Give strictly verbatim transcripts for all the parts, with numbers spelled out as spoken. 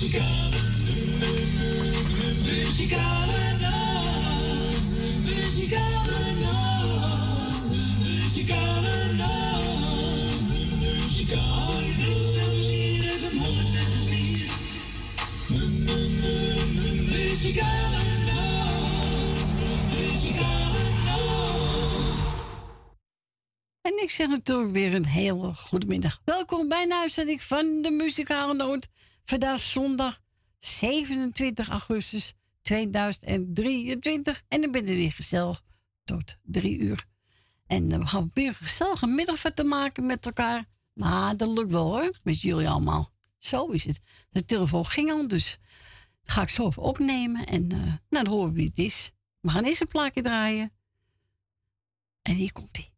Muzikale nacht, muzikale nacht, muzikale nacht, muzikale muzikale nacht, muzikale nacht. En ik zeg natuurlijk weer een hele goede middag. Welkom bij een uitzending van de Muzikale Noot. Vandaag zondag zevenentwintig augustus tweeduizend drieëntwintig. En dan ben je weer gezellig tot drie uur. En we gaan weer een gezellige middag van te maken met elkaar. Maar dat lukt wel hoor, met jullie allemaal. Zo is het. De telefoon ging al, dus dat ga ik zo even opnemen. En uh, nou, dan horen we wie het is. We gaan eerst een plaatje draaien. En hier komt hij.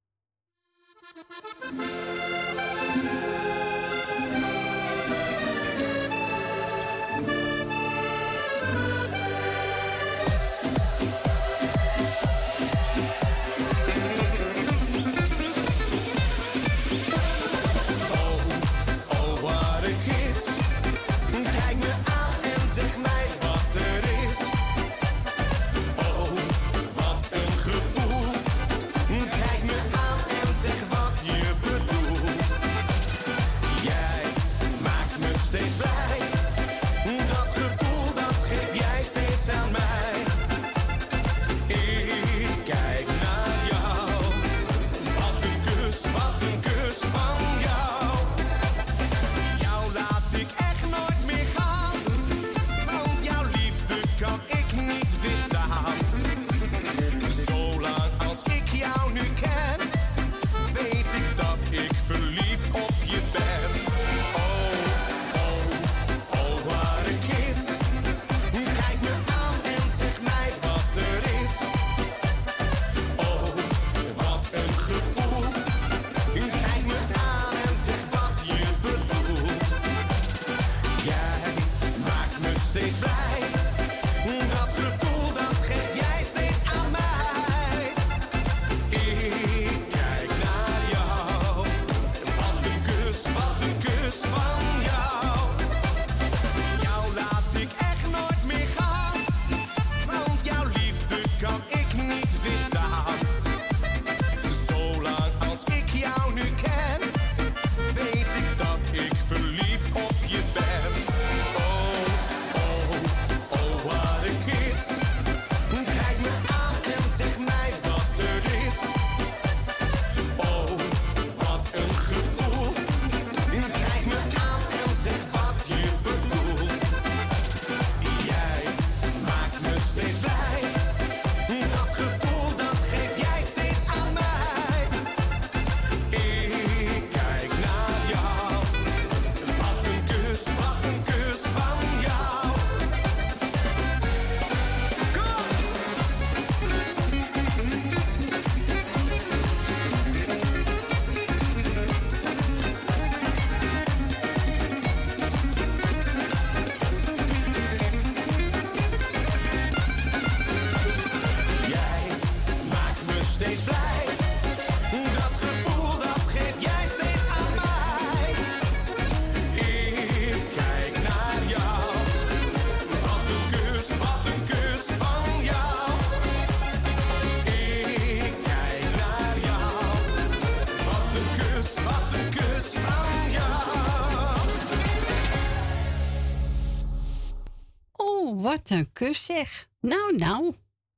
Wat een kus zeg. Nou, nou.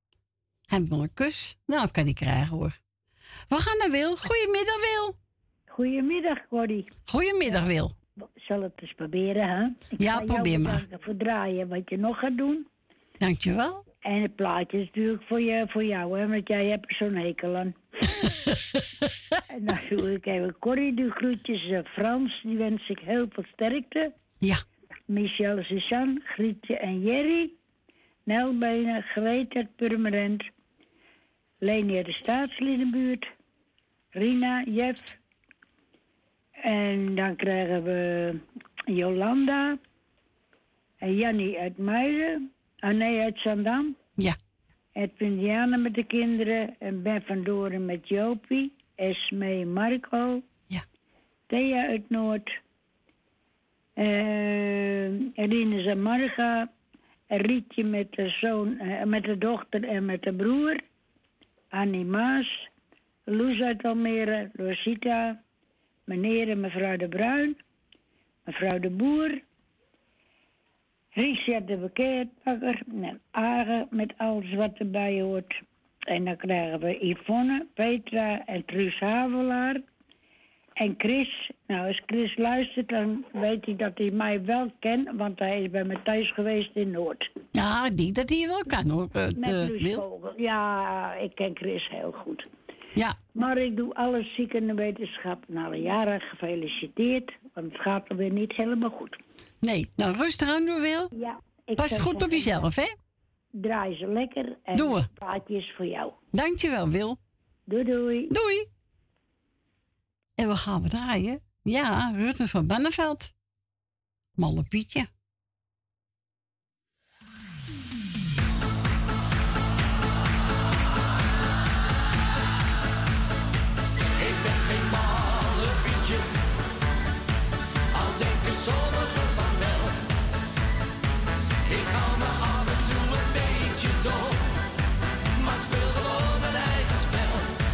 Hij wil een kus. Nou, kan ik krijgen hoor. We gaan naar Wil. Goedemiddag Wil. Goedemiddag Corrie. Goedemiddag Wil. Ik zal het eens proberen hè. Ik ja, probeer maar. Ik ga voor draaien wat je nog gaat doen. Dankjewel. En het plaatje is natuurlijk voor, je, voor jou hè. Want jij hebt er zo'n hekel aan. En dan doe ik even Corrie de groetjes. Uh, Frans, die wens ik heel veel sterkte. Ja. Michel, Suzanne, Grietje en Jerry. Nelbenen, Greta, Purmerend. Leni uit de Staatsliedenbuurt. Rina, Jeff. En dan krijgen we Jolanda. En Jannie uit Muiden. Oh nee, uit Zandam. Ja. Edwin Diana met de kinderen. En Ben van Doren met Jopie. Esme, Marco. Ja. Thea uit Noord. Uh, Rinus en Marga. En Rietje met de zoon, uh, met de dochter en met de broer. Annie Maas. Loes uit Almere. Rosita. Meneer en mevrouw de Bruin. Mevrouw de Boer. Richard de Bekeertbakker. En Agen met alles wat erbij hoort. En dan krijgen we Yvonne, Petra en Truus Havelaar. En Chris, nou als Chris luistert, dan weet hij dat hij mij wel kent, want hij is bij me thuis geweest in Noord. Ja, ik denk dat hij je wel kan hoor. Uh, Met Truus Vogel. Ja, ik ken Chris heel goed. Ja. Maar ik doe alles ziek in de wetenschap. Na alle jaren gefeliciteerd, want het gaat alweer niet helemaal goed. Nee, nou rustig aan doen, Wil. Ja. Pas goed op jezelf, hè? Draai ze lekker en Doe. plaatjes voor jou. Dankjewel, Wil. Doei, doei. Doei. En we gaan we draaien. Ja, Rutte van Banneveld. Malle Pietje. Ik ben geen malle Pietje, al denken sommigen van wel. Ik hou me af en toe een beetje dom, maar speel gewoon mijn eigen spel.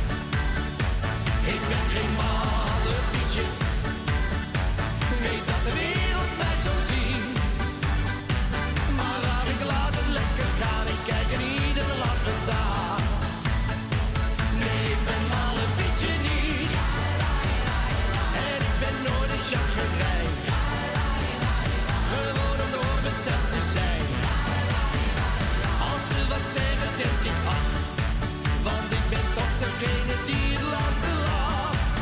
Ik ben geen malle Pietje, weet dat de wereld mij zo ziet. Maar laat ik laat het lekker gaan, ik kijk in iedere lachend aan. Nee, ik ben malle Pietje niet, en ik ben nooit een chaggerijn. Gewoon om door mezelf te zijn. Als ze wat zeggen, denk ik ach, want ik ben toch degene die het laatste lacht.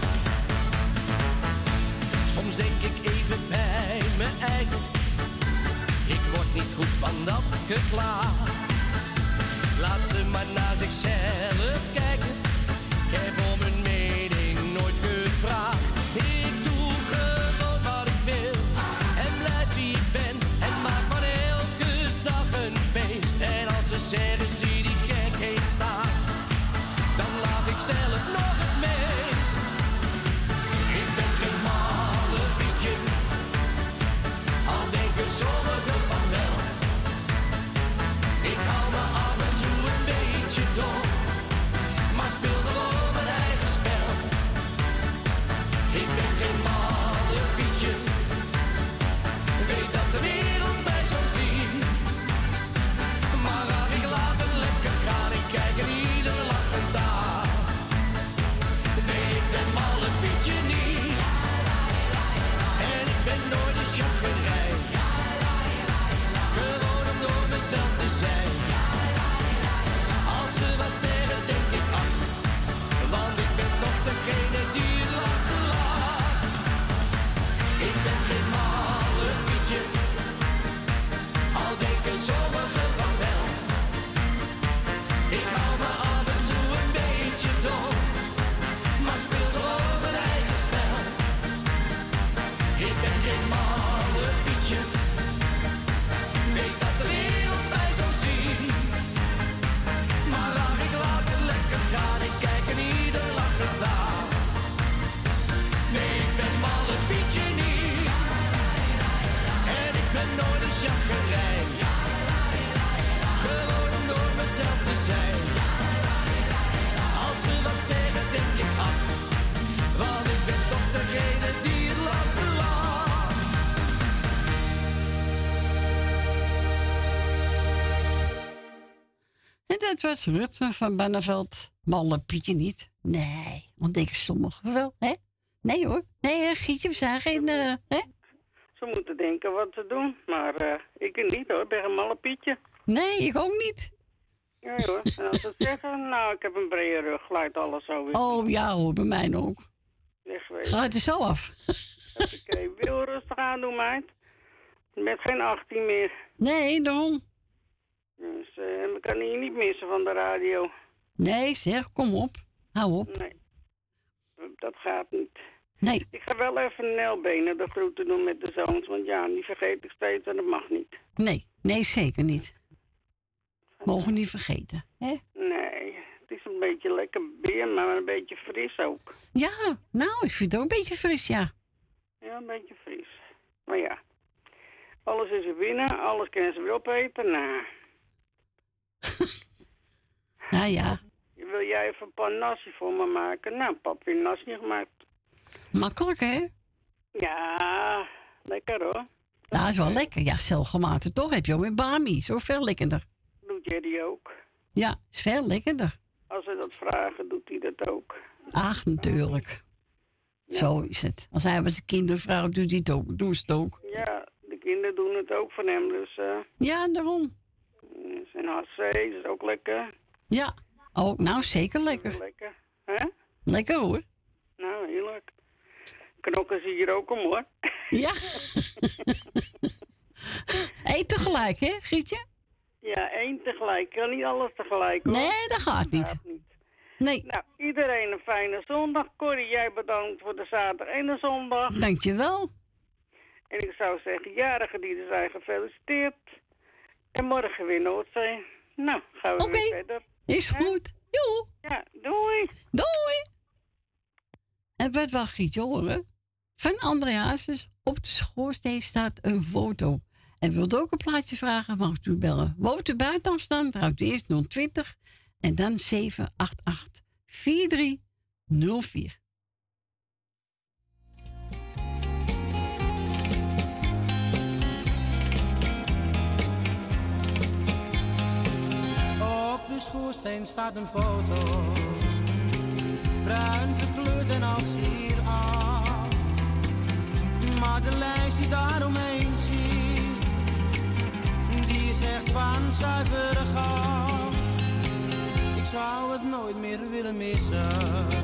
Soms denk ik even bij me eigen, ik word niet goed van dat geklaag. Laat ze maar naar zichzelf kijken, ik heb om hun mening nooit gevraagd. Ik doe gewoon wat ik wil en blijf wie ik ben en maak van elke dag een feest. En als ze zeggen zie die gekheid staan, dan laat ik zelf nog het meest. Ik ben geen malle Pietje, al denken sommigen van wel. Ik hou me af en toe een beetje dom, maar speel gewoon mijn eigen spel. Ik ben geen malle Pietje, weet dat de wereld mij zo ziet. Maar ach, ik laat het lekker gaan, ik kijk in iedere lachend aan. Nee, ik ben malle Pietje niet, en ik ben nooit een chaggerijn. Gewoon om door mezelf te zijn. Als ze wat zeggen, denk ik ach, want ik ben toch degene die het laatste lacht. Ik ben geen malle Pietje, al denken sommigen van wel. Ik hou me af en toe een beetje dom, maar speel gewoon mijn eigen spel. Ik ben geen malle Pietje, weet dat de wereld mij zo ziet. Maar ach, ik laat het lekker gaan, ik kijk in ieder lachend aan. Nee, ik ben malle Pietje niet, en ik ben nooit een chaggerijn. Gewoon om door mezelf te zijn. Als ze wat zeggen, denk ik ach, want ik ben toch degene die het laatste lacht. En dat was Rutte van Banneveld. Malle Pietje niet. Nee, want denken sommigen wel, hè? Nee hoor. Nee, hè, Gietje, we zijn geen, uh, hè? Ze moeten denken wat ze doen, maar uh, ik niet hoor, ik ben een malle Pietje. Nee, ik ook niet. Ja hoor, en als ze zeggen, nou ik heb een brede rug, glijdt alles zo weer. Oh ja hoor, bij mij ook. Wegwezen. Gaat er zo af. Oké, wil rustig aan doen meid. Je bent geen achttien meer. Nee, daarom. Dus uh, we kunnen je niet missen van de radio. Nee, zeg, kom op. Hou op. Nee, dat gaat niet. Nee. Ik ga wel even Nelbenen de groeten doen met de zoons, want ja, die vergeet ik steeds en dat mag niet. Nee, nee, zeker niet. Mogen we niet vergeten, hè? Nee, het is een beetje lekker weer, maar een beetje fris ook. Ja, nou, ik vind het ook een beetje fris, ja. Ja, een beetje fris. Maar ja. Oké, Alles is er binnen, alles kunnen ze weer opeten. Nou. Ja, ja. Wil jij even een pan nasi voor me maken? Nou, pap heeft nasi gemaakt. Makkelijk, hè? Ja, lekker hoor. Dat is wel lekker. Ja, zelfgemaakte toch heb je ook met bami. Zo veel lekkerder. Doet jij die ook? Ja, is veel lekkerder. Als ze dat vragen, doet hij dat ook. Ach, natuurlijk. Ja. Zo is het. Als hij was een kindervrouw, doet hij het ook. Doe het ook. Ja, de kinderen doen het ook van hem, dus... Uh, ja, daarom. Zijn H C is ook lekker. Ja, oh, nou zeker lekker. Lekker, hè? Lekker hoor. Nou, heerlijk. Knokken zie je er ook om, hoor. Ja. Eet tegelijk, hè, Gietje? Ja, één tegelijk. Kan niet alles tegelijk, hoor. Nee, dat gaat niet. Dat gaat niet. Nee. Nou, iedereen een fijne zondag. Corrie, jij bedankt voor de zaterdag en de zondag. Dankjewel. En ik zou zeggen, jarigen die er zijn, gefeliciteerd. En morgen weer Noordzee. Nou, gaan we okay. weer verder. Is ja? goed. Joe. Ja, doei. Doei. En wat wil Gietje horen? Van Andreas, op de schoorsteen staat een foto. En wilt ook een plaatje vragen, mag u bellen. Woont u buiten Amsterdam, draait u eerst nul twintig en dan zeven acht acht vier drie nul vier. Op de schoorsteen staat een foto, bruin verkleurd en als hier af. Maar de lijst die daaromheen ziet, die is echt van zuivere goud. Ik zou het nooit meer willen missen,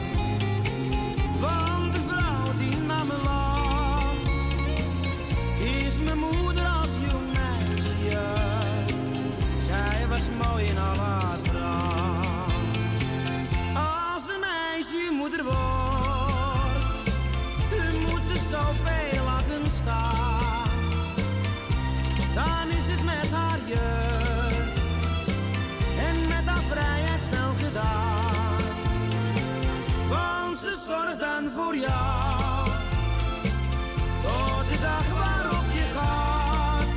want de vrouw die naar me lacht, is mijn moeder als jong meisje. Zij was mooi in al haar pracht. Als een meisje moeder wordt, moet ze zoveel laten staan. Dan is het met haar jeugd en met haar vrijheid snel gedaan. Want ze zorgt dan voor jou, tot de dag waarop je gaat.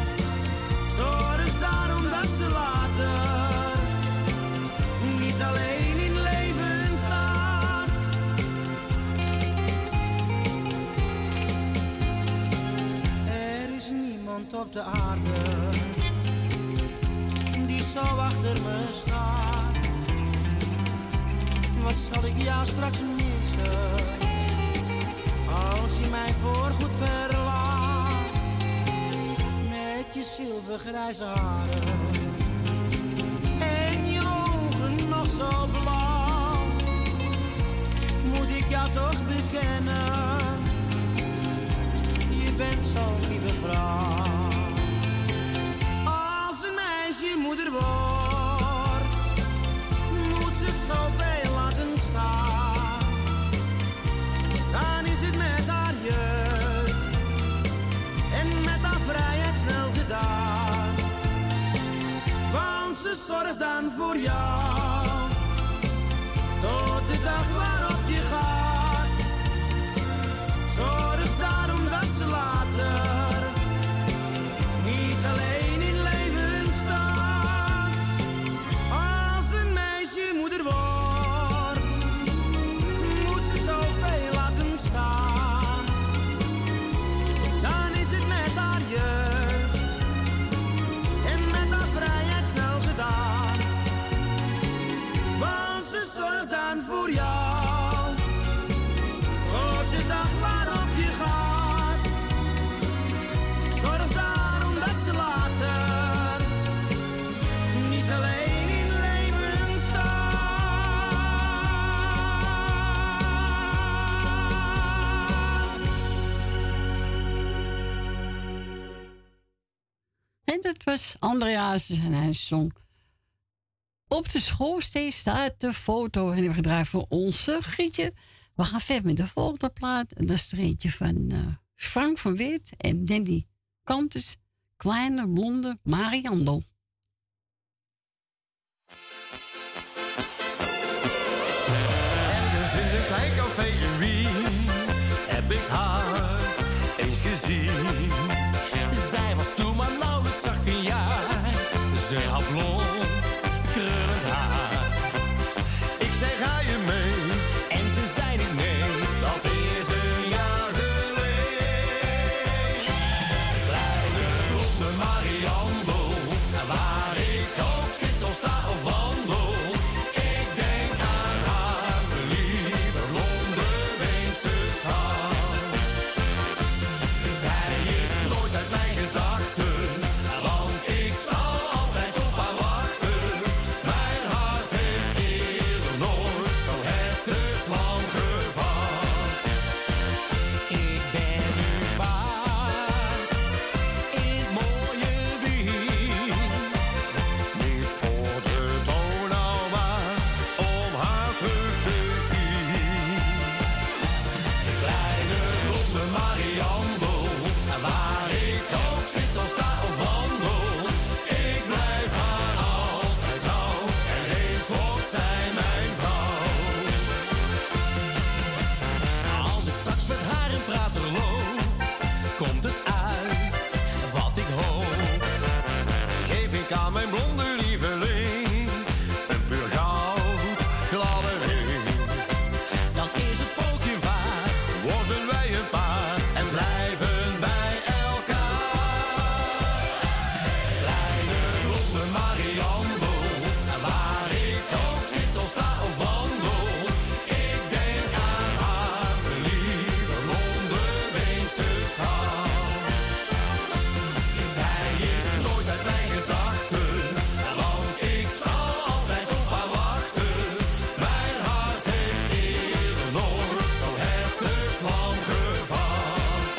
Zorg daarom dat ze later niet alleen in leven staat. Er is niemand op de aarde die zo achter me staat. Wat zal ik jou straks missen, als je mij voorgoed verlaat. Met je zilvergrijze haren en je ogen nog zo blauw, moet ik jou toch bekennen, je bent zo'n lieve vrouw. Als een meisje moeder wordt, moet ze zoveel laten staan. Dan is het met haar jeugd en met haar vrijheid snel gedaan. Want ze zorgt dan voor jou, tot de dag waarop je gaat. Zorg daarom dat ze later niet alleen in leven staat. Als een meisje moeder wordt, moet ze zoveel laten staan. Dan is het met haar jeugd en met haar vrijheid snel gedaan. Want ze zorgt dan voor jou, op de dag waarop je gaat. Zorg daarom dat ze later niet alleen in leven staat. En dat was Andreas en hij zong op de schoorsteen staat de foto. En die hebben we gedraaid voor onze Gietje. We gaan verder met de volgende plaat. En dat is er eentje van uh, Frank van Weert en Danny Kantus. Kleine blonde Mariando. Ergens in een klein café in Wien heb ik haar eens gezien. Zij was ook zit of sta of wandel, ik blijf haar altijd trouw. En eens wordt zij mijn vrouw. Als ik straks met haar in prater loop, komt het uit wat ik hoop. Geef ik aan mijn blonde lieveling een puur goud gladde ring. Dan is het sprookje waar, worden wij een paar en blijven bij elkaar. Kleine blonde Mariando, waar ik ook zit of sta of wandel, ik denk aan haar, mijn lieve blonde Beemster schat. Zij is nooit uit mijn gedachten, want ik zal altijd op haar wachten. Mijn hart heeft eerder nooit zo heftig vlam gevat.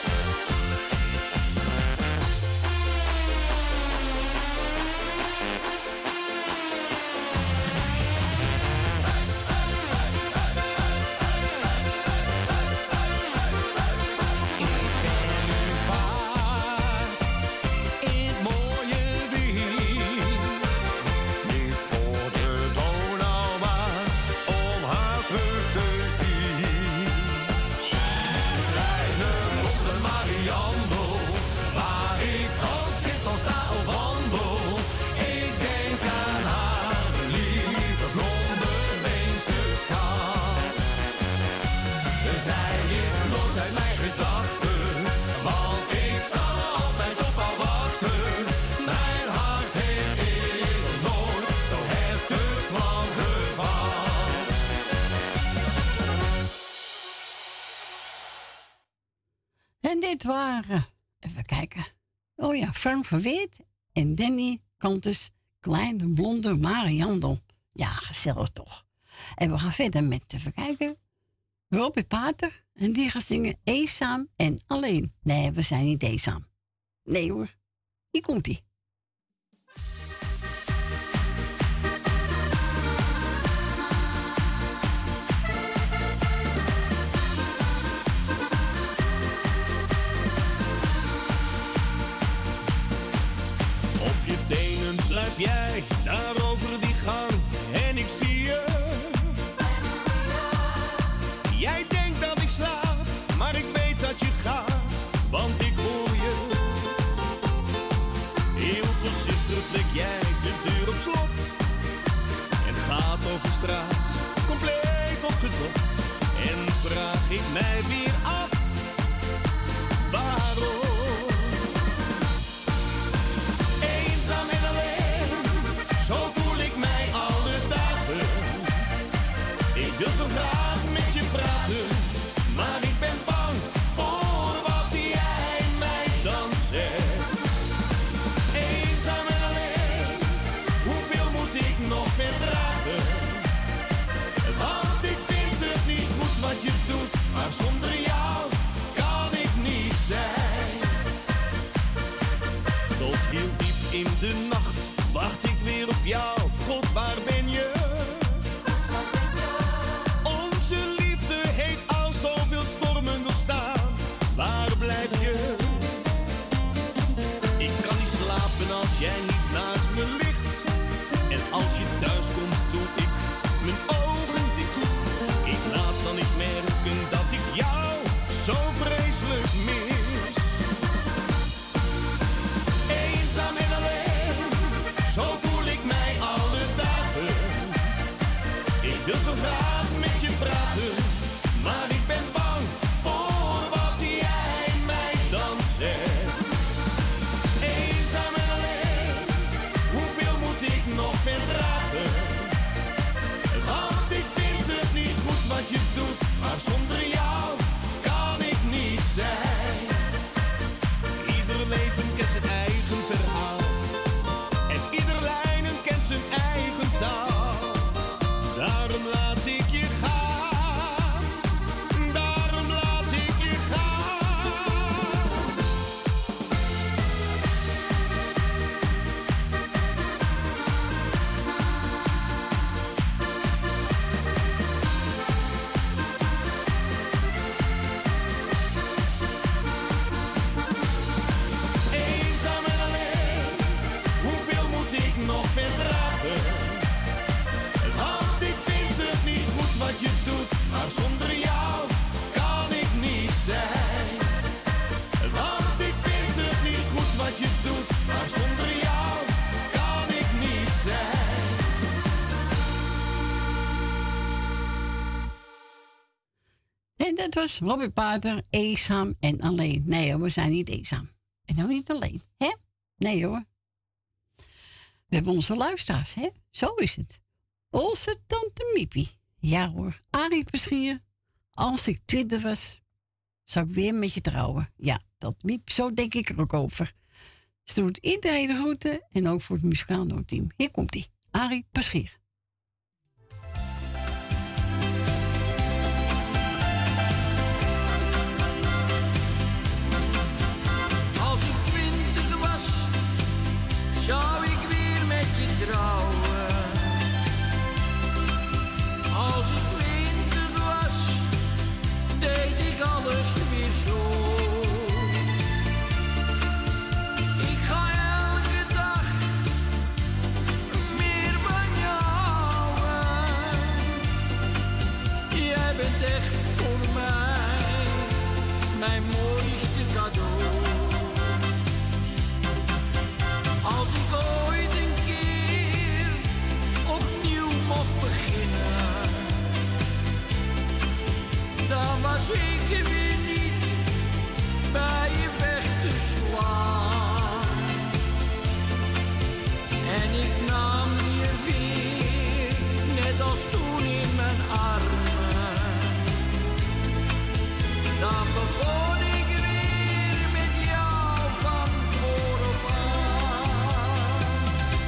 Ik ben nu vaak in het mooie weer. Niet voor de Donau, maar om haar terug te zien. Kleine blonde Mariando, waar ik ook zit of sta of wandel, ik denk aan haar, mijn lieve blonde Beemster schat. Zij is nooit uit mijn gedachten, want ik zal altijd op haar wachten. Mijn hart heeft eerder nooit zo heftig vlam gevat. En dit waren, even kijken. Oh ja, Frank van Weert en Danny Kantus, Kleine Blonde Mariando. Ja, gezellig toch. En we gaan verder met, even kijken, Robbie Pater. En die gaat zingen Eenzaam en Alleen. Nee, we zijn niet eenzaam. Nee hoor, hier komt ie. Op je tenen sluip jij daar over die gang en ik zie je. Jij denkt dat ik slaap, maar ik weet dat je gaat, want ik hoor je. Heel voorzichtig leg jij de deur op slot en gaat over straat, compleet opgedokt. En vraag ik mij weer af, waarom? Eenzaam en alleen, zo voel ik mij alle dagen. Ik wil zo graag met je praten, maar ik ben bang voor wat jij mij dan zegt. Eenzaam en alleen, hoeveel moet ik nog verdragen? Want ik vind het niet goed wat je doet, maar zonder jou kan ik niet zijn. Tot heel diep in de nacht wacht ik weer op jou. God, waar ben je? Onze liefde heeft al zoveel stormen doorstaan. Waar blijf je? Ik kan niet slapen als jij niet naast me ligt. En als je thuis komt, doe ik mijn ogen dicht. Ik laat dan niet merken dat ik jou zo vreselijk mis. Eenzaam en alleen, zo voel ik mij alle dagen. Ik wil zo graag met je praten, maar ik ben bang voor wat jij mij dan zegt. Eenzaam en alleen, hoeveel moet ik nog verdragen? Want ik vind het niet goed wat je doet, maar zonder jou kan ik niet zijn. Ieder leven kent zijn eigen verhaal en ieder lijnen kent zijn eigen taal. Daarom laat ik je gaan, daarom laat ik je gaan. dat was Robert Pater, eenzaam en alleen. Nee hoor, we zijn niet eenzaam. En ook niet alleen, hè? Nee hoor. We hebben onze luisteraars, hè? Zo is het. Onze tante Miepie. Ja hoor, Arie Peschier. Als ik twintig was, zou ik weer met je trouwen. Ja, dat Miep, zo denk ik er ook over. Ze doet iedereen de groeten en ook voor het muzikaal team. Hier komt ie, Arie Peschier. Als ik twintig was, zou ik weer met je trouwen. Als ik twintig was, deed ik alles weer zo. Ik ga elke dag meer van jou. Jij bent echt voor mij mijn mooiste cadeau. Als ik ooit een keer opnieuw mocht beginnen, dan was ik er weer niet bij je weg te slaan. En ik nam je weer, net als toen in mijn armen. Dan begon ik weer met jou van vooraf aan.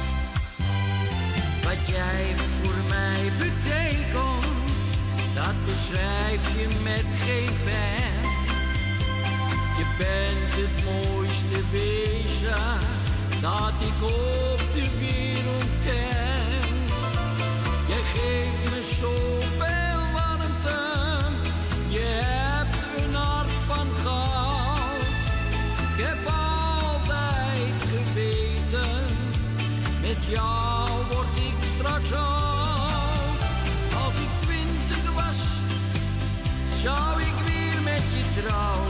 Wat jij voor mij betekent, dat beschrijf je met geen pen. Je bent het mooiste wezen dat ik op de wereld ken. Jij geeft me zoveel warmte, je hebt een hart van goud. Ik heb altijd geweten, met jou word ik straks oud. Als ik twintig was, zou ik weer met je trouwen.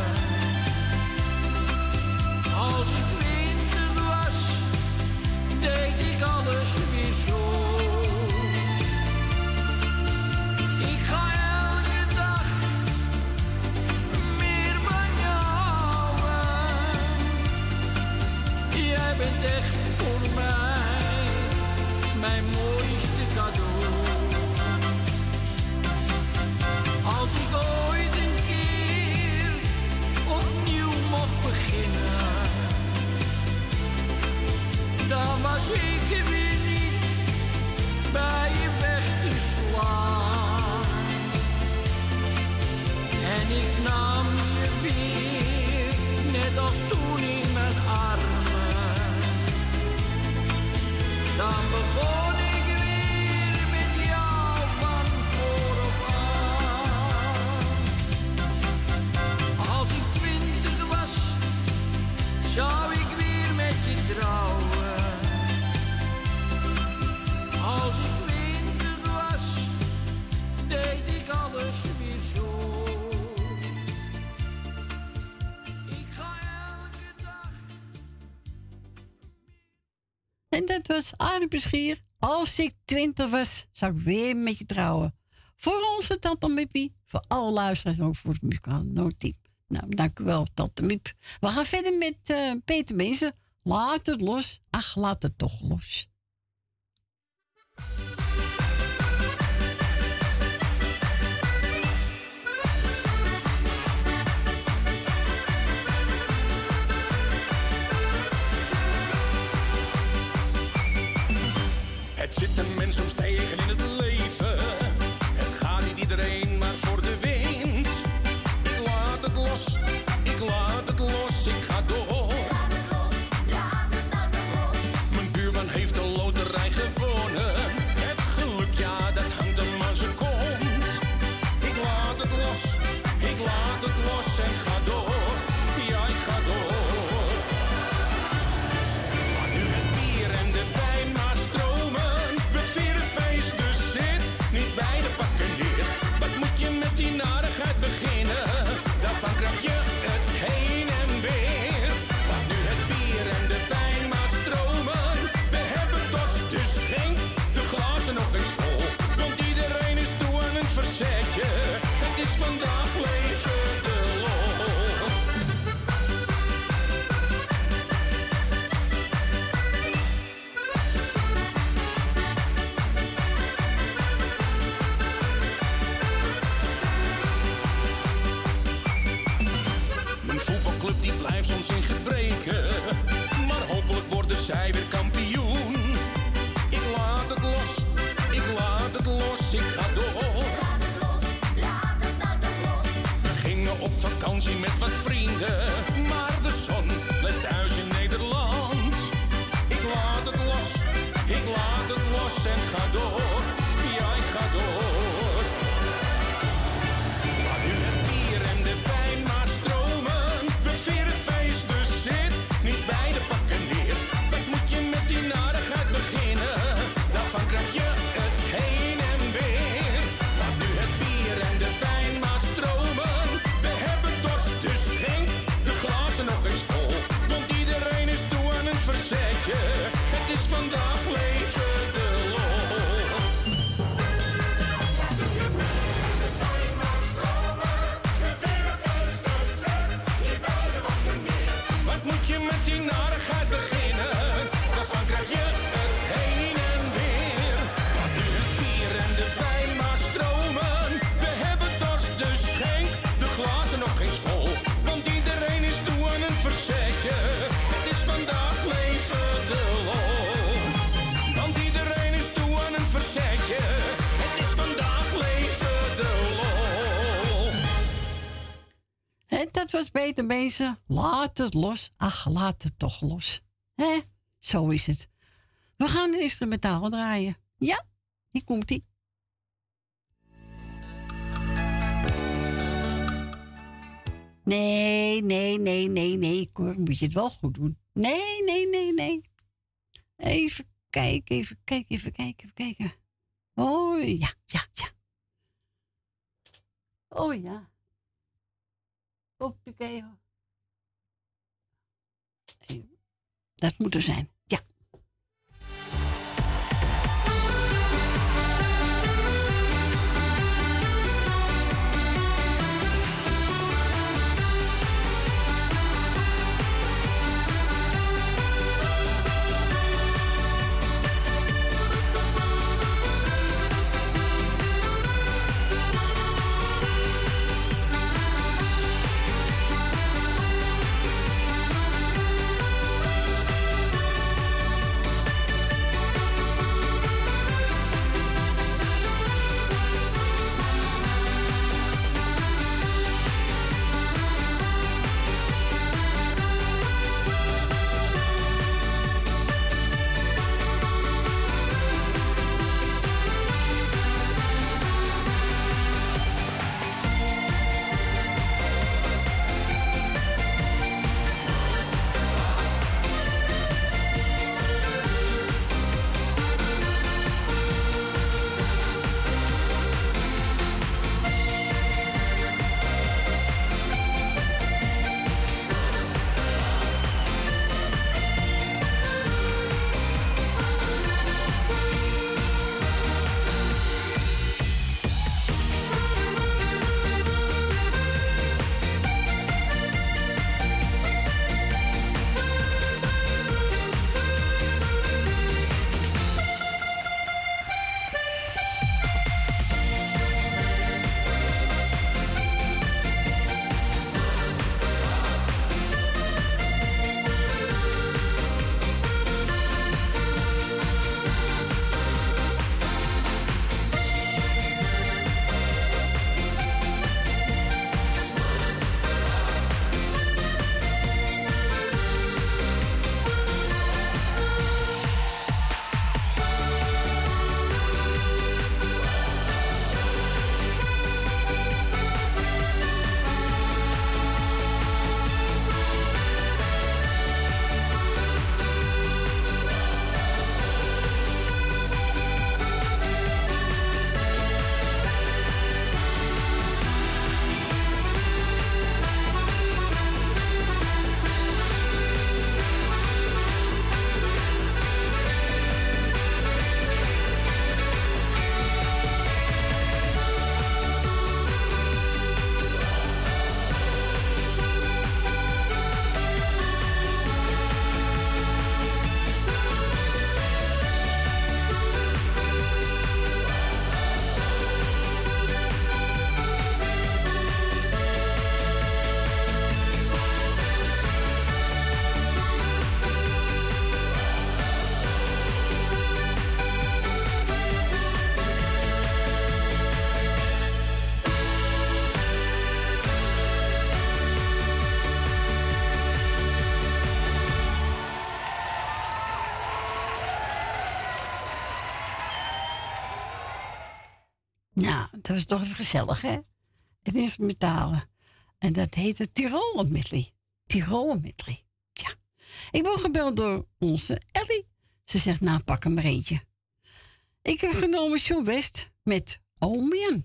Als ik twintig was, deed ik alles weer zo. Ik ga elke dag meer van jou. Jij bent echt voor mij mijn mooiste cadeau. Als ik ooit een keer opnieuw mocht beginnen, dan was ik er weer niet bij je weg te slaan. En ik nam je weer, net als toen in mijn armen. Dan begon ik weer met jou van vooraf aan. Als ik twintig was, zou ik weer met je trouwen. Als ik twintig was, deed ik alles weer zo. Ik ga elke dag. En dat was Arie Peschier. Als ik twintig was, zou ik weer met je trouwen. Voor onze tante Miepie, voor alle luisteraars en ook voor het muzikaal noodteam. Nou, dank u wel, tante Miep. We gaan verder met uh, Peter Meesen. Laat het los. Ach, laat het toch los. Het zit een mens soms tegen in het leven. Het gaat niet iedereen maar voor de wind. Ik laat het los, ik laat het los, ik ga door. Laat het los, laat het nou toch los. Mijn buurman heeft al soms in gebreken. Maar hopelijk worden zij weer kampioen. Ik laat het los, ik laat het los, ik ga door. Laat het los, laat het, laat het los. We gingen op vakantie met wat vrienden, maar de zon blijft thuis in Nederland. Ik laat het los, ik laat het los en ga door. Ja, ik ga door. Laat nu het bier en de wijn maar stromen. We vieren feest, dus zit niet bij de pakken neer. Wat moet je met die narigheid beginnen? Daarvan krijg je het heen en weer. Laat nu het bier en de wijn maar stromen. We hebben dorst, dus schenk de glazen nog eens vol. Want iedereen is toe aan een verzetje. Het is vandaag leven de lol. Wat moet je met die narigheid beginnen? Daarvan krijg je het heen en weer. Laat nu het bier en de wijn maar stromen. We hebben dorst, dus schenk de glazen nog eens vol. Want iedereen is toe aan een verzetje. Het is vandaag leven de lol. Want iedereen is toe aan een verzetje. Het is vandaag leven de lol. Hè, dat was beter bezig. Laat het los. Ach, laat het toch los. Hè? Zo is het. We gaan de instrumentaal draaien. Ja, hier komt-ie. Nee, nee, nee, nee, nee. Cor, moet je het wel goed doen. Nee, nee, nee, nee. Even kijken, even kijken, even kijken, even kijken. Oh, ja, ja, ja. Oh, ja. Hoppakee. Dat moet er zijn. Ja. Nou, dat was toch even gezellig, hè? Het is metalen. En dat heette Tiroler Medley. Tiroler Medley. Ja. Ik word gebeld door onze Ellie. Ze zegt, nou, pak hem maar eentje. Ik heb genomen John West met Oom Jan.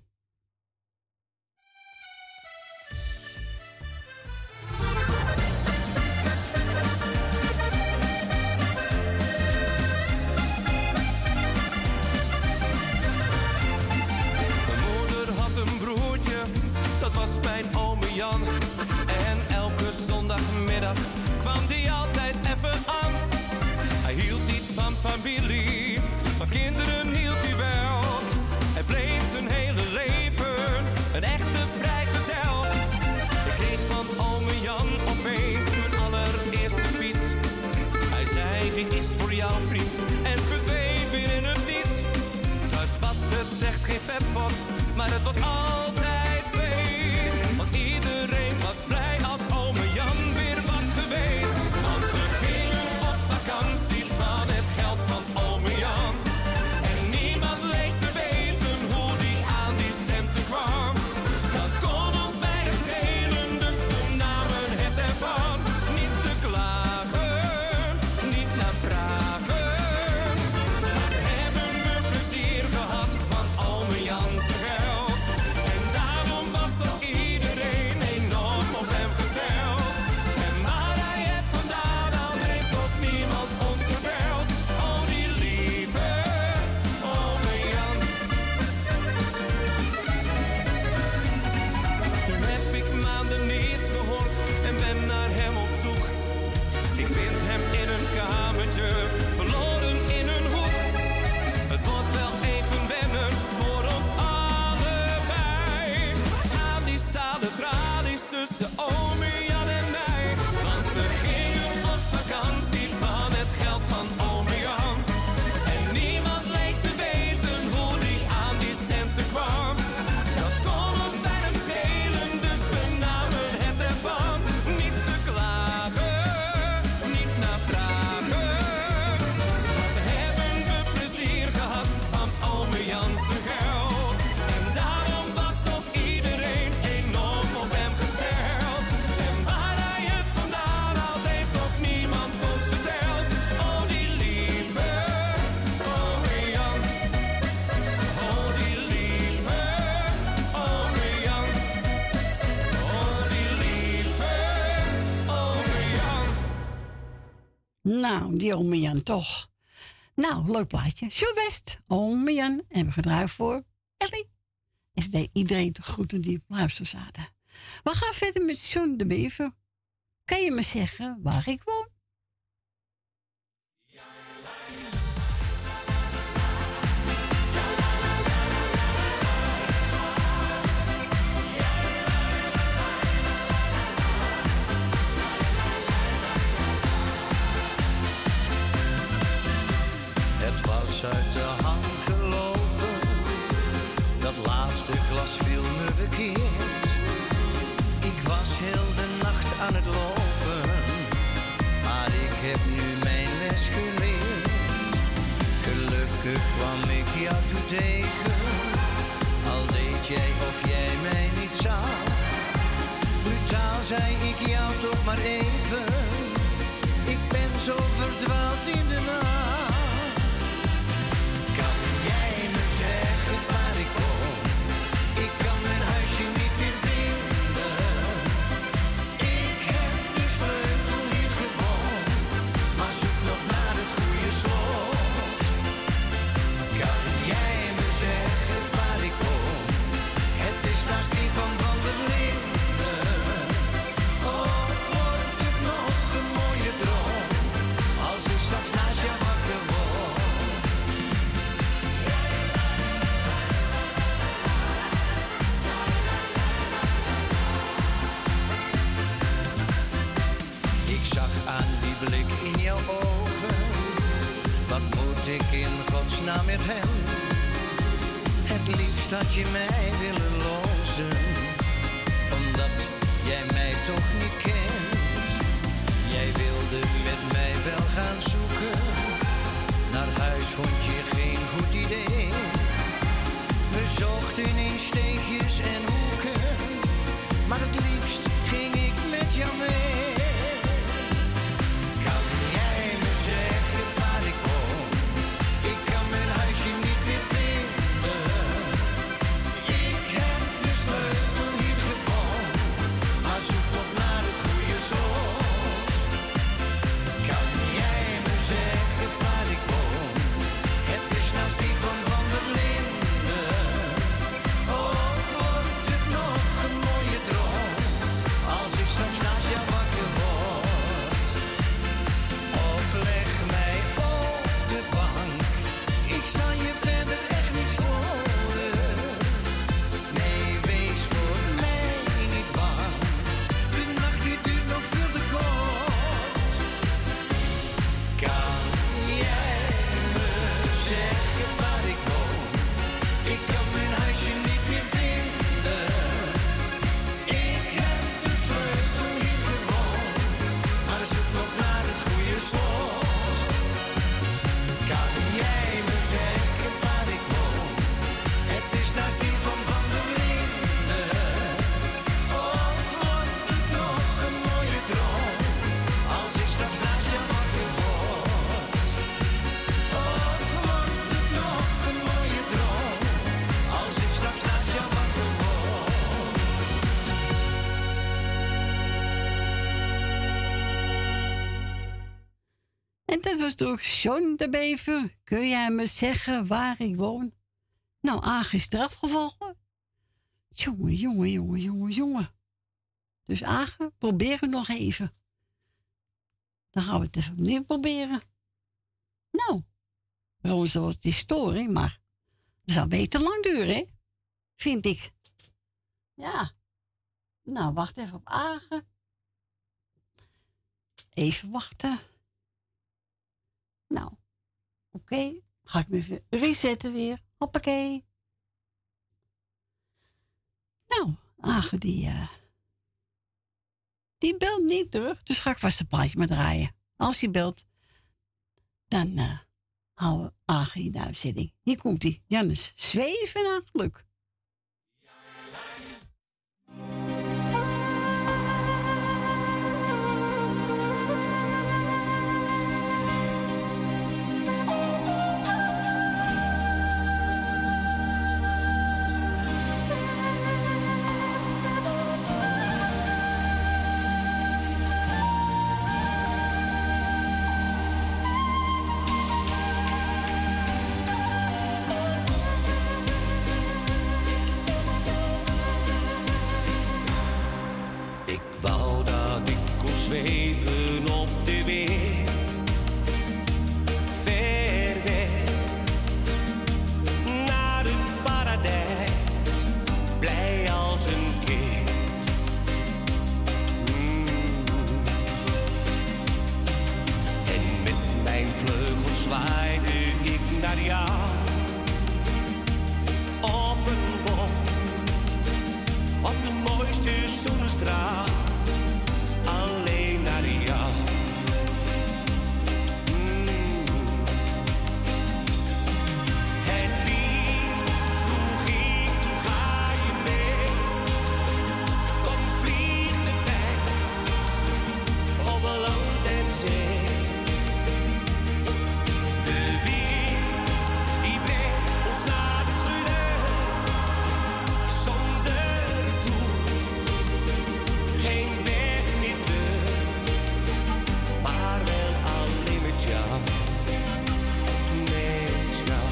Dat was mijn ome Jan. En elke zondagmiddag kwam die altijd even aan. Hij hield niet van familie, van kinderen hield hij wel. Hij bleef zijn hele leven een echte vrijgezel. Ik kreeg van ome Jan opeens mijn allereerste fiets. Hij zei, die is voor jou vriend, en verdween weer in het niets. Thuis was het echt geen vetpot, maar het was altijd feest. Want iedereen was blij als ome Jan weer was geweest. Want we gingen op vakantie van het geld van ome Jan. En niemand leek te weten hoe die aan die centen kwam. Dat kon ons weinig schelen, dus we namen het ervan. Niets te klagen, niet naar vragen. Maar hebben we plezier gehad van ome Jan zijn geld. En daarom was ook iedereen enorm op hem gesteld. En waar hij het vandaan had, heeft ook niemand ons verteld. Oh, die lieve ome Jan. Nu heb ik maanden niets gehoord en ben naar hem op zoek. Ik vind hem in een kamertje, verloren in een hoek. Het wordt wel even wennen voor ons allebei. Aan die stalen tralies tussen ome Jan en mij. Want we gingen op vakantie van het geld van ome Jan. En niemand leek te weten hoe die aan die centen kwam. Dat kon ons weinig schelen, dus we namen het ervan. Niets te klagen, niet naar vragen. Wat hebben we plezier gehad van ome Jan zijn geld. En daarom was ook iedereen enorm op hem gesteld. En waar hij het vandaan had, heeft ook niemand ons verteld. Oh, die lieve ome Jan. Oh, die lieve ome Jan. Oh, die lieve ome Jan. Nou, die ome Jan toch. Nou, leuk plaatje. John West, ome Jan. En we gedraaid voor Ellie. En ze deed iedereen te groeten die op luister zaten. We gaan verder met John de Bever. Kan je me zeggen waar ik woon? Het was uit de hand gelopen, dat laatste glas viel me verkeerd. Ik was heel de nacht aan het lopen, maar ik heb nu mijn les geleerd. Gelukkig kwam ik jou toe tegen, al deed jij of jij mij niet zag. Brutaal zei ik jou toch maar even, ik ben zo verdwaald in de nacht. Kan jij me zeggen waar ik woon? Ik kan mijn huisje niet meer vinden. Ik heb de sleutel hier gewoon, maar zoek nog naar het goede slot. Kan jij me zeggen waar ik woon? Het is naast die van Van der Linden. Oh, wordt het nog een mooie droom, als ik straks naast jou wakker word. Ik zag aan die blik in jouw ogen, wat moet ik in godsnaam met hem? Het liefst had je mij willen lozen, omdat jij mij toch niet kent. Jij wilde met mij wel gaan zoeken, naar huis vond je geen goed idee. We zochten dat was toch John de Bever. Kun jij me zeggen waar ik woon? Nou, Aag is eraf gevallen. Jongen, jongen, jongen, jongen, jongen. Dus Aag, probeer het nog even. Dan gaan we het even opnieuw proberen. Nou, gewoon zoals die storing, maar dat zou beter lang duren, hè? Vind ik. Ja. Nou, wacht even op Aag. Even wachten. Nou, oké. Okay. Ga ik me even resetten weer. Hoppakee. Nou, Aage die, uh, die belt niet terug. Dus ga ik vast een plaatje maar draaien. Als hij belt, dan uh, houden we Aage in de uitzending. Hier komt hij. Jannes, zweven naar geluk. Zweven op de wind, ver weg, naar het paradijs, blij als een kind. Mm. En met mijn vleugels zwaaide ik naar jou, op een boom, op de mooiste zonnestraal. Alleen naar jou. Mm. Het lied vroeg ik, toen ga je mee. Kom vlieg met mij, over land en zee. De wind die brengt ons naar het geluk, zonder doel, geen weg. Maar wel alleen met jou, met jou.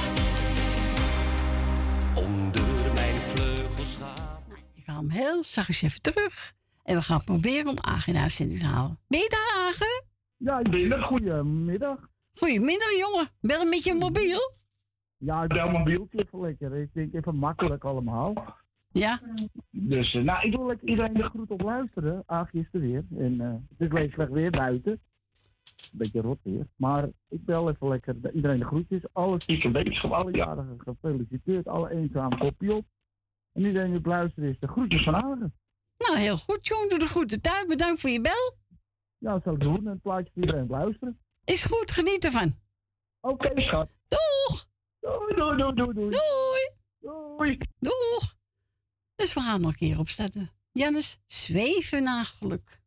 Onder mijn vleugels gaan. Nou, ik haal hem heel zachtjes even terug. En we gaan proberen om Aag in uitzending te halen. Ben je daar, Aag? Ja, ik ben er. Goedemiddag. Goedemiddag, jongen. Ben je met je mobiel? Ja, ik bel mobieltje even lekker. Ik denk even makkelijk allemaal. Ja. Dus, uh, nou, ik wil lekker iedereen de groet op luisteren. Aagje is er weer. En uh, het is lekker weer buiten. Een beetje rot weer. Maar ik bel even lekker de, iedereen de groetjes. Alle stiekem wetenschap, alle jarigen gefeliciteerd. Alle eenzame kopje op. En iedereen die op luisteren is de groetjes van Agen. Nou, heel goed, jongen. Doe de groeten thuis. Bedankt voor je bel. Ja, zo doen. En het plaatje voor iedereen op luisteren. Is goed, geniet ervan. Oké, okay, schat. Doeg! Doei, doei, doei, doei, doei. Doei! Doei! Doeg! Dus we gaan nog een keer opstarten. Jannes, zweven naar geluk.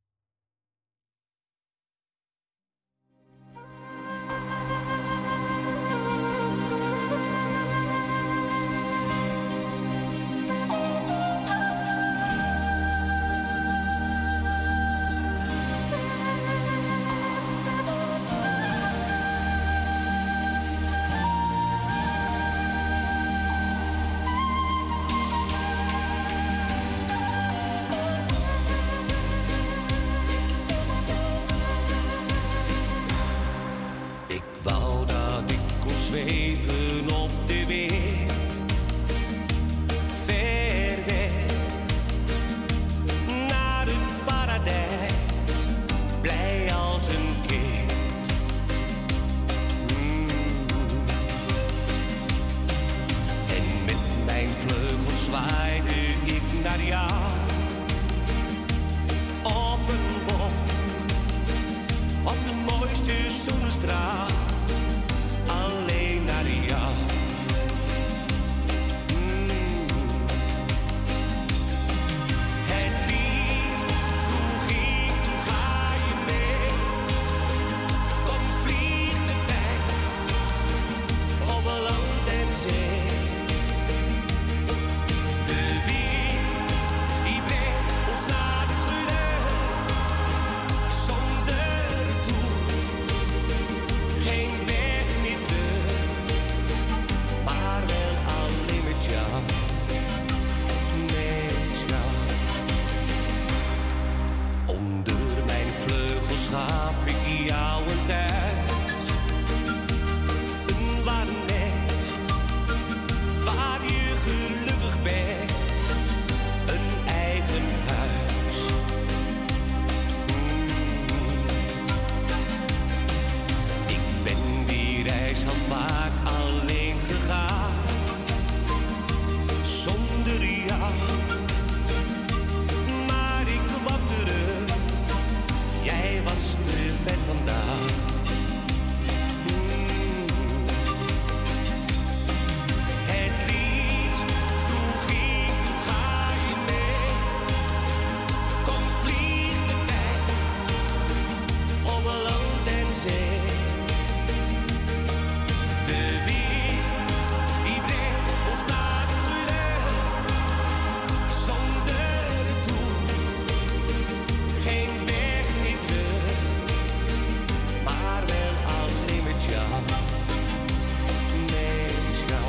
Zweven op de wind, ver weg, naar het paradijs, blij als een kind. Mm. En met mijn vleugels zwaaide ik naar jou, op een boom, op de mooiste zonnestraal. Alleen naar jou. Mm. Het lied vroeg ik, toen ga je mee. Kom vlieg met mij, over land en zee. De wind die brengt ons naar het geluk, zonder doel. jouw een thuis. Een warm nest, waar je gelukkig bent. Een eigen huis. Ik ben die reis al vaak alleen gegaan. Zonder jou. Maar ik kwam terug. Jij was te ver vandaan. Mm. Het liefst vroeg ik, ga je mee? Kom vlieg met mij over land en zee. De wind die brengt ons naar het geluk. Zonder doel, geen weg niet terug. Maar wel alleen met jou, met jou.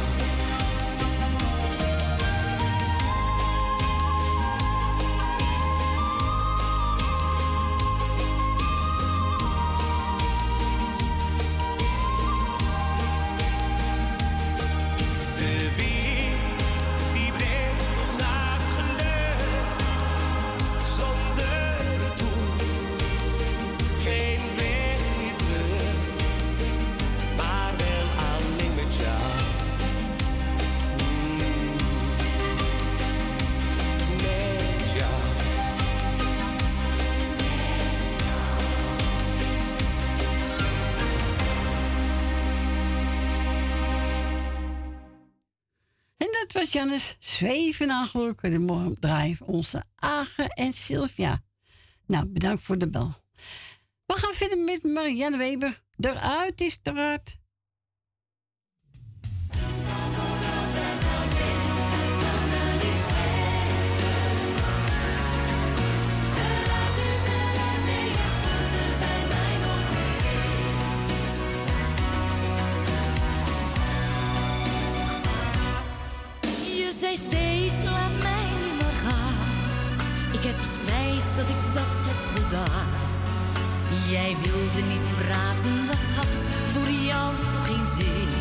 De wind die brengt ons naar het geluk. Zonder doel, geen weg niet terug. Maar wel alleen met jou. Mm. Met jou. En dat was Jannes Zwevenagel. Goedemorgen, draaien onze Agen en Sylvia. Nou, bedankt voor de bel. We gaan verder met Marianne Weber. Eruit is eruit. Je zei steeds, laat mij niet meer gaan. Ik heb spijt dat ik dat heb gedaan. Jij wilde niet praten, dat had voor jou toch geen zin.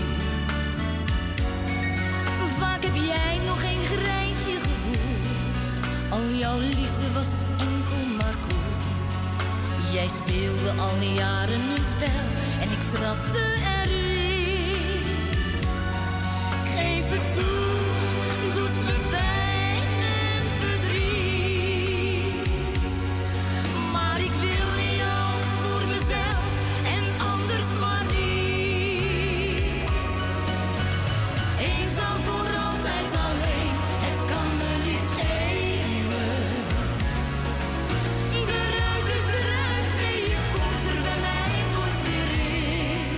Vaak heb jij nog geen greintje gevoel. Al jouw liefde was enkel maar koel. Jij speelde al jaren een spel en ik trapte erin. Geef het toe. Doet me pijn en verdriet. Maar ik wil jou voor mezelf en anders maar niet. Eenzaam voor altijd alleen, het kan me niet schelen. Eruit is eruit, nee, je komt er bij mij nooit meer in.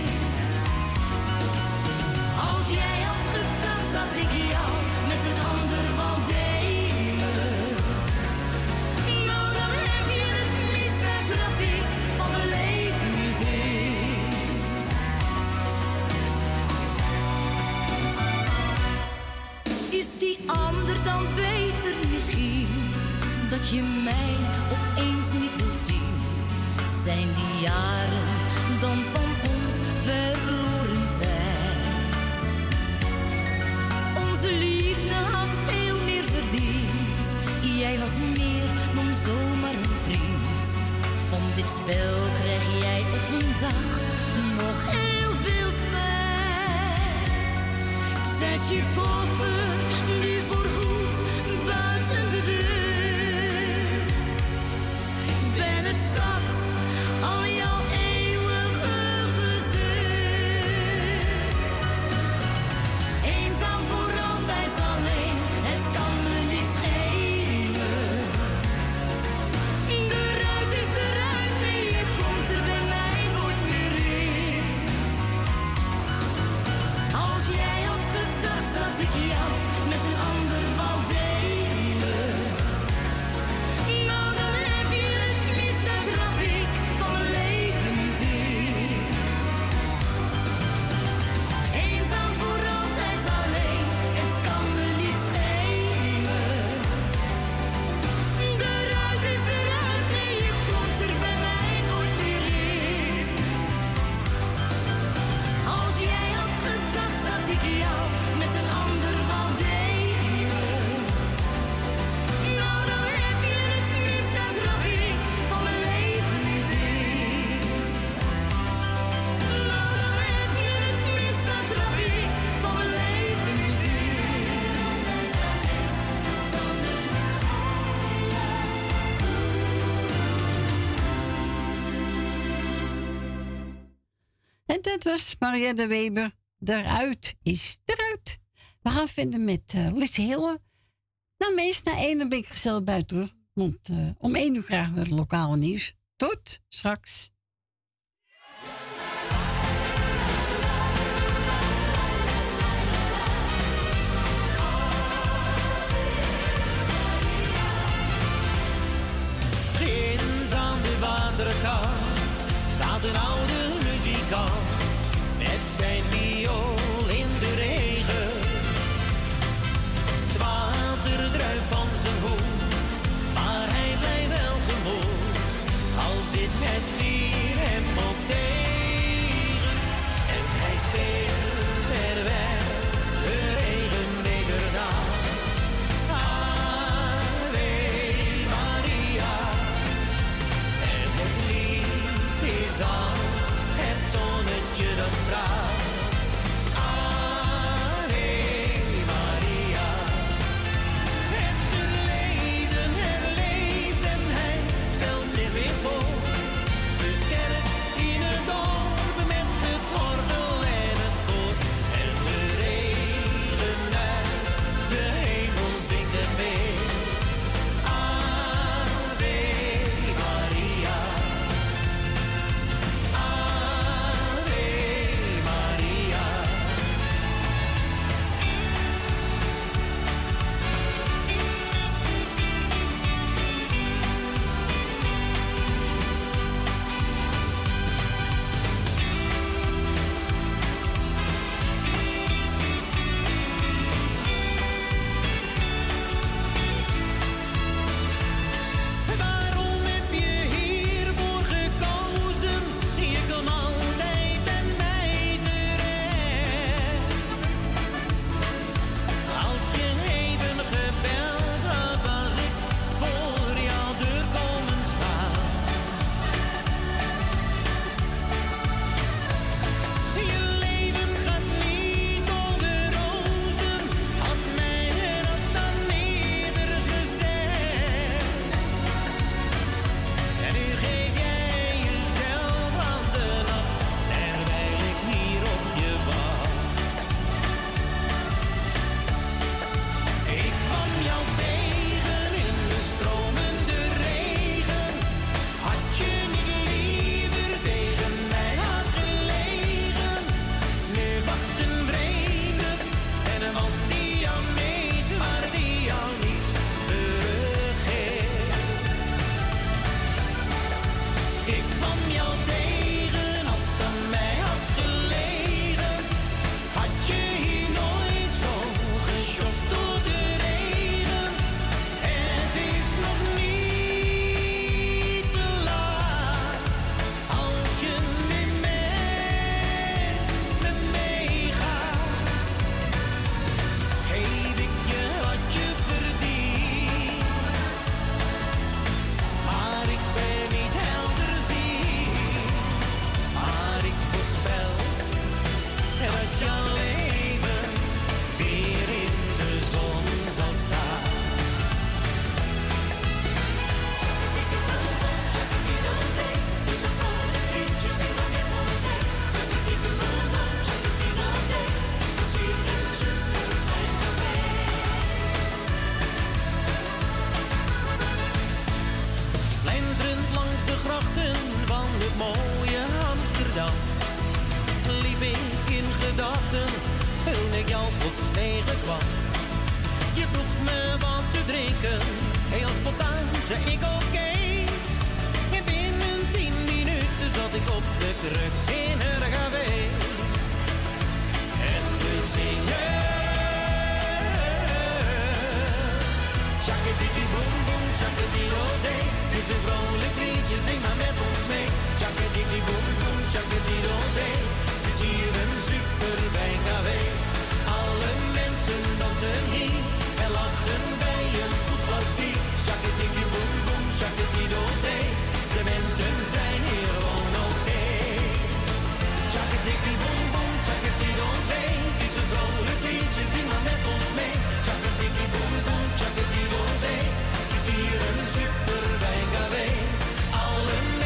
Als jij had gedacht dat ik jou met een ander wou delen, nou dan heb je het mis, daar trap ik van mijn leven niet in. Is die ander dan beter misschien, dat je mij opeens niet wil zien? Zijn die jaren dan van ons verloren tijd? Onze liefde had veel meer verdiend. Jij was meer dan zomaar een vriend. Van dit spel krijg jij op een dag nog heel veel spijt. Zet je koffer nu voorgoed buiten de deur. Ben het zat, al jouw eeuwige gezeur. Eenzaam voor altijd alleen, het kan me niet schelen. Eruit is eruit, nee, je komt er bij mij En dat was Marianne Weber. Eruit is eruit. We gaan vinden met uh, Lisse Hille. Nou, meest na één dan ben ik gezellig buiten terug. Want uh, om één uur krijgen we het lokale nieuws. Tot straks. Ginds aan de waterkant staat een oude muzikant met zijn viool in de regen. Het water druipt van zijn hoed, maar hij blijft wel gemoed, al zit het weer hem ook tegen. En hij speelt er weg, de regenneger na. Ave Maria, en het lied is als het zonnetje dat straalt. Ave Maria, het verleden herleeft en hij stelt zich weer voor. De kerk in het dorp met het orgel en het koor. En de regen nuist, de hemel zingt het mee. Ave Maria, Ave Maria. Waarom heb je hiervoor gekozen? Je kan altijd bij mij terecht. Als je even gebeld had, was ik voor jouw deur komen staan. Je leven gaat niet over rozen, had mij dat dan eerder gezegd. En nu geef jij jezelf aan de nacht, terwijl ik hier op je wacht. Ik kwam jou tegen in de stromende regen. Had je niet liever tegen mij had gelegen? Nu wacht een vreemde en een man die jou meet, maar die jou niet teruggeeft. Ik kwam jou tegen als het aan mij had gelegen. Had je hier nooit zo geschokt door de regen? Het is nog niet te laat als je nu met me meegaat. Geef ik je wat je verdient, maar ik ben niet helder zien. Maar ik voorspel dat jouw leven weer in de zon zal staan. Slenterend langs de grachten van het mooie Amsterdam, liep ik in gedachten toen ik jou plots tegenkwam. Je vroeg me wat te drinken, heel spontaan zei ik oké. En binnen tien minuten zat ik op de kruk in het café. En we zingen Tjakkadikkie boem boem, tjakkadiddodee. Het is een vrolijk liedje, zing maar met ons mee. Tjakkadikkie boem boem, tjakkadiddodee. Het is hier een super fijn café. Alle mensen dansen hier en lachen bij een goed glas bier. Tjakkadikkie boem boem, tjakkadiddodee. De mensen zijn hier gewoon oké. Tjakkadikkie boem boem, tjakkadiddodee. Het is een vrolijk liedje, zing maar met ons mee. Tjakkadikkie boem boem, tjakkadiddodee. Het is hier een super fijn café. Alle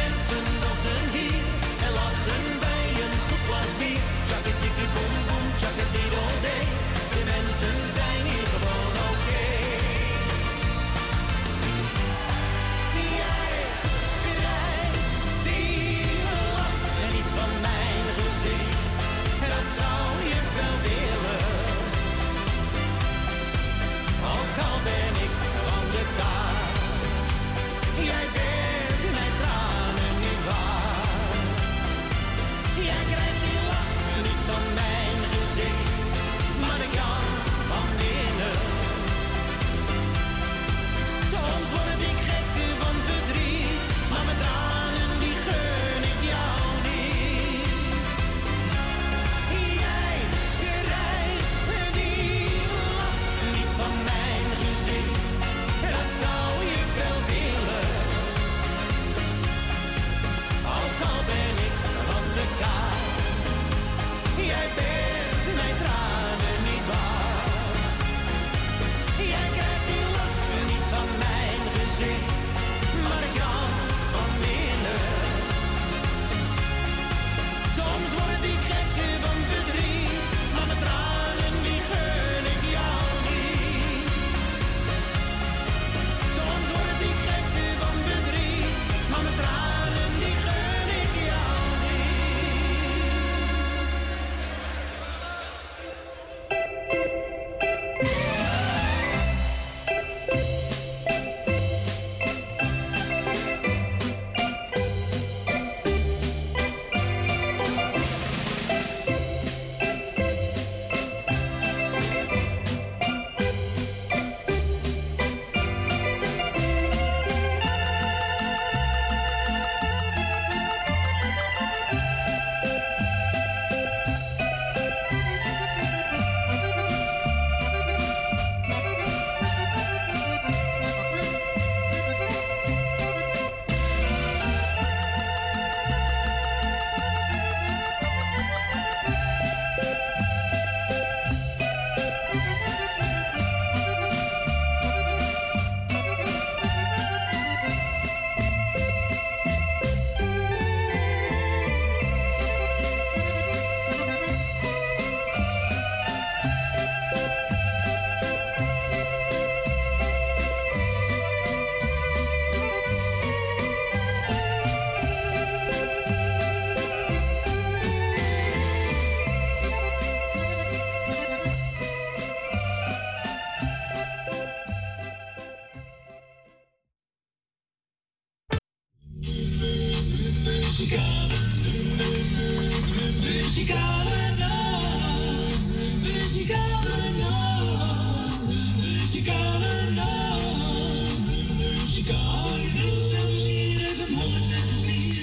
muzikale nacht, de muzikale nacht, de muzikale nacht, de muzikale nacht, we zien het hem honderdvier.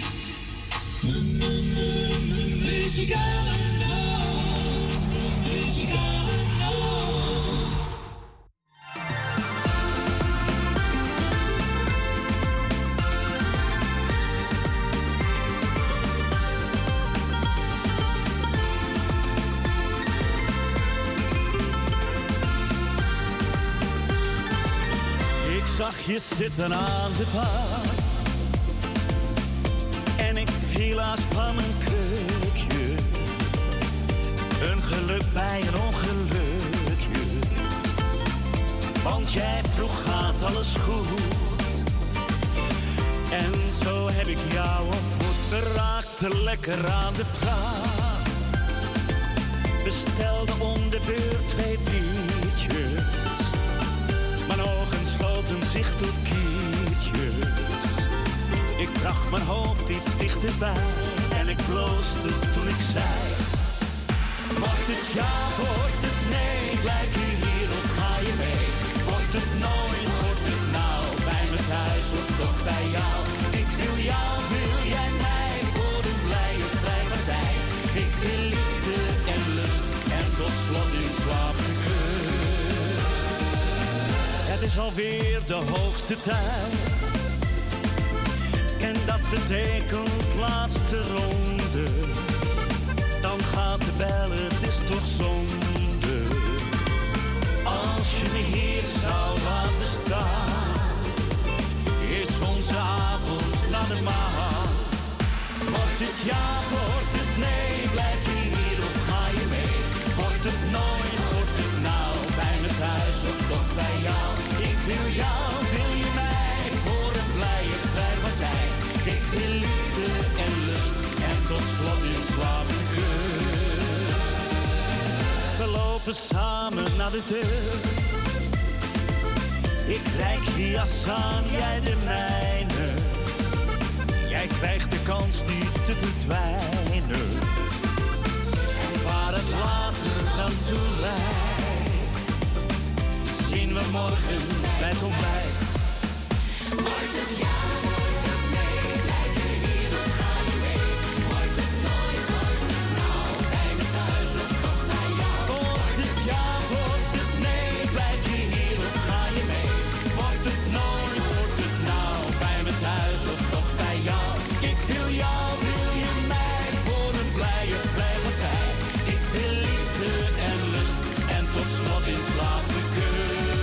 Muzikale nacht, muzikale nacht. Ik zag je zitten aan de bar en ik viel haast van mijn krukje. Een geluk bij een ongelukje, want jij vroeg gaat alles goed. En zo heb ik jou ontmoet, we raakten lekker aan de praat. Bestelden om de beurt twee biertjes, mijn ogen sloten zich tot kiertjes. Ik bracht mijn hoofd iets dichterbij en ik bloosde toen ik zei: wordt het ja, wordt het nee, blijf je hier of ga je mee? Wordt het nooit, wordt het nou, bij me thuis of toch bij jou? Ik wil jou, wil jij mij, voor een blije vrijpartij. Ik wil liefde en lust en tot slot in slaap gekust. Het is alweer de hoogste tijd en dat betekent laatste ronde. Dan gaat de bel, het is toch zonde als je me hier zou laten staan. Is onze avond naar de maan? Wordt het ja, wordt het nee, blijf je hier of ga je mee? Wordt het nooit, wordt het nou, bij me thuis of toch bij jou? Ik wil jou, wil je mij, voor een blije vrijpartij. Ik wil liefde en lust en tot slot in slaap gekust. We lopen samen naar de deur. Ik reik je jas aan, jij de mijne. Jij krijgt de kans niet te verdwijnen. En waar het later dan toe leidt, zien we morgen bij het ontbijt. Wordt het ja, wordt het nee, blijf je hier of ga je mee? Wordt het nooit, wordt het nou, bij me thuis of toch bij jou? Wordt het ja, wordt het nee, blijf je hier of ga je mee? Wordt het nooit, wordt het nou, bij me thuis of toch bij jou? Ik wil jou, wil je mij, voor een blije vrijpartij. Ik wil liefde en lust en tot slot in slaap gekust.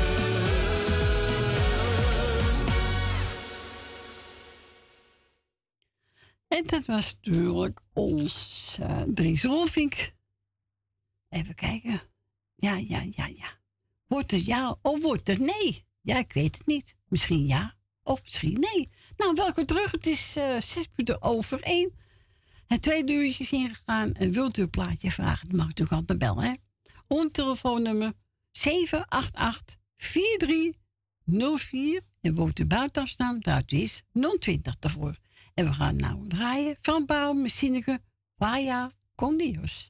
En dat was natuurlijk ons uh, Dries Roelvink. Even kijken. Ja, ja, ja, ja. Wordt het ja of wordt het nee? Ja, ik weet het niet. Misschien ja of misschien nee. Nou, welkom terug. Het is uh, zes minuten over één. Het tweede uurtje is ingegaan. En wilt u een plaatje vragen? Dan mag u natuurlijk aan de bel, hè? Ons telefoonnummer zeven acht acht vier drie nul vier. En woont u buiten Amsterdam, dat is nul twintig daarvoor. En we gaan nou draaien van Paul Messineke, Vaya con Dios.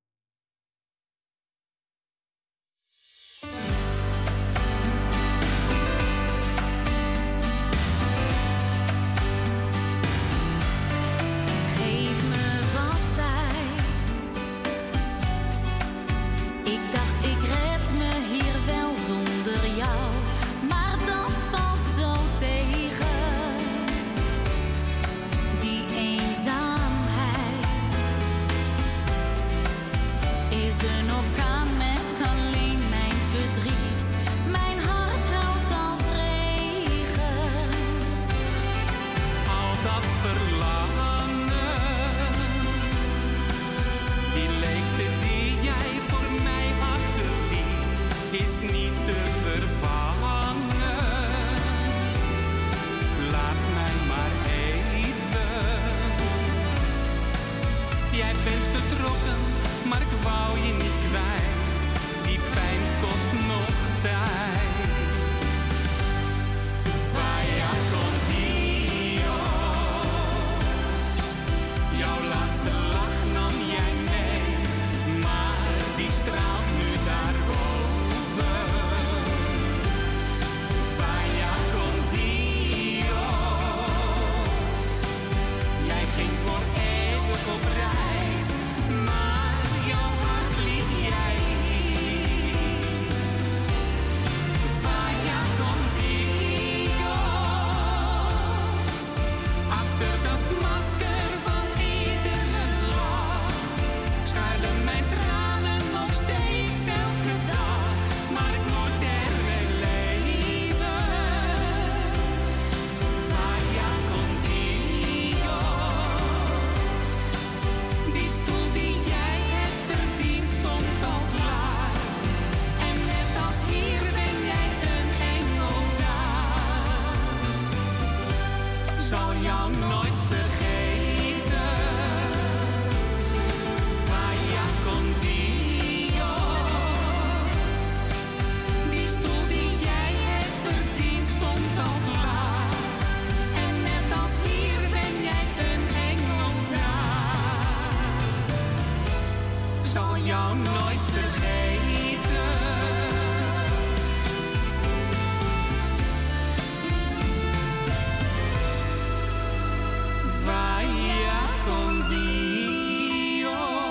Geef me wat tijd. Ik dacht ik red me hier wel zonder jou, maar dat valt zo tegen. Die eenzaamheid is een orkaan met alleen mijn verdriet. Mijn hart huilt als regen. Al dat verlangen, die leegte die jij voor mij achterliet, is niet te vervangen. Laat mij maar even. Jij bent vertrokken, maar ik wou je niet kwijt. Die pijn kost nog tijd. Vaya con Dios. Jouw laatste lach nam jij mee. zal jou nooit vergeten. Vaya con Dio.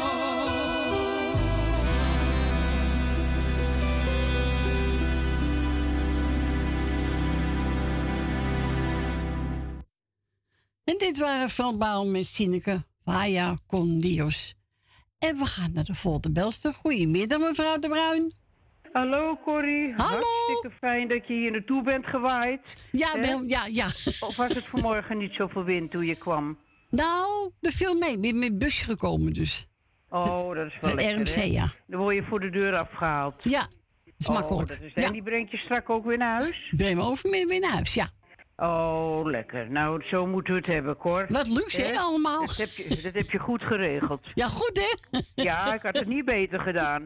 En dit waren Frans Baal met Sineke, Vaya con Dios. En we gaan naar de volgende belster. Goedemiddag, mevrouw De Bruin. Hallo Corrie. Hallo. Hartstikke fijn dat je hier naartoe bent gewaaid. Ja, wel, ja, ja. Of was het vanmorgen niet zoveel wind toen je kwam? Nou, er viel mee. Ik ben met het busje gekomen dus. Oh, dat is wel Van lekker, R M C, hè? ja. Dan word je voor de deur afgehaald. Ja, dat is oh, makkelijk. Dat is, ja. En die brengt je straks ook weer naar huis? Breng me over mee weer naar huis, ja. Oh, lekker. Nou, zo moeten we het hebben, Cor. Wat luxe, hè, allemaal. Dat heb, je, dat heb je goed geregeld. Ja, goed, hè? Ja, ik had het niet beter gedaan.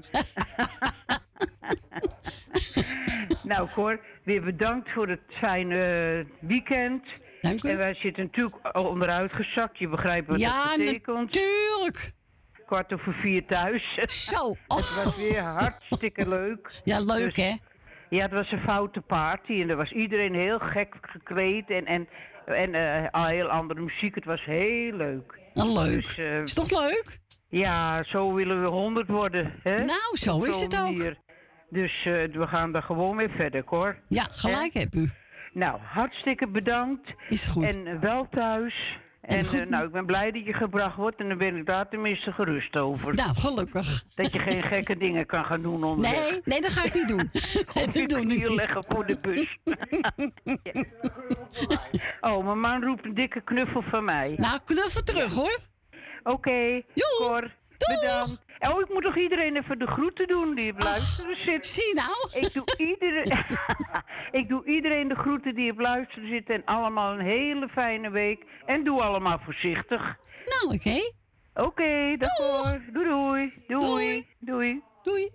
Nou, Cor, weer bedankt voor het fijne weekend. Dank u. En wij zitten natuurlijk onderuit gezakt. Je begrijpt wat ja, dat betekent. natuurlijk. Kwart over vier thuis. Zo. Oh. Het was weer hartstikke leuk. Ja, leuk, dus, hè? Ja, het was een foute party en er was iedereen heel gek gekleed en, en, en uh, heel andere muziek. Het was heel leuk. Nou, leuk. Dus, uh, is toch leuk? Ja, zo willen we honderd worden. Hè? Nou, zo Op is het manier. ook. Dus uh, we gaan daar gewoon mee verder, hoor. Ja, gelijk Hè? heb u. Nou, hartstikke bedankt. Is goed. En uh, wel thuis. En, en uh, nou, ik ben blij dat je gebracht wordt en dan ben ik daar tenminste gerust over. Nou, gelukkig. Dat je geen gekke dingen kan gaan doen onderweg. Nee, nee, dat ga ik niet doen. Of je het hier leggen voor de bus. Ja. Oh, mijn man roept een dikke knuffel van mij. Nou, knuffel terug, hoor. Oké, okay, Cor, bedankt. Oh, ik moet toch iedereen even de groeten doen die op luisteren zit. Zie je nou? Ik doe, iedereen, ik doe iedereen de groeten die op luisteren zitten. En allemaal een hele fijne week. En doe allemaal voorzichtig. Nou, oké. Okay. Oké, okay, dag hoor. Doei doei. Doei. Doei. Doei.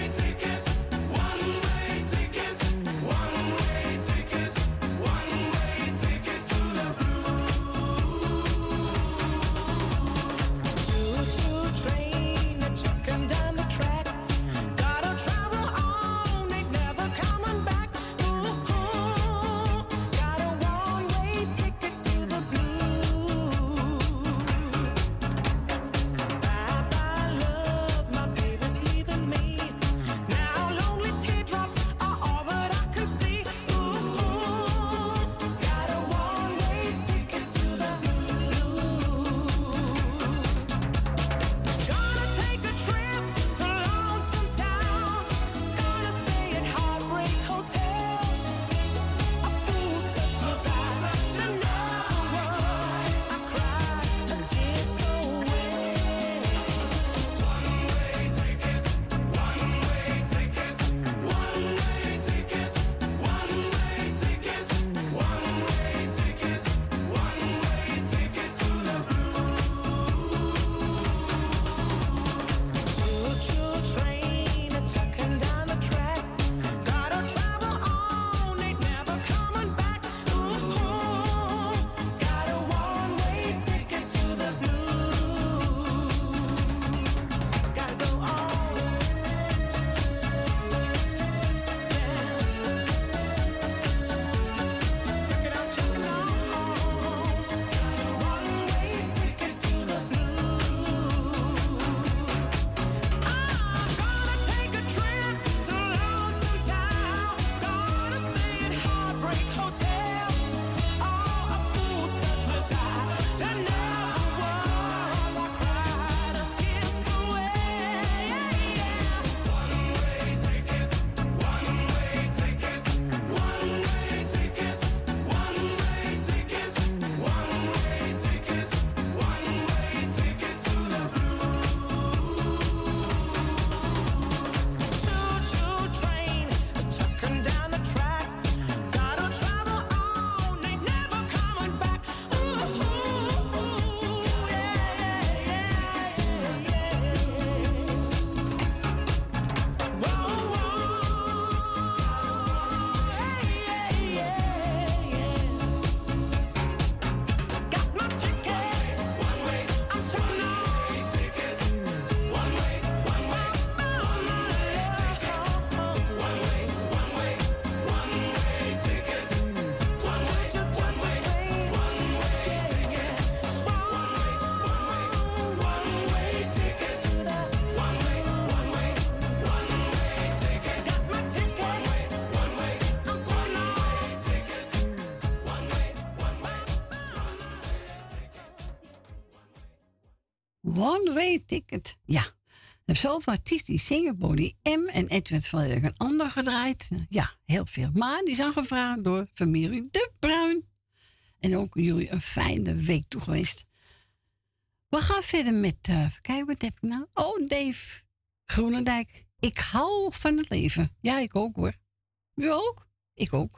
One way One Way Ticket. Ja, ik heb zoveel artiesten die zingen. Bonnie M. en Edwin van een ander gedraaid. Ja, heel veel. Maar die zijn gevraagd door familie De Bruin. En ook jullie een fijne week toe geweest. We gaan verder met... Uh, kijk, wat heb ik nou? Oh, Dave Groenendijk. Ik hou van het leven. Ja, ik ook hoor. U ook? Ik ook.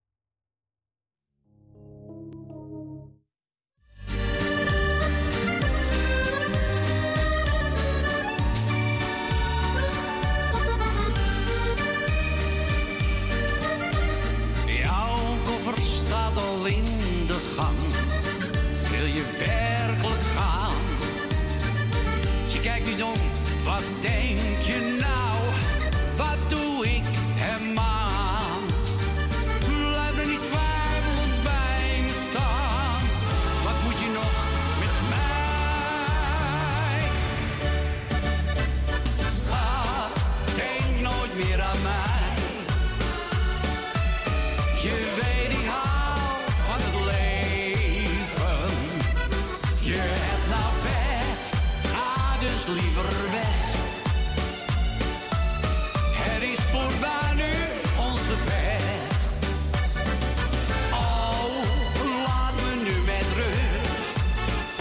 Staat al in de gang. Wil je werkelijk gaan? Je kijkt niet om, wat denk je nou? Wat doe ik hem aan? Blijf er niet twijfelend bij me staan. Wat moet je nog met mij? Schat, denk nooit meer aan mij. Je weet ik hou van het leven. Je hebt nou pech, ga dus liever weg. Het is voorbij nu, ons gevecht. Oh, laat me nu met rust.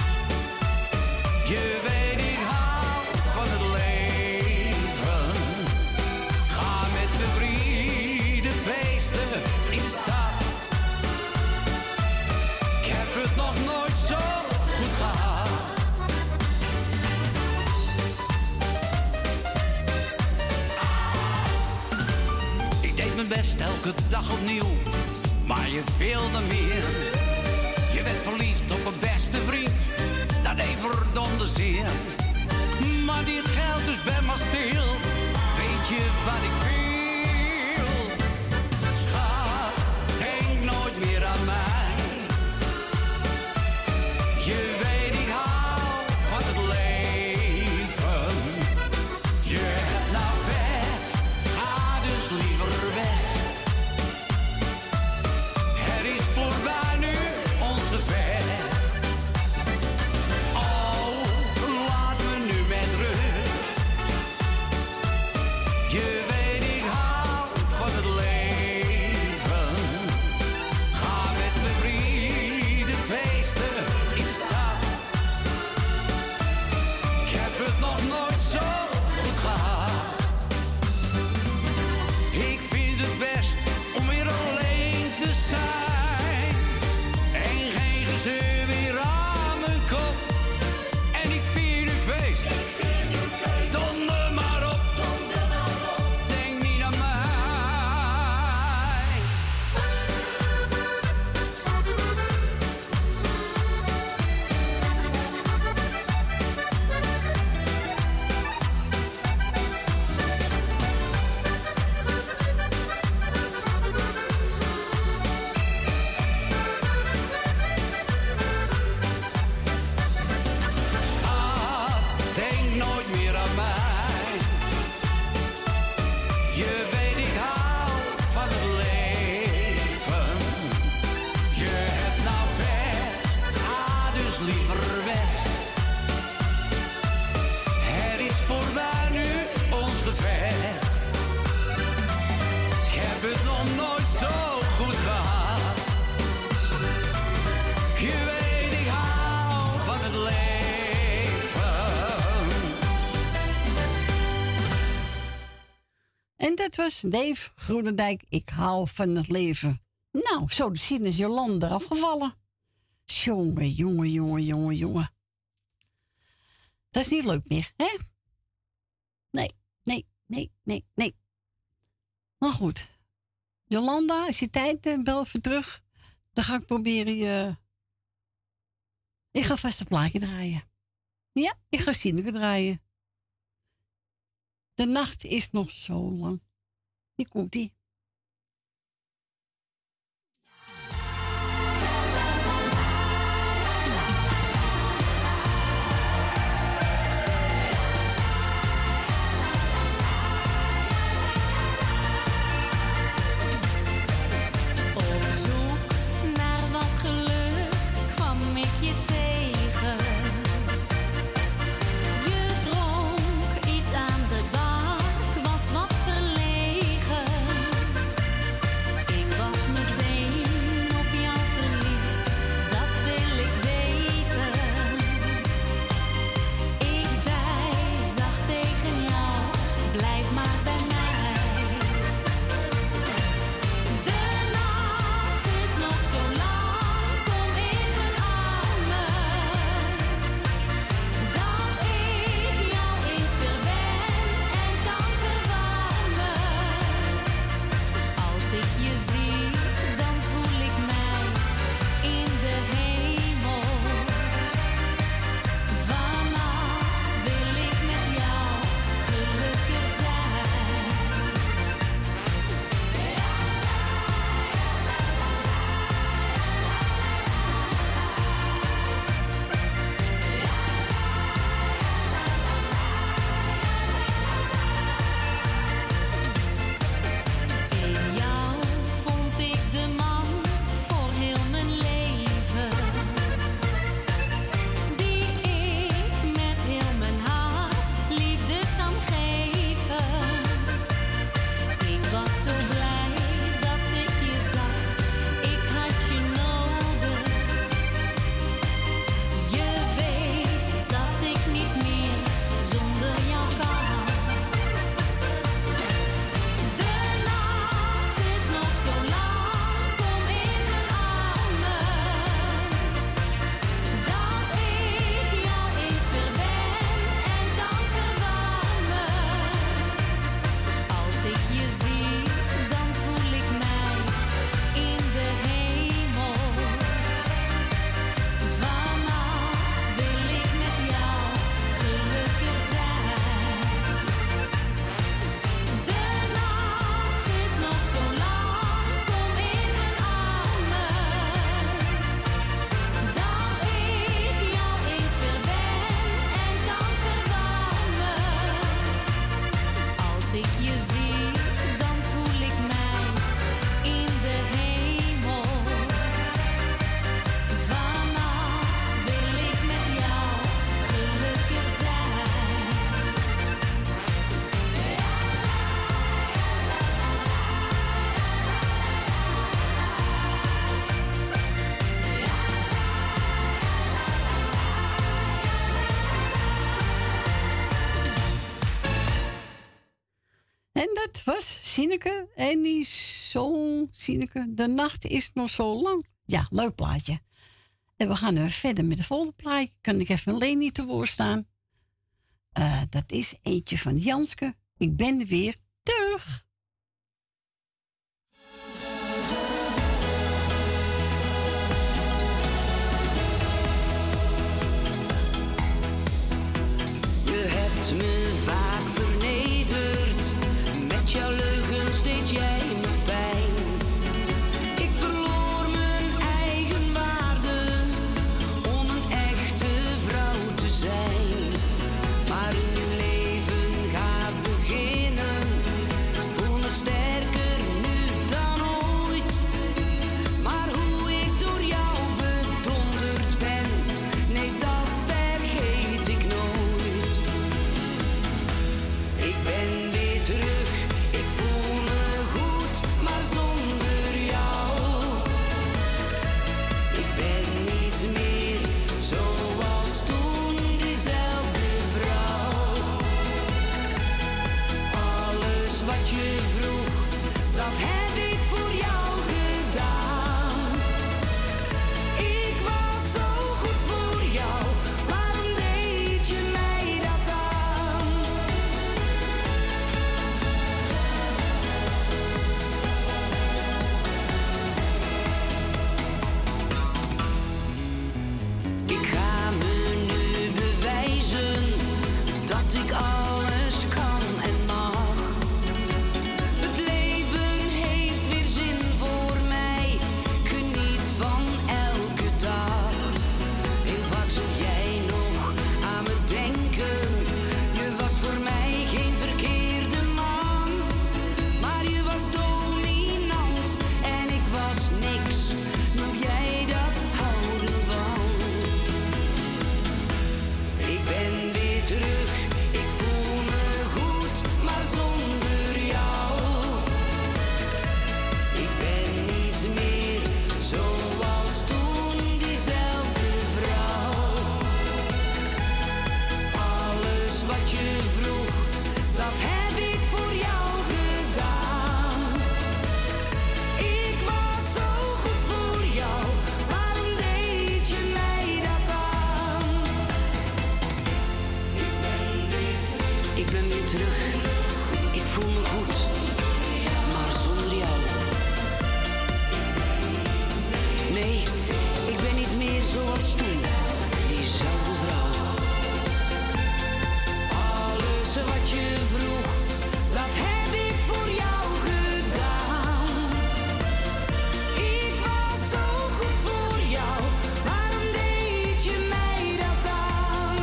Je weet ik hou van het leven. Ga met me vrienden feesten in de stad. Ik heb het nog nooit zo goed gehad. Ik deed mijn best elke dag opnieuw, maar je wilde meer. Je werd verliefd op mijn beste vriend, dat deed verdomde zeer. Maar dit geldt dus ben maar stil, weet je wat ik wil? Schat, denk nooit meer aan mij. Je weet ik hou van het leven. Je hebt nou pech, ga dus liever weg. Het is voorbij nu, ons gevecht. Oh, laat me nu met rust. Je weet ik hou van het leven. Ga met me vrienden feesten in de stad. Ik heb het nog nooit zo goed gehad. Ik vind het best om weer alleen te zijn. En geen gezeur weer aan mijn kop. En ik vier nu feest. Donder maar op. Denk niet aan mij. Schat, denk nooit meer aan mij. Je weet ik hou van het leven. Je hebt nou pech, ga dus liever weg. Het is voorbij nu, ons gevecht. Ik heb het nog nooit zo goed gehad. Je weet ik hou van het leven. En dat was Dave Groenendijk. Ik hou van het leven. Nou, zo te zien is Jolanda eraf gevallen. Jongen, jongen, jongen, jongen, jongen. Dat is niet leuk meer, hè? Nee, nee, nee, nee, nee. Maar goed. Jolanda, als je tijd hebt, bel even terug. Dan ga ik proberen je... Ik ga vast een plaatje draaien. Ja, ik ga Sineke draaien. De nacht is nog zo lang. Hier komt die. Naar wat geluk kwam ik je tegen. Sineke en die zo, Sineke, de nacht is nog zo lang. Ja, leuk plaatje. En we gaan nu verder met de volgende plaatje. Kan ik even Leni te woord staan? Uh, dat is eentje van Janske. Ik ben weer terug. Je hebt me vaak vernederd. Met jouw leugens deed jij me pijn. Ik verloor mijn eigen waarde om een echte vrouw te zijn. Maar een leven gaat beginnen. Voel me sterker nu dan ooit. Maar hoe ik door jou bedonderd ben, nee, dat vergeet ik nooit. Ik ben weer terug, ik voel me goed, maar zonder jou. Ik ben niet meer zoals toen, diezelfde vrouw. Alles wat je vroeg, dat heb ik voor jou gedaan. Ik was zo goed voor jou, waarom deed je mij dat aan? Ik ga me nu bewijzen dat ik alles kan en mag. Het leven heeft weer zin voor mij. Geniet van elke dag. Heel vaak zul jij nog aan me denken. Je was voor mij geen verkeerde man. Maar je was dominant en ik was niks. Noem jij dat houden van? Ik ben weer terug, ik voel me goed, maar zonder jou. Ik ben niet meer zoals toen, diezelfde vrouw. Alles wat je vroeg, dat heb ik voor jou gedaan. Ik was zo goed voor jou, waarom deed je mij dat aan? Ik ben weer terug, ik voel me goed, maar zonder jou. Nee, ik ben niet meer zoals toen, diezelfde vrouw. Alles wat je vroeg, dat heb ik voor jou gedaan. Ik was zo goed voor jou, waarom deed je mij dat aan?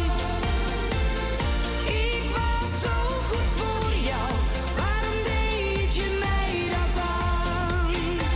Ik was zo goed voor jou, waarom deed je mij dat aan?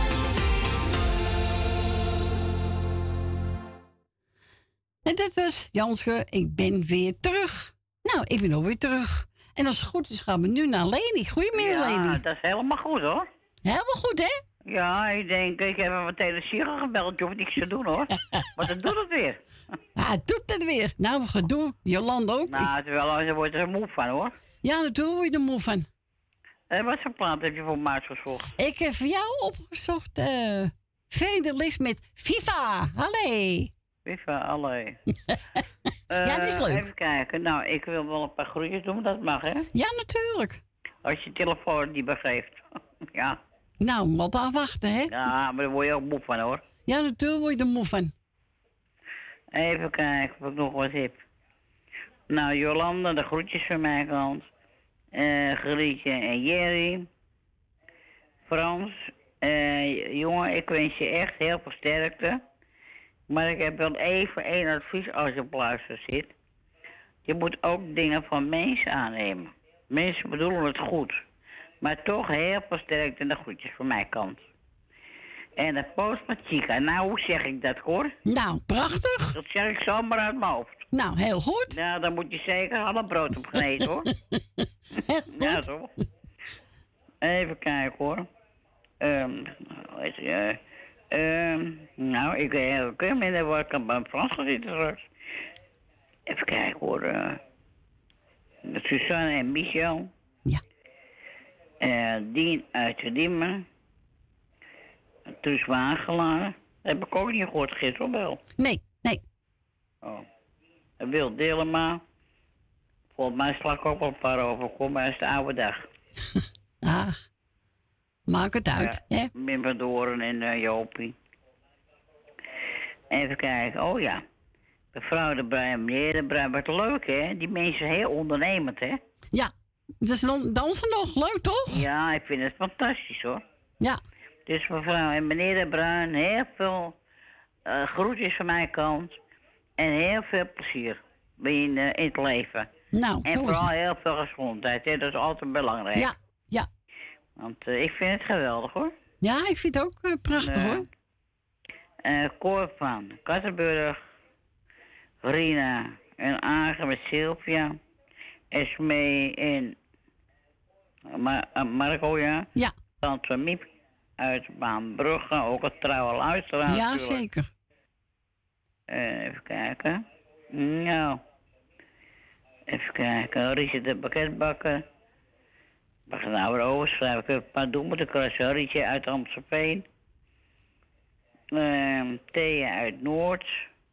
En dat was Janske, ik ben weer terug. Nou, ik ben ook weer terug. En als het goed is gaan we nu naar Leni. Goedemiddag, Ja, Leni. dat is helemaal goed hoor. Helemaal goed, hè? Ja, ik denk, ik heb hem meteen de Sierra gebeld. Je hoeft niks te doen hoor. Maar dan doet het weer. Ja, het doet het weer. Nou, we gaan doen. Jolanda ook. Nou, het is wel, daar wordt er moe van hoor. Ja, natuurlijk word je er moe van. En wat voor plaat heb je voor me uitgezocht? Ik heb voor jou opgezocht eh Verder List met Viva. Hallee. Viva, allee. Ja, dat is Eh, leuk. Even kijken. Nou, ik wil wel een paar groetjes doen, dat mag hè? Ja, natuurlijk. Als je telefoon niet begrijpt. Ja. Nou, wat afwachten, hè? Ja, maar daar word je ook moe van hoor. Ja, natuurlijk word je er moe van. Even kijken of ik nog wat heb. Nou, Jolanda, de groetjes van mijn kant. Eh Grietje en Jerry. Frans. eh jongen, ik wens je echt heel veel sterkte. Maar ik heb wel even één advies als je op luister zit. Je moet ook dingen van mensen aannemen. Mensen bedoelen het goed. Maar toch heel veel sterkte en de groetjes van mijn kant. En de post met Chica. Nou, hoe zeg ik dat hoor? Nou, prachtig. Dat zeg ik zomaar uit mijn hoofd. Nou, heel goed. Nou, dan moet je zeker alle brood op geneten hoor. Ja, zo. Even kijken hoor. Ehm weet je, ehm nou, ik weet ik weet minder wat ik aan mijn Frans gezeten straks. Even kijken hoor. Uh, Suzanne en Michel. Ja. Uh, Dien uit de Diemen. Truus Wagelaar. Heb ik ook niet gehoord gisteren wel. Nee, nee. Oh. Wil Dilema. Volgens mij sla ik ook wel een paar over. Maar het is de oude dag. Ah, maak het uit. Ja, hè? Mim van Doorn en uh, Jopie. Even kijken. Oh ja. Mevrouw de Bruin, meneer de Bruin. Wat leuk, hè? Die mensen heel ondernemend, hè? Ja. Dus dan dansen nog. Leuk, toch? Ja, ik vind het fantastisch, hoor. Ja. Dus mevrouw en meneer de Bruin, heel veel uh, groetjes van mijn kant. En heel veel plezier in, uh, in het leven. Nou, en zo vooral is het. heel veel gezondheid, hè? Dat is altijd belangrijk. Ja, ja. Want uh, ik vind het geweldig, hoor. Ja, ik vind het ook uh, prachtig, uh, hoor. Uh, Cor van Kattenburg, Rina en Agen met Sylvia, Esmee en Mar- uh, Marco, ja? Ja. Tante Miep uit Baanbrugge, ook een trouwe luisteraar. Ja, natuurlijk. zeker. Uh, even kijken. Nou. Even kijken. Rietje de Pakketbakker. We gaan nou weer overschrijven. Ik heb een paar doen moeten kruisen. Rietje uit Amstelveen. Uh, Thea uit Noord.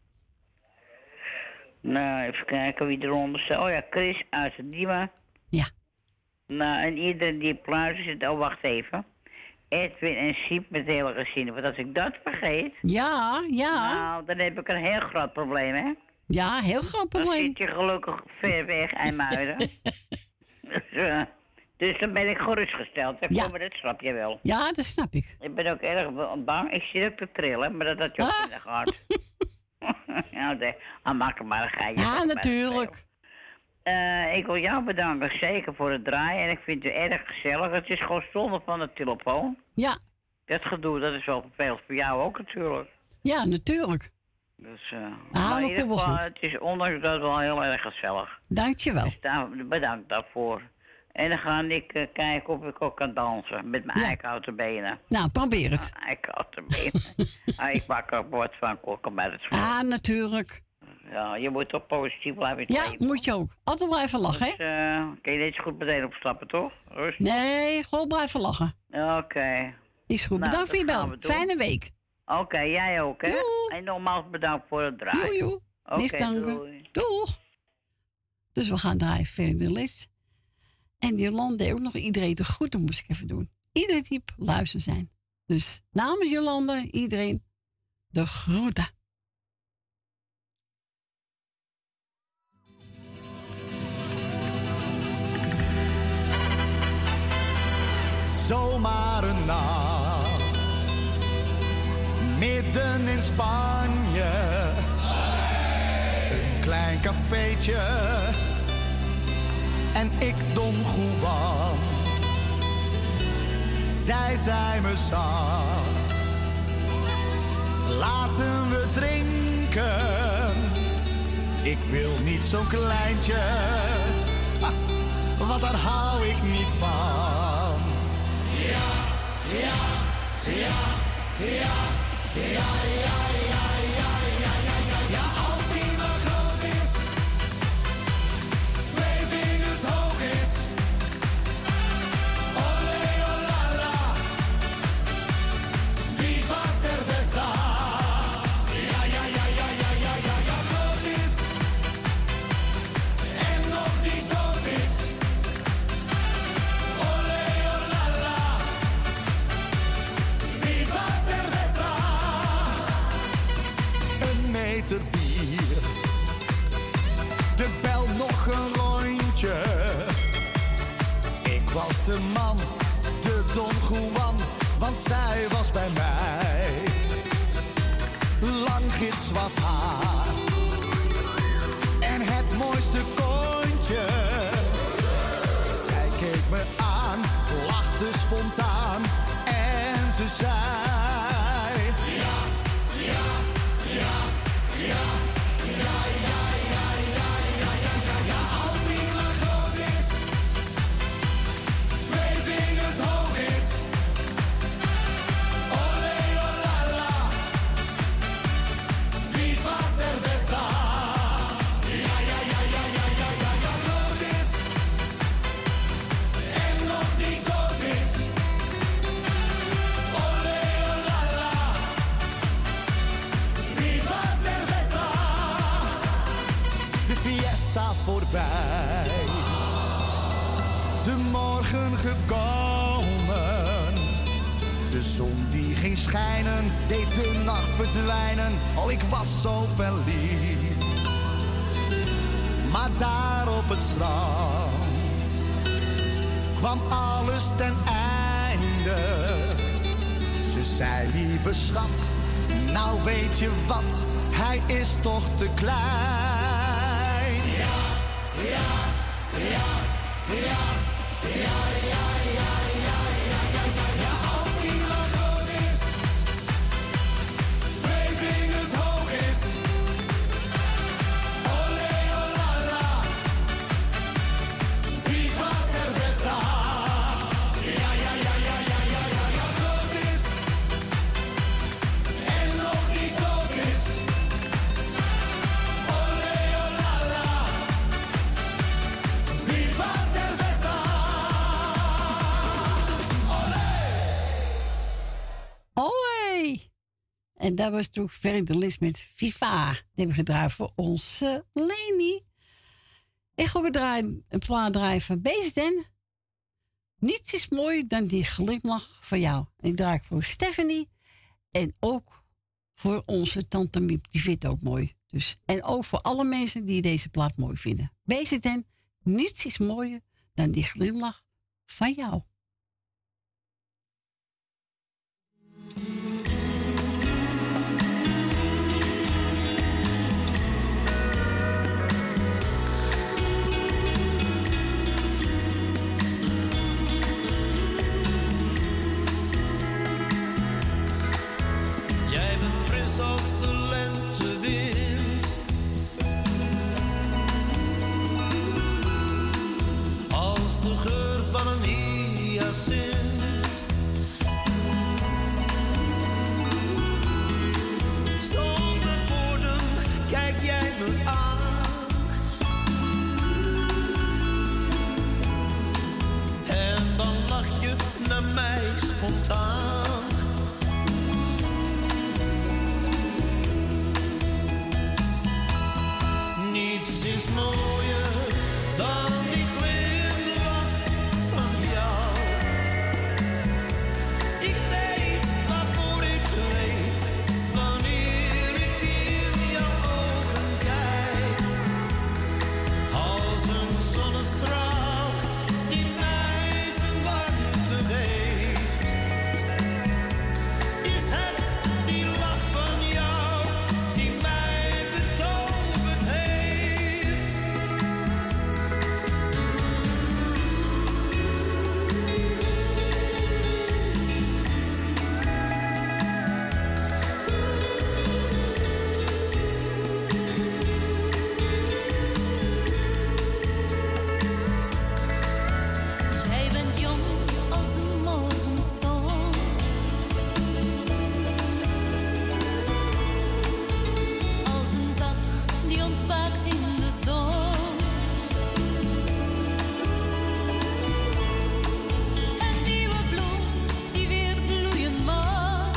Nou, even kijken wie eronder staat. Oh ja, Chris uit de Diemen. Ja. Nou, en iedereen die op luistert zit... Oh, wacht even. Edwin en Siep met het hele gezin. Want als ik dat vergeet... Ja, ja. Nou, dan heb ik een heel groot probleem, hè? Ja, heel groot probleem. Dan zit je gelukkig ver weg, IJmuiden. dus, uh, dus dan ben ik gerustgesteld. Hè? Ja. Maar dat snap je wel. Ja, dat snap ik. Ik ben ook erg bang. Ik zit ook te trillen, maar dat had je ook Ah. in de gehad. ja, nee. Ah, maak er maar een geitje. Ja, natuurlijk. Uh, ik wil jou bedanken, zeker voor het draaien. En ik vind het erg gezellig. Het is gewoon zonde van de telefoon. Ja. Dat gedoe, dat is wel vervelend voor jou ook natuurlijk. Ja, natuurlijk. Dus, uh, Ah, maar in dat ieder komt wel geval, goed. het is ondanks dat wel heel erg gezellig. Dankjewel. Dus daar, bedankt daarvoor. En dan ga ik uh, kijken of ik ook kan dansen met mijn Ja. eikenhouten benen. Nou, probeer het. Ah, eikenhouten benen. ah, ik maak er wat van, koken bij het school. Ah, natuurlijk. Ja, je moet toch positief blijven. Ja, moet je ook. Altijd blijven lachen, hè? Dus, uh, kun je niet zo goed meteen opstappen, toch? Rustig. Nee, gewoon blijven lachen. Oké. Okay. Is goed. Nou, Bedankt voor je dat gaan bel. we doen. Fijne week. Oké, okay, jij ook, hè? Doei. En nogmaals bedankt voor het draaien. Joe, joe. Oké, Niks danken. doei. Doeg. Dus we gaan draaien verder de les. En Jolande ook nog iedereen de groeten moest ik even doen. Iedereen die op luister zijn. Dus namens Jolande, iedereen de groeten. Zomaar een nacht, midden in Spanje, een klein cafeetje en ik Don Juan. Zij zei me zacht, laten we drinken. Ik wil niet zo'n kleintje, ha, want daar hou ik niet van. Ja, ja, ja, ja, ja, ja, ja, ja, ja, ja, ja, ja. Als hij maar groot is, twee vingers hoog is. Olé, olala, viva cerveza. Ja, ja, ja, ja, ja, ja, ja, ja, groot is en nog niet dood is. Olé, olala. Viva cerveza. Een meter bier. De bel nog een rondje. Ik was de man, de Don Juan, want zij was bij mij. Lang gitzwart haar en het mooiste kontje. Zij keek me aan, lachte spontaan en ze zei: ja, ja, ja, ja, ja, ja, ja, ja, ja, ja, ja, ja. Als hij maar groot is, twee vingers hoog is. Olé, olala, viva cerveza. Ja, ja, ja, ja, ja, ja, ja, ja, groot is en nog niet dood voorbij. De morgen gekomen, de zon die ging schijnen, deed de nacht verdwijnen. Oh, ik was zo verliefd. Maar daar op het strand kwam alles ten einde. Ze zei, lieve schat, nou weet je wat, hij is toch te klein. Ja, ja, ja, ja, ja, ja, ja, ja, ja, ja, ja. Als hij maar groot is, twee vingers hoog is. Olé, olala, viva cerveza. Ja, ja, ja, ja, ja, ja, ja, ja, groot is en nog niet dood is. Olé, olala, viva cerveza. Olé! En dat was toen Ferry de Lis met Viva. Die hebben we gedraaid voor onze Leni. Ik ga ook een plaat draaien van Beesden. Niets is mooier dan die glimlach van jou. En ik draai voor Stephanie. En ook voor onze tante Miep. Die vindt het ook mooi. Dus, en ook voor alle mensen die deze plaat mooi vinden. Beesden, niets is mooier dan die glimlach van jou. Jij bent fris als de lentewind, als de geur van een hyacint. Zonder woorden kijk jij me aan en dan lach je naar mij spontaan. Niets is mooier dan die glimlach van jou. Ik weet waarvoor ik leef, wanneer ik in jouw ogen kijk. Als een zonnestraal die mij zijn warmte geeft. Is het die lach van jou die mij betoverd heeft? Jij bent jong als de morgenstond. Als een dag die ontwaakt in de zon. Een nieuwe bloem die weer bloeien mag.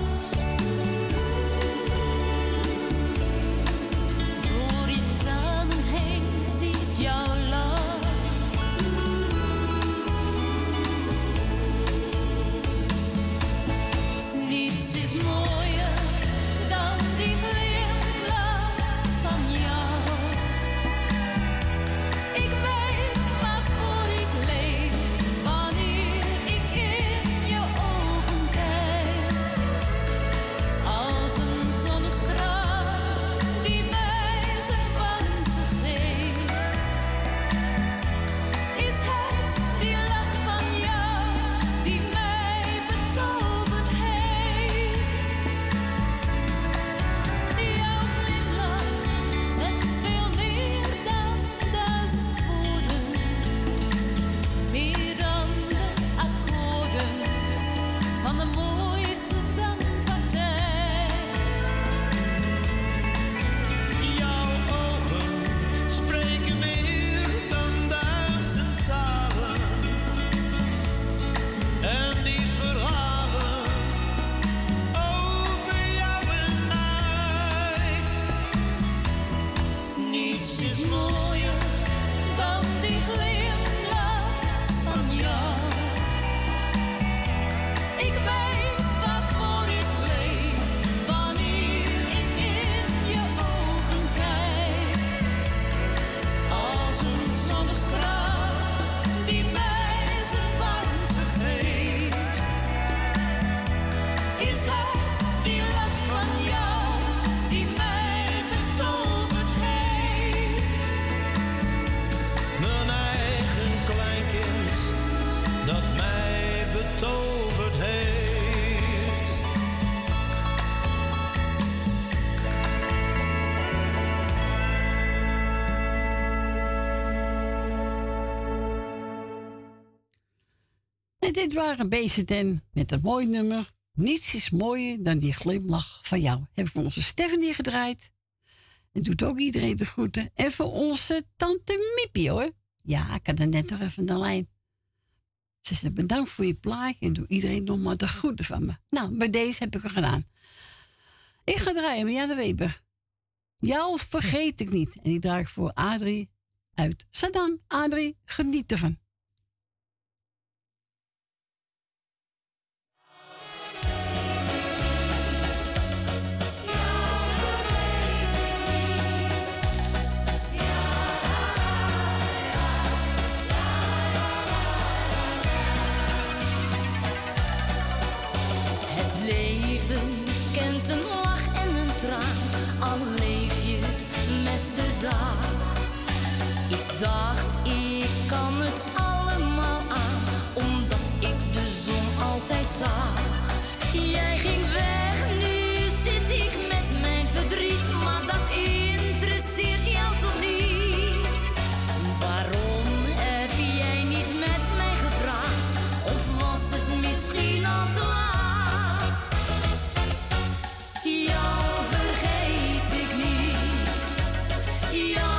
Door je tranen heen zie ik jouw lach. Niets is mooier dan die glimlach van jou. Ik weet waarvoor ik leef, wanneer ik in je ogen kijk. Als een zonnestraal die mij zijn warmte geeft. Is het die lach van jou die mij betoverd heeft? Jouw glimlach zegt veel meer dan duizend woorden, meer dan de akkoorden van de mooiste zangpartij. Jouw ogen spreken meer dan duizend talen. En die verhalen over jou en mij. Niets is mooier dit waren B Z N met een mooi nummer. Niets is mooier dan die glimlach van jou. Heb ik voor onze Stephanie gedraaid. En doet ook iedereen de groeten. En voor onze tante Miepie hoor. Ja, ik had er net nog even de lijn. Ze zegt bedankt voor je plaatje en doe iedereen nog maar de groeten van me. Nou, bij deze heb ik er gedaan. Ik ga draaien met Janne Weber. Jou vergeet ik niet. En die draai ik voor Adrie uit Saddam. Adrie, geniet ervan. Ik dacht, ik kan het allemaal aan, omdat ik de zon altijd zag. Jij ging weg, nu zit ik met mijn verdriet, maar dat interesseert jou toch niet? Waarom heb jij niet met mij gepraat, of was het misschien al te laat? Jou vergeet ik niet, jou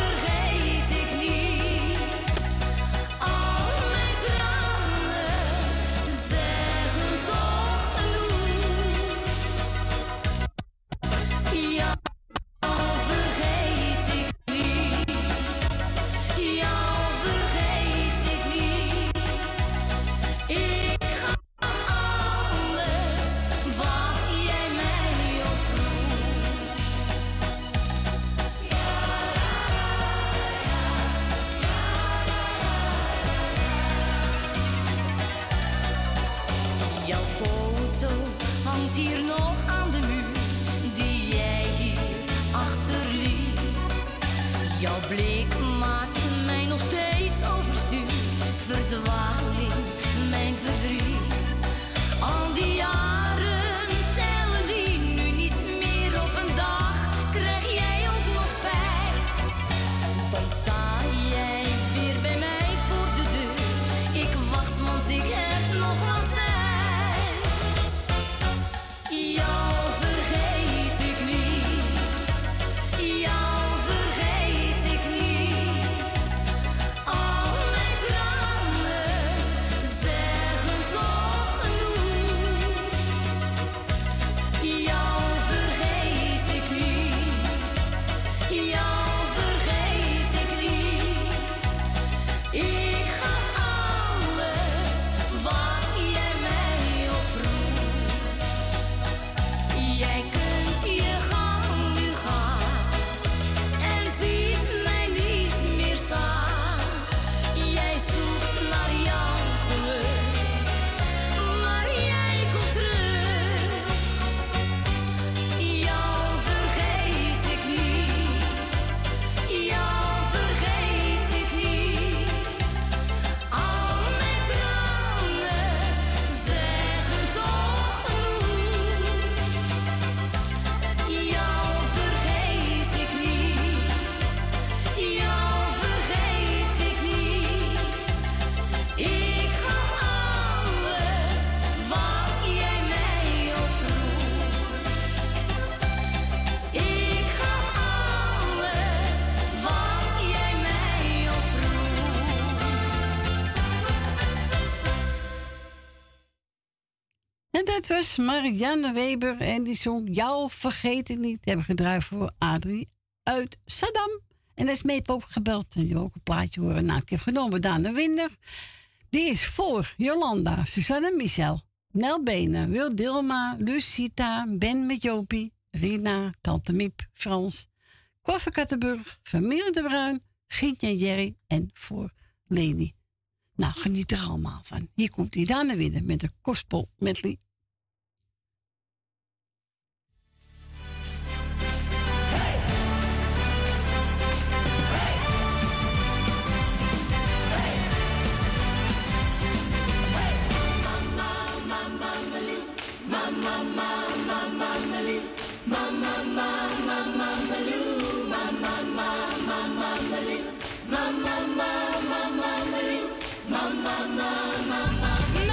hier nog aan de muur die jij hier achterliet. Jouw blik maakt mij nog steeds overstuur, verdwaling, mijn verdriet. Al die jaren tellen die nu niet meer op een dag, krijg jij ook nog spijt. Dan sta jij weer bij mij voor de deur, ik wacht want ik heb nog wel tijd. Jou vergeet ik niet, jou vergeet ik niet. Al mijn tranen zeggen toch genoeg. Jou vergeet ik niet, jou vergeet ik niet. Ik gaf alles wat jij mij opvroeg. Jij kunt je gang nu gaan en ziet mij niet meer staan. Jij zoekt naar jouw geluk, maar jij komt terug. Jou vergeet ik niet, jou vergeet ik niet. Al mijn tranen zeggen toch genoeg. Jou vergeet ik niet, jou vergeet ik niet. Ik gaf alles wat jij mij opvroeg. Ik gaf alles wat jij mij opvroeg. En dat was Marianne Weber en die zong Jou vergeet ik niet. Die hebben gedraaid voor Adrie uit Saddam. En dat is mee opgebeld en die wil ook een plaatje horen. Nou, ik heb genomen Daan Winder. Die is voor Jolanda, Suzanne Michel, Nel Benen, Wil Dilma, Lucita, Ben met Jopie, Rina, Tante Miep, Frans, Koffer Kattenburg, Familie de Bruin, Gietje en Jerry en voor Leni. Nou, geniet er allemaal van. Hier komt die Daan Winder met de gospel medley. Mama, mama, mama, mama, mama, mama, mama,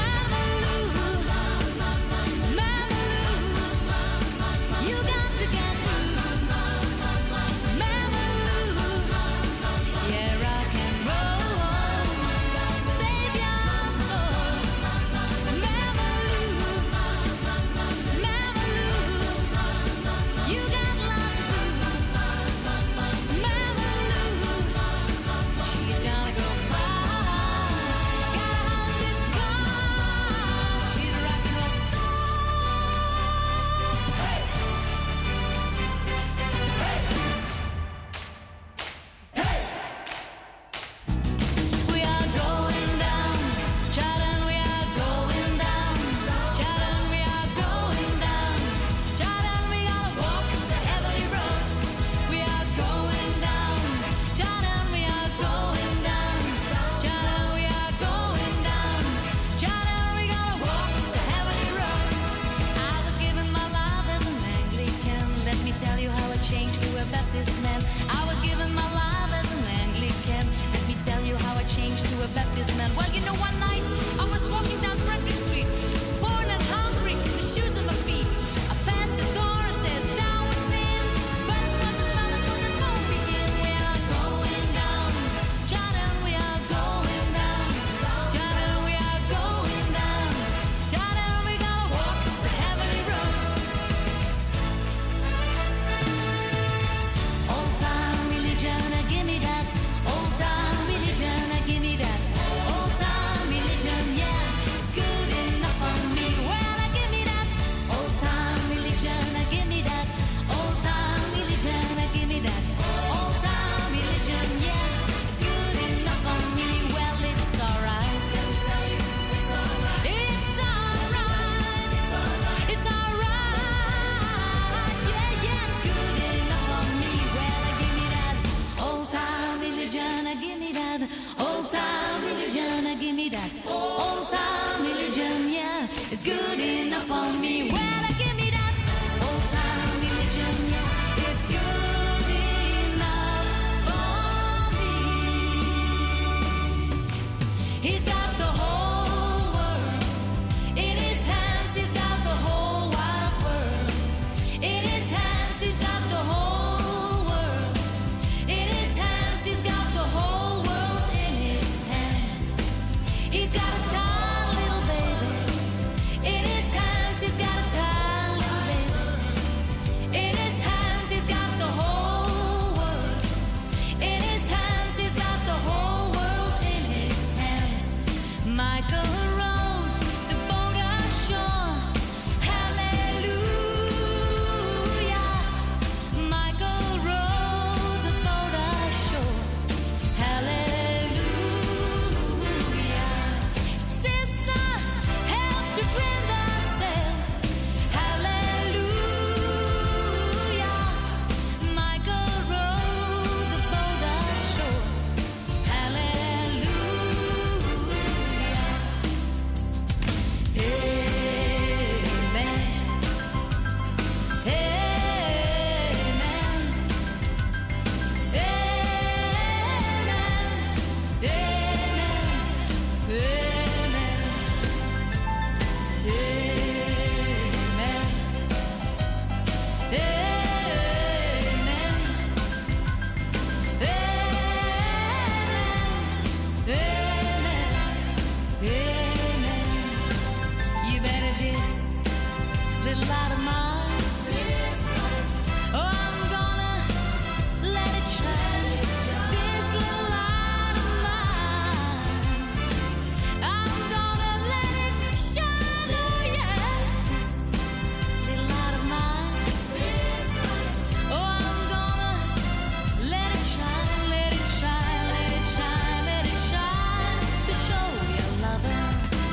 little light of mine. Oh, I'm gonna let it shine. This little light of mine. I'm gonna let it shine. Oh yes, little light of mine. Oh, I'm gonna let it shine, let it shine, let it shine, let it shine to show you loving.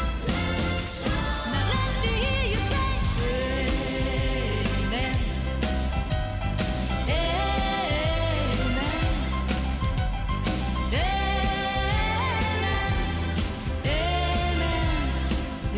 Now let me hear you say amen. Amen. Amen.